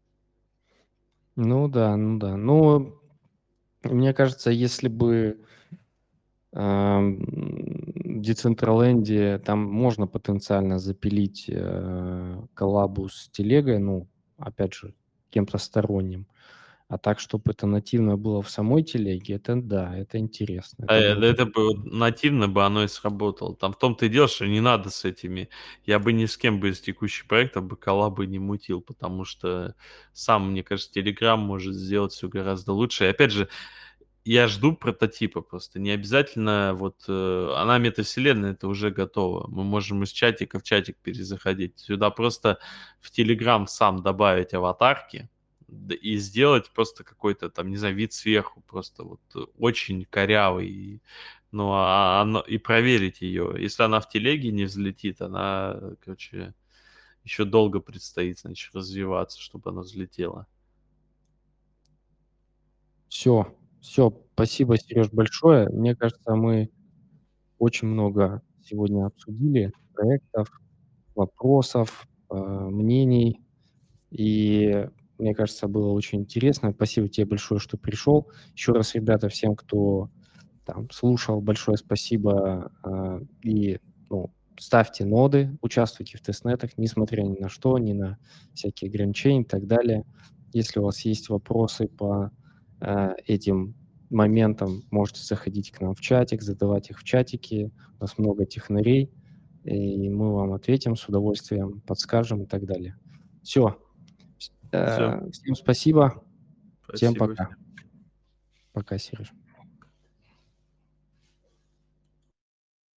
Ну да, ну да. Но мне кажется, если бы в Decentraland там можно потенциально запилить коллабу с телегой, ну, опять же, кем-то сторонним. А так, чтобы это нативно было в самой телеге, это да, это интересно. Это было Это бы вот нативно бы оно и сработало. Там в том-то и дело, что не надо с этими. Я бы ни с кем бы из текущих проектов бы коллабы не мутил, потому что сам, мне кажется, Telegram может сделать все гораздо лучше. И опять же, я жду прототипа просто. Не обязательно вот она метавселенная, это уже готово. Мы можем из чатика в чатик перезаходить. Сюда просто в Telegram сам добавить аватарки и сделать просто какой-то там, не знаю, вид сверху, просто вот очень корявый. Ну, и проверить ее. Если она в телеге не взлетит, она, короче, еще долго предстоит, значит, развиваться, чтобы она взлетела. все. Все, спасибо, Сереж, большое. Мне кажется, мы очень много сегодня обсудили проектов, вопросов, мнений. И мне кажется, было очень интересно. Спасибо тебе большое, что пришел. Еще раз, ребята, всем, кто там слушал, большое спасибо. И ну, ставьте ноды, участвуйте в тестнетах, несмотря ни на что, ни на всякие ограничения и так далее. Если у вас есть вопросы по этим моментам, можете заходить к нам в чатик, задавать их в чатике. У нас много технарей, и мы вам ответим с удовольствием, подскажем и так далее. Все. Все, Всем спасибо. Всем спасибо. пока. Пока, Сереж.